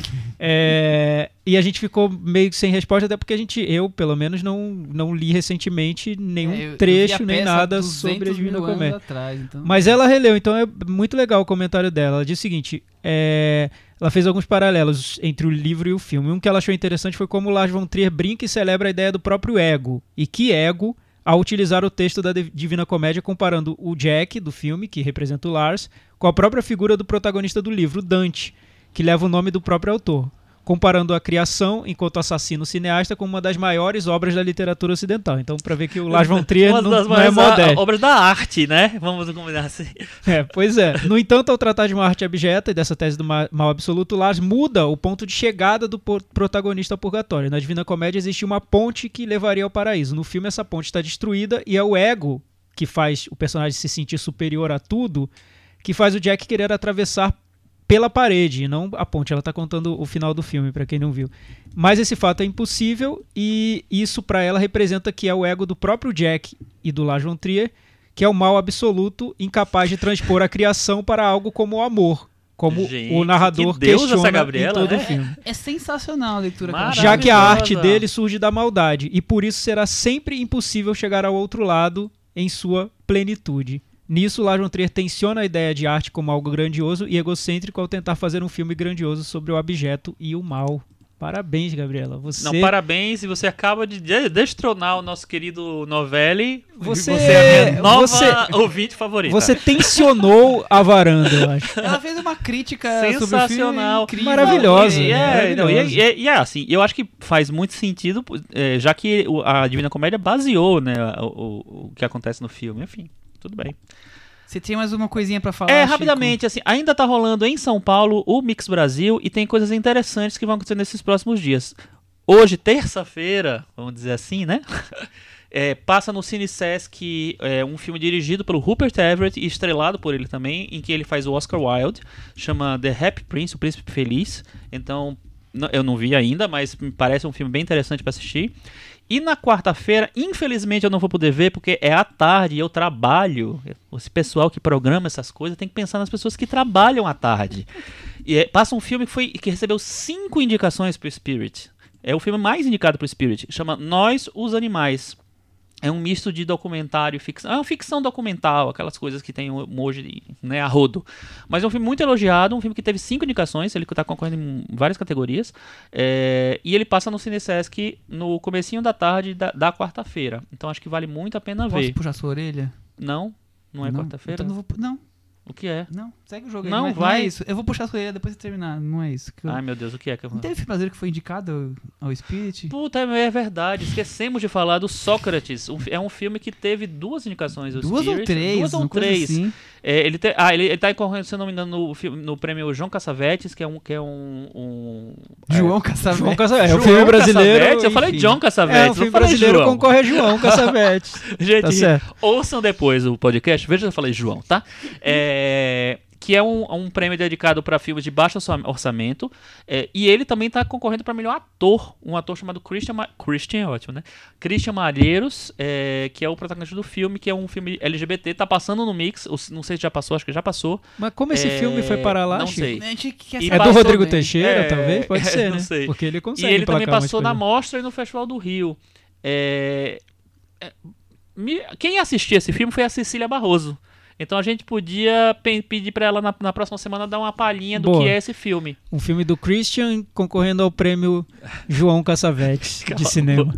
E a gente ficou meio sem resposta, até porque eu pelo menos não li recentemente nenhum trecho nem nada sobre a Divina Comédia. Atrás, então. Mas ela releu, então é muito legal o comentário dela. Ela diz o seguinte: ela fez alguns paralelos entre o livro e o filme. Um que ela achou interessante foi como Lars von Trier brinca e celebra a ideia do próprio ego. E que ego, ao utilizar o texto da Divina Comédia comparando o Jack, do filme, que representa o Lars, com a própria figura do protagonista do livro, Dante, que leva o nome do próprio autor. Comparando a criação enquanto assassino cineasta com uma das maiores obras da literatura ocidental. Então, para ver que o Lars von Trier não é modesto. Obras da arte, né? Vamos combinar assim. Pois é. No entanto, ao tratar de uma arte abjeta e dessa tese do mal absoluto, Lars muda o ponto de chegada do protagonista ao purgatório. Na Divina Comédia existe uma ponte que levaria ao paraíso. No filme, essa ponte está destruída e é o ego que faz o personagem se sentir superior a tudo, que faz o Jack querer atravessar pela parede, e não a ponte. Ela está contando o final do filme, para quem não viu. Mas esse fato é impossível, e isso para ela representa que é o ego do próprio Jack e do Lars von Trier, que é o mal absoluto, incapaz de transpor a criação para algo como o amor, como o narrador questiona em todo o filme. É sensacional a leitura. Já que a arte dele surge da maldade, e por isso será sempre impossível chegar ao outro lado em sua plenitude. Nisso, Lars von Trier tensiona a ideia de arte como algo grandioso e egocêntrico ao tentar fazer um filme grandioso sobre o abjeto e o mal. Parabéns, Gabriela. Parabéns, e você acaba de destronar o nosso querido Novelli. Você é a minha nova ouvinte favorita. Você tensionou a varanda, eu acho. Ela fez uma crítica sensacional, sobre o filme maravilhosa. E assim, eu acho que faz muito sentido, já que a Divina Comédia baseou, né, o que acontece no filme. Enfim, tudo bem. Você tinha mais uma coisinha pra falar, rapidamente, assim, ainda tá rolando em São Paulo o Mix Brasil e tem coisas interessantes que vão acontecer nesses próximos dias. Hoje, terça-feira, vamos dizer assim, né? Passa no Cine Sesc um filme dirigido pelo Rupert Everett e estrelado por ele também, em que ele faz o Oscar Wilde, chama The Happy Prince, o Príncipe Feliz. Então, eu não vi ainda, mas me parece um filme bem interessante para assistir. E na quarta-feira, infelizmente eu não vou poder ver, porque é à tarde e eu trabalho. Esse pessoal que programa essas coisas tem que pensar nas pessoas que trabalham à tarde. E passa um filme que recebeu 5 indicações pro Spirit. É o filme mais indicado pro Spirit. Chama Nós, os Animais. É um misto de documentário e ficção. É uma ficção documental, aquelas coisas que tem hoje, né, a rodo. Mas é um filme muito elogiado, um filme que teve 5 indicações, ele está concorrendo em várias categorias. E ele passa no Cine Sesc no comecinho da tarde da quarta-feira. Então acho que vale muito a pena ver. Posso puxar sua orelha? Não é quarta-feira? Então não. O que é? Não, segue o jogo aí. Não, vai. Não é isso. Eu vou puxar a sua orelha depois de terminar. Não é isso. Ai, meu Deus, o que é que eu vou... Não teve filme brasileiro que foi indicado ao Spirit? Puta, é verdade. Esquecemos de falar do Sócrates. É um filme que teve 2 indicações ao Spirit. 2 ou 3? Assim. Ele tá concorrendo, se não me engano, no prêmio João Cassavetes, que é um João Cassavetes. João Cassavetes. É um filme brasileiro. Cassavetes? Eu falei John Cassavetes. O filme brasileiro João. concorre a João Cassavetes. Gente, tá certo. Ouçam depois o podcast. Veja se eu falei João, tá? que é um prêmio dedicado para filmes de baixo orçamento, e ele também está concorrendo para melhor ator, um ator chamado Christian é ótimo, né? Christian Malheiros, que é o protagonista do filme, que é um filme LGBT, tá passando no Mix, não sei se já passou, acho que já passou. Mas como esse filme foi para lá, não Chico? sei. É do Rodrigo Teixeira, talvez? Pode ser, não né? sei. Porque ele consegue. E ele também passou na Mostra e no Festival do Rio. Quem assistiu esse filme foi a Cecília Barroso. Então a gente podia pedir pra ela na próxima semana dar uma palhinha do que é esse filme. Um filme do Christian concorrendo ao prêmio João Cassavetes de cinema.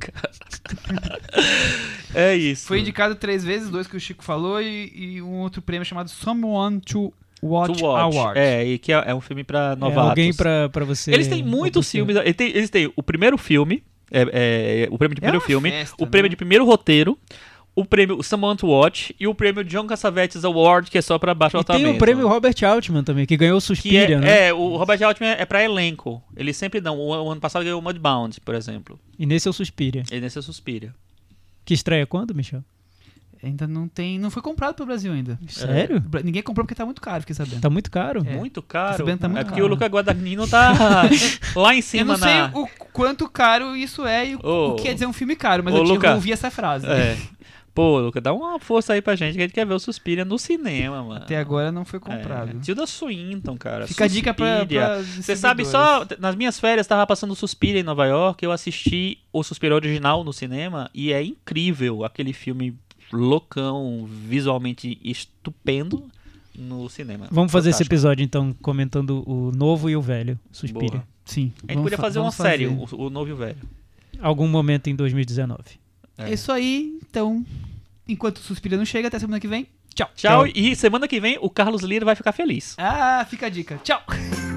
É isso. Foi indicado 3 vezes, 2 que o Chico falou e um outro prêmio chamado Someone to Watch Award. E que é um filme pra novatos. Alguém pra você... Eles têm muitos filmes. Eles têm o primeiro filme, o prêmio de primeiro filme, festa, o prêmio de primeiro roteiro, o prêmio Someone to Watch e o prêmio John Cassavetes Award, que é só pra baixo orçamento. E tem o prêmio Robert Altman também, que ganhou o Suspiria, né? O Robert Altman é pra elenco. Eles sempre dão. O ano passado ganhou o Mudbound, por exemplo. E nesse é o Suspiria. Que estreia quando, Michel? Ainda não tem. Não foi comprado pro Brasil ainda. Sério? Ninguém comprou porque tá muito caro, fiquei sabendo. Tá muito caro? Muito caro. Tá muito porque o Luca Guadagnino tá lá em cima. Eu não sei o quanto caro isso é e o que quer dizer um filme caro, mas eu ouvi essa frase. Pô, Luca, dá uma força aí pra gente, que a gente quer ver o Suspiria no cinema, mano. Até agora não foi comprado. Tilda Swinton, cara. Fica Suspiria. A dica pra você sabe, só nas minhas férias tava passando o Suspiria em Nova York, eu assisti o Suspiria original no cinema e é incrível aquele filme loucão, visualmente estupendo no cinema. Vamos fazer esse episódio então, comentando o novo e o velho Suspiria. Boa. Sim. A gente podia fazer uma série, o novo e o velho. Algum momento em 2019. É isso aí, então, enquanto o Suspiria não chega, até semana que vem. Tchau. Tchau. E semana que vem o Carlos Lira vai ficar feliz. Fica a dica. Tchau.